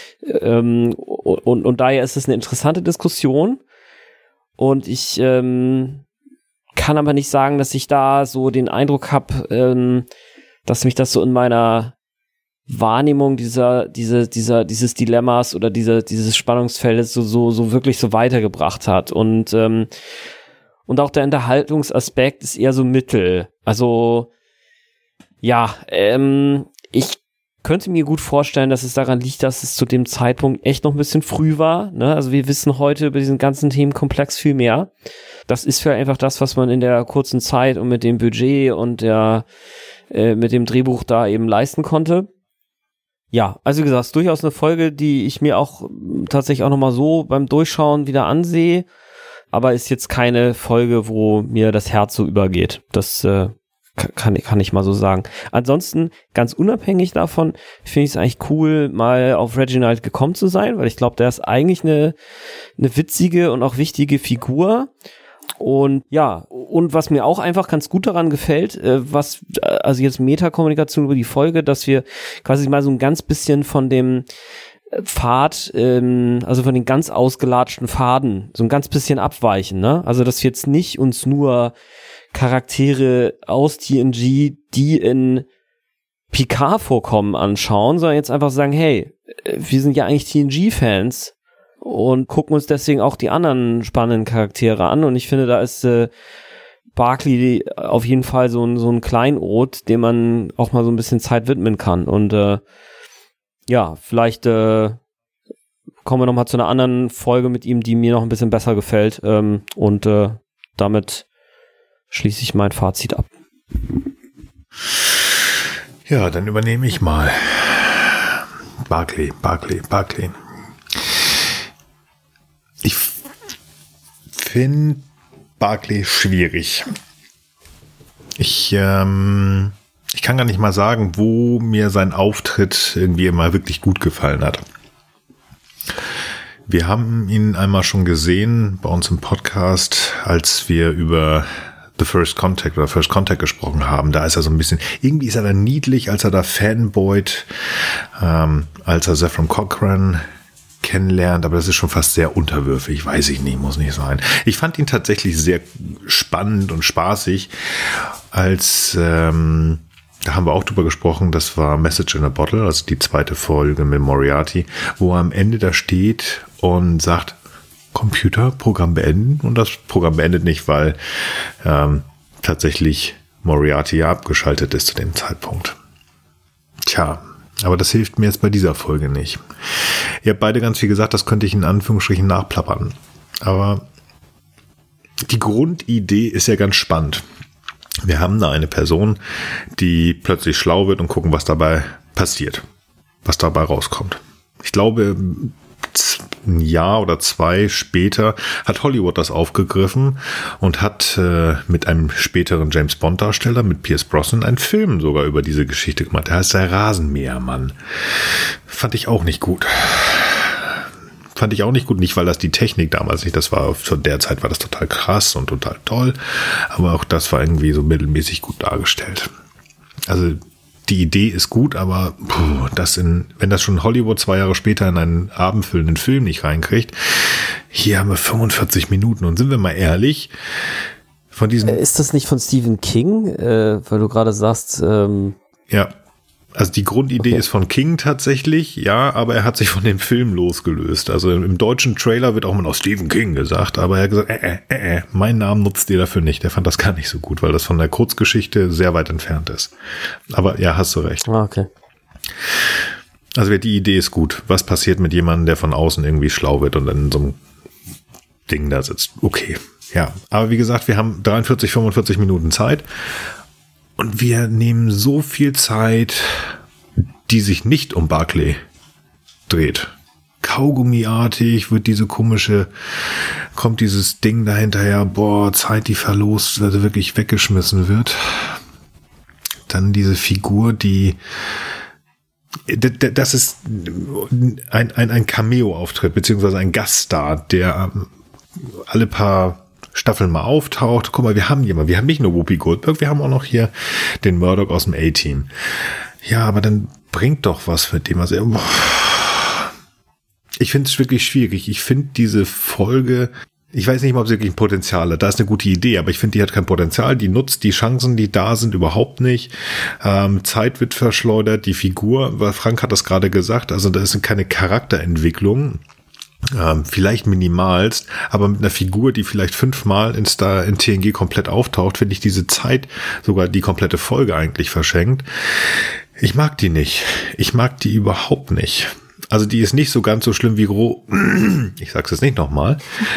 Und daher ist es eine interessante Diskussion und ich kann aber nicht sagen, dass ich da so den Eindruck habe, dass mich das so in meiner Wahrnehmung dieses Dilemmas oder dieses Spannungsfeldes so wirklich so weitergebracht hat. Und auch der Unterhaltungsaspekt ist eher so mittel. Also ja, ich könnte mir gut vorstellen, dass es daran liegt, dass es zu dem Zeitpunkt echt noch ein bisschen früh war. Ne? Also wir wissen heute über diesen ganzen Themenkomplex viel mehr. Das ist für einfach das, was man in der kurzen Zeit und mit dem Budget und mit dem Drehbuch da eben leisten konnte. Ja, also wie gesagt, durchaus eine Folge, die ich mir auch tatsächlich auch nochmal so beim Durchschauen wieder ansehe, aber ist jetzt keine Folge, wo mir das Herz so übergeht. Das kann ich mal so sagen. Ansonsten, ganz unabhängig davon, finde ich es eigentlich cool, mal auf Reginald gekommen zu sein, weil ich glaube, der ist eigentlich eine witzige und auch wichtige Figur. Und ja, und was mir auch einfach ganz gut daran gefällt, also jetzt Metakommunikation über die Folge, dass wir quasi mal so ein ganz bisschen von dem Pfad, also von den ganz ausgelatschten Pfaden, so ein ganz bisschen abweichen, ne? Also, dass wir jetzt nicht uns nur Charaktere aus TNG, die in Picard vorkommen, anschauen, sondern jetzt einfach sagen, hey, wir sind ja eigentlich TNG-Fans und gucken uns deswegen auch die anderen spannenden Charaktere an. Und ich finde, da ist Barclay auf jeden Fall so ein Kleinod, dem man auch mal so ein bisschen Zeit widmen kann. Und ja, vielleicht kommen wir noch mal zu einer anderen Folge mit ihm, die mir noch ein bisschen besser gefällt. Und damit schließe ich mein Fazit ab. Ja, dann übernehme ich mal. Barclay. Ich finde Barclay schwierig. Ich kann gar nicht mal sagen, wo mir sein Auftritt irgendwie immer wirklich gut gefallen hat. Wir haben ihn einmal schon gesehen bei uns im Podcast, als wir über The First Contact oder First Contact gesprochen haben. Da ist er so ein bisschen, irgendwie ist er da niedlich, als er da fanboyt, als er Zefram Cochrane kennenlernt, aber das ist schon fast sehr unterwürfig, weiß ich nicht, muss nicht sein. Ich fand ihn tatsächlich sehr spannend und spaßig, als da haben wir auch drüber gesprochen, das war Message in a Bottle, also die zweite Folge mit Moriarty, wo er am Ende da steht und sagt, Computer, Programm beenden, und das Programm beendet nicht, weil tatsächlich Moriarty ja abgeschaltet ist zu dem Zeitpunkt. Tja, aber das hilft mir jetzt bei dieser Folge nicht. Ihr habt beide ganz viel gesagt, das könnte ich in Anführungsstrichen nachplappern. Aber die Grundidee ist ja ganz spannend. Wir haben da eine Person, die plötzlich schlau wird und gucken, was dabei passiert, was dabei rauskommt. Ich glaube, ein Jahr oder 2 später hat Hollywood das aufgegriffen und hat mit einem späteren James-Bond-Darsteller, mit Pierce Brosnan, einen Film sogar über diese Geschichte gemacht. Der heißt der Rasenmähermann. Fand ich auch nicht gut. Nicht weil das die Technik damals nicht, das war, zu der Zeit war das total krass und total toll, aber auch das war irgendwie so mittelmäßig gut dargestellt. Also die Idee ist gut, aber wenn das schon Hollywood 2 Jahre später in einen abendfüllenden Film nicht reinkriegt, hier haben wir 45 Minuten und sind wir mal ehrlich, von diesen... Ist das nicht von Stephen King? Weil du gerade sagst... Ja, also die Grundidee ist von King tatsächlich, ja, aber er hat sich von dem Film losgelöst. Also im deutschen Trailer wird auch mal noch Stephen King gesagt, aber er hat gesagt, mein Name nutzt ihr dafür nicht. Der fand das gar nicht so gut, weil das von der Kurzgeschichte sehr weit entfernt ist. Aber ja, hast du recht. Okay. Also die Idee ist gut. Was passiert mit jemandem, der von außen irgendwie schlau wird und in so einem Ding da sitzt? Okay, ja. Aber wie gesagt, wir haben 43, 45 Minuten Zeit. Und wir nehmen so viel Zeit, die sich nicht um Barclay dreht. Kaugummiartig wird kommt dieses Ding dahinterher, Zeit, die verlost, also wirklich weggeschmissen wird. Dann diese Figur, das ist ein Cameo-Auftritt, beziehungsweise ein Gaststar, der alle paar Staffeln mal auftaucht. Guck mal, wir haben nicht nur Whoopi Goldberg, wir haben auch noch hier den Murdoch aus dem A-Team. Ja, aber dann bringt doch was mit dem. Also, ich finde es wirklich schwierig. Ich finde diese Folge, ich weiß nicht mal, ob sie wirklich ein Potenzial hat. Da ist eine gute Idee, aber ich finde, die hat kein Potenzial. Die nutzt die Chancen, die da sind, überhaupt nicht. Zeit wird verschleudert. Die Figur, weil Frank hat das gerade gesagt, also da ist keine Charakterentwicklung. Vielleicht minimalst, aber mit einer Figur, die vielleicht 5-mal in TNG komplett auftaucht, finde ich diese Zeit, sogar die komplette Folge eigentlich verschenkt. Ich mag die nicht. Ich mag die überhaupt nicht. Also die ist nicht so ganz so schlimm wie ich sag's jetzt nicht nochmal.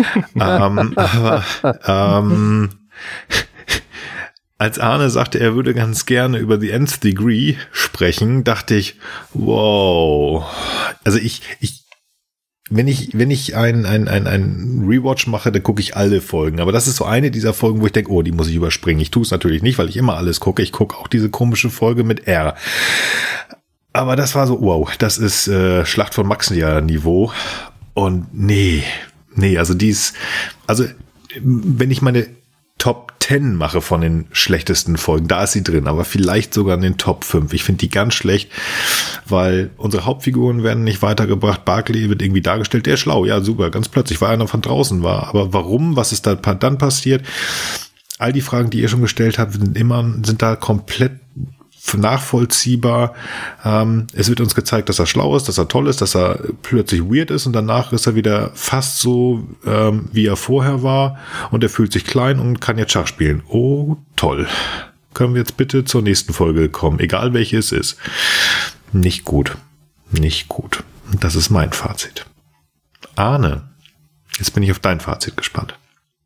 Als Arne sagte, er würde ganz gerne über The Nth Degree sprechen, dachte ich, wow. Also wenn ich ein Rewatch mache, dann gucke ich alle Folgen. Aber das ist so eine dieser Folgen, wo ich denke, die muss ich überspringen. Ich tue es natürlich nicht, weil ich immer alles gucke. Ich gucke auch diese komische Folge mit R. Aber das war so, wow, das ist Schlacht von Maxia-Niveau. Und nee, also wenn ich meine Top 10 mache von den schlechtesten Folgen, da ist sie drin, aber vielleicht sogar in den Top 5. Ich finde die ganz schlecht, weil unsere Hauptfiguren werden nicht weitergebracht. Barclay wird irgendwie dargestellt, der ist schlau, ja super, ganz plötzlich, weil einer von draußen war. Aber warum, was ist da dann passiert? All die Fragen, die ihr schon gestellt habt, sind da komplett nachvollziehbar. Es wird uns gezeigt, dass er schlau ist, dass er toll ist, dass er plötzlich weird ist und danach ist er wieder fast so, wie er vorher war und er fühlt sich klein und kann jetzt Schach spielen. Oh, toll. Können wir jetzt bitte zur nächsten Folge kommen, egal welche es ist. Nicht gut. Nicht gut. Und das ist mein Fazit. Arne, jetzt bin ich auf dein Fazit gespannt.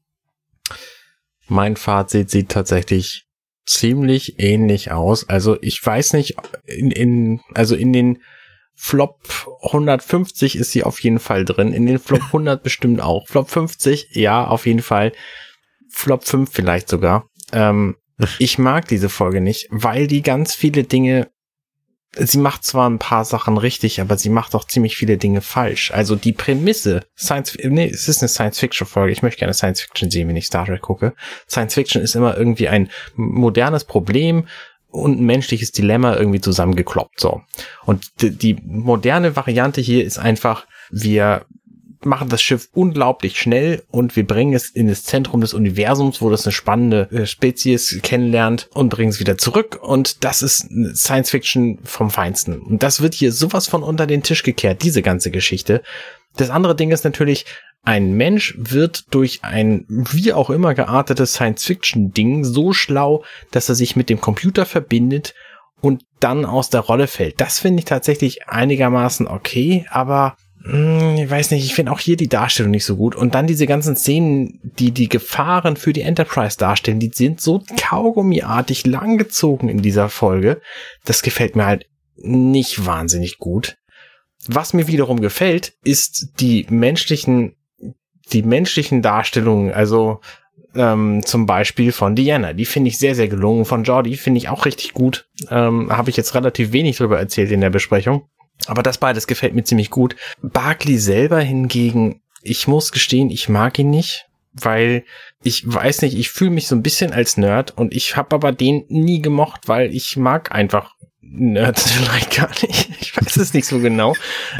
Mein Fazit sieht tatsächlich ziemlich ähnlich aus. Also ich weiß nicht, in den Flop 150 ist sie auf jeden Fall drin, in den Flop 100 bestimmt auch. Flop 50, ja, auf jeden Fall. Flop 5 vielleicht sogar. Ich mag diese Folge nicht, weil die ganz viele Dinge, sie macht zwar ein paar Sachen richtig, aber sie macht auch ziemlich viele Dinge falsch. Also die Prämisse, es ist eine Science-Fiction-Folge. Ich möchte gerne Science-Fiction sehen, wenn ich Star Trek gucke. Science-Fiction ist immer irgendwie ein modernes Problem und ein menschliches Dilemma irgendwie zusammengekloppt, so. Und die moderne Variante hier ist einfach, wir machen das Schiff unglaublich schnell und wir bringen es in das Zentrum des Universums, wo das eine spannende Spezies kennenlernt und bringen es wieder zurück und das ist Science Fiction vom Feinsten. Und das wird hier sowas von unter den Tisch gekehrt, diese ganze Geschichte. Das andere Ding ist natürlich, ein Mensch wird durch ein wie auch immer geartetes Science-Fiction-Ding so schlau, dass er sich mit dem Computer verbindet und dann aus der Rolle fällt. Das finde ich tatsächlich einigermaßen okay, aber ich weiß nicht, ich finde auch hier die Darstellung nicht so gut. Und dann diese ganzen Szenen, die Gefahren für die Enterprise darstellen, die sind so kaugummiartig langgezogen in dieser Folge. Das gefällt mir halt nicht wahnsinnig gut. Was mir wiederum gefällt, ist die menschlichen Darstellungen, also zum Beispiel von Diana. Die finde ich sehr, sehr gelungen. Von Geordi finde ich auch richtig gut. Habe ich jetzt relativ wenig drüber erzählt in der Besprechung. Aber das beides gefällt mir ziemlich gut. Barclay selber hingegen, ich muss gestehen, ich mag ihn nicht, weil ich weiß nicht, ich fühle mich so ein bisschen als Nerd und ich habe aber den nie gemocht, weil ich mag einfach Nerds vielleicht gar nicht. Ich weiß es nicht so genau.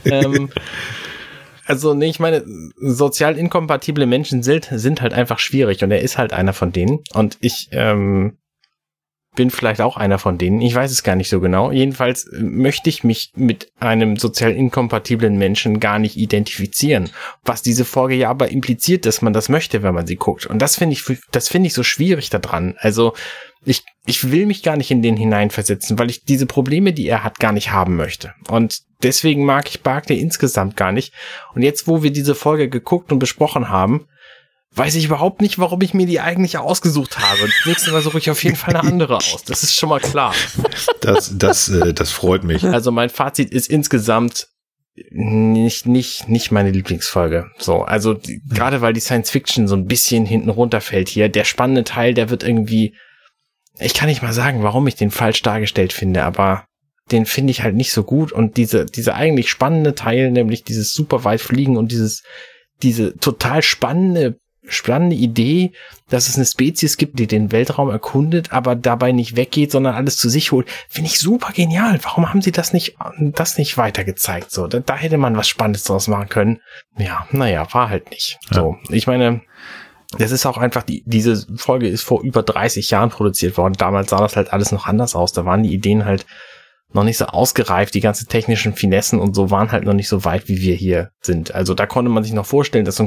Also, nee, ich meine, sozial inkompatible Menschen sind halt einfach schwierig und er ist halt einer von denen und ich bin vielleicht auch einer von denen. Ich weiß es gar nicht so genau. Jedenfalls möchte ich mich mit einem sozial inkompatiblen Menschen gar nicht identifizieren. Was diese Folge ja aber impliziert, dass man das möchte, wenn man sie guckt. Und das finde ich so schwierig daran. Also ich will mich gar nicht in den hineinversetzen, weil ich diese Probleme, die er hat, gar nicht haben möchte. Und deswegen mag ich Barclay insgesamt gar nicht. Und jetzt, wo wir diese Folge geguckt und besprochen haben, weiß ich überhaupt nicht, warum ich mir die eigentlich ausgesucht habe. Das nächste Mal suche ich auf jeden Fall eine andere aus. Das ist schon mal klar. Das freut mich. Also mein Fazit ist insgesamt nicht meine Lieblingsfolge. So, also gerade weil die Science Fiction so ein bisschen hinten runterfällt hier. Der spannende Teil, der wird irgendwie, ich kann nicht mal sagen, warum ich den falsch dargestellt finde, aber den finde ich halt nicht so gut. Und diese eigentlich spannende Teil, nämlich dieses super weit fliegen und diese total spannende Idee, dass es eine Spezies gibt, die den Weltraum erkundet, aber dabei nicht weggeht, sondern alles zu sich holt, finde ich super genial. Warum haben sie das nicht weiter gezeigt? So, da hätte man was Spannendes draus machen können. Ja, naja, war halt nicht. Ja. So, ich meine, das ist auch einfach, diese Folge ist vor über 30 Jahren produziert worden. Damals sah das halt alles noch anders aus. Da waren die Ideen halt noch nicht so ausgereift, die ganzen technischen Finessen und so waren halt noch nicht so weit, wie wir hier sind. Also da konnte man sich noch vorstellen, dass so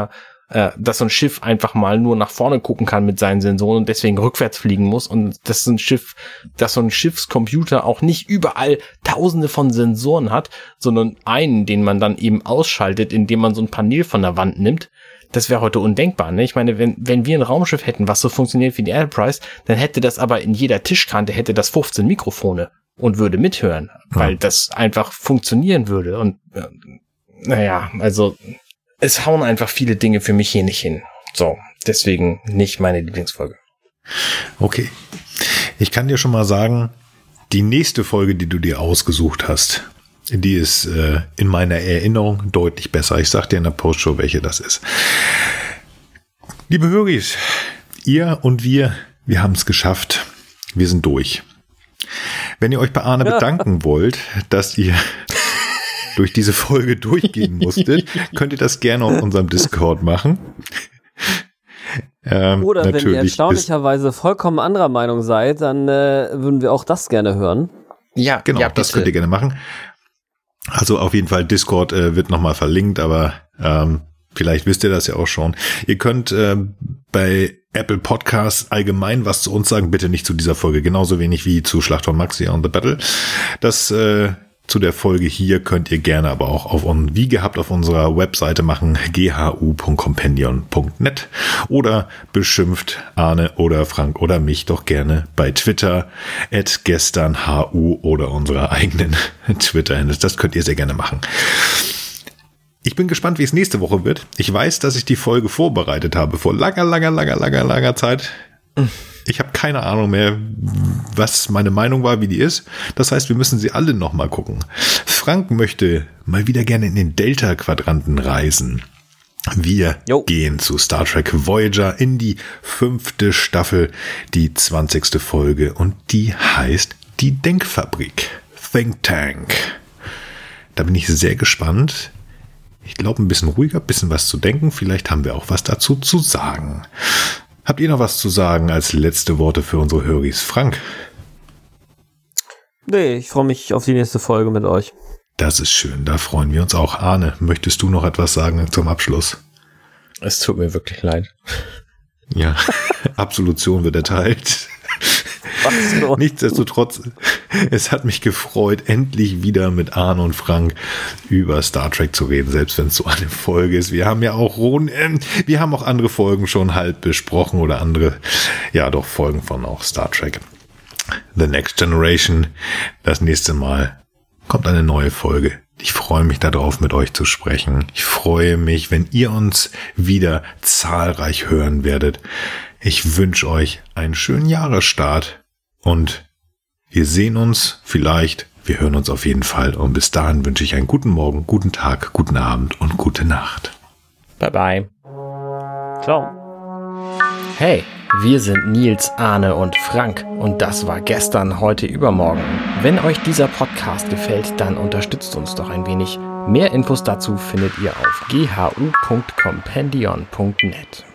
ein Schiff einfach mal nur nach vorne gucken kann mit seinen Sensoren und deswegen rückwärts fliegen muss und dass so ein Schiffscomputer auch nicht überall tausende von Sensoren hat, sondern einen, den man dann eben ausschaltet, indem man so ein Panel von der Wand nimmt. Das wäre heute undenkbar, ne? Ich meine, wenn wir ein Raumschiff hätten, was so funktioniert wie die Enterprise, dann hätte das aber in jeder Tischkante 15 Mikrofone und würde mithören, weil das einfach funktionieren würde. Und naja, also es hauen einfach viele Dinge für mich hier nicht hin. So, deswegen nicht meine Lieblingsfolge. Okay. Ich kann dir schon mal sagen, die nächste Folge, die du dir ausgesucht hast, die ist in meiner Erinnerung deutlich besser. Ich sag dir in der Postshow, welche das ist. Liebe Höris, ihr und wir haben es geschafft. Wir sind durch. Wenn ihr euch bei Arne bedanken wollt, dass ihr durch diese Folge durchgehen musstet, könnt ihr das gerne auf unserem Discord machen. Oder wenn ihr erstaunlicherweise vollkommen anderer Meinung seid, dann würden wir auch das gerne hören. Ja, genau, das könnt ihr gerne machen. Also auf jeden Fall, Discord wird nochmal verlinkt, aber vielleicht wisst ihr das ja auch schon. Ihr könnt bei Apple Podcasts allgemein was zu uns sagen, bitte nicht zu dieser Folge, genauso wenig wie zu Schlacht von Maxia on the Battle. Das zu der Folge hier könnt ihr gerne aber auch wie gehabt auf unserer Webseite machen, ghu.compendion.net, oder beschimpft Arne oder Frank oder mich doch gerne bei Twitter @gesternhu oder unserer eigenen Twitter-Handles. Das könnt ihr sehr gerne machen. Ich bin gespannt, wie es nächste Woche wird. Ich weiß, dass ich die Folge vorbereitet habe vor langer Zeit. Ich habe keine Ahnung mehr, was meine Meinung war, wie die ist. Das heißt, wir müssen sie alle nochmal gucken. Frank möchte mal wieder gerne in den Delta-Quadranten reisen. Wir gehen zu Star Trek Voyager in die 5. Staffel, die 20. Folge. Und die heißt Die Denkfabrik. Think Tank. Da bin ich sehr gespannt. Ich glaube, ein bisschen ruhiger, ein bisschen was zu denken. Vielleicht haben wir auch was dazu zu sagen. Habt ihr noch was zu sagen als letzte Worte für unsere Höris? Frank? Nee, ich freue mich auf die nächste Folge mit euch. Das ist schön, da freuen wir uns auch. Arne, möchtest du noch etwas sagen zum Abschluss? Es tut mir wirklich leid. Ja, Absolution wird erteilt. Nichtsdestotrotz, es hat mich gefreut, endlich wieder mit Arne und Frank über Star Trek zu reden, selbst wenn es so eine Folge ist. Wir haben ja auch andere Folgen schon halb besprochen oder andere, Folgen von auch Star Trek. The Next Generation. Das nächste Mal kommt eine neue Folge, Ich freue mich darauf, mit euch zu sprechen. Ich freue mich, wenn ihr uns wieder zahlreich hören werdet. Ich wünsche euch einen schönen Jahresstart und wir sehen uns vielleicht, wir hören uns auf jeden Fall. Und bis dahin wünsche ich einen guten Morgen, guten Tag, guten Abend und gute Nacht. Bye bye. Ciao. Hey, wir sind Nils, Arne und Frank und das war gestern, heute, übermorgen. Wenn euch dieser Podcast gefällt, dann unterstützt uns doch ein wenig. Mehr Infos dazu findet ihr auf ghu.compendion.net.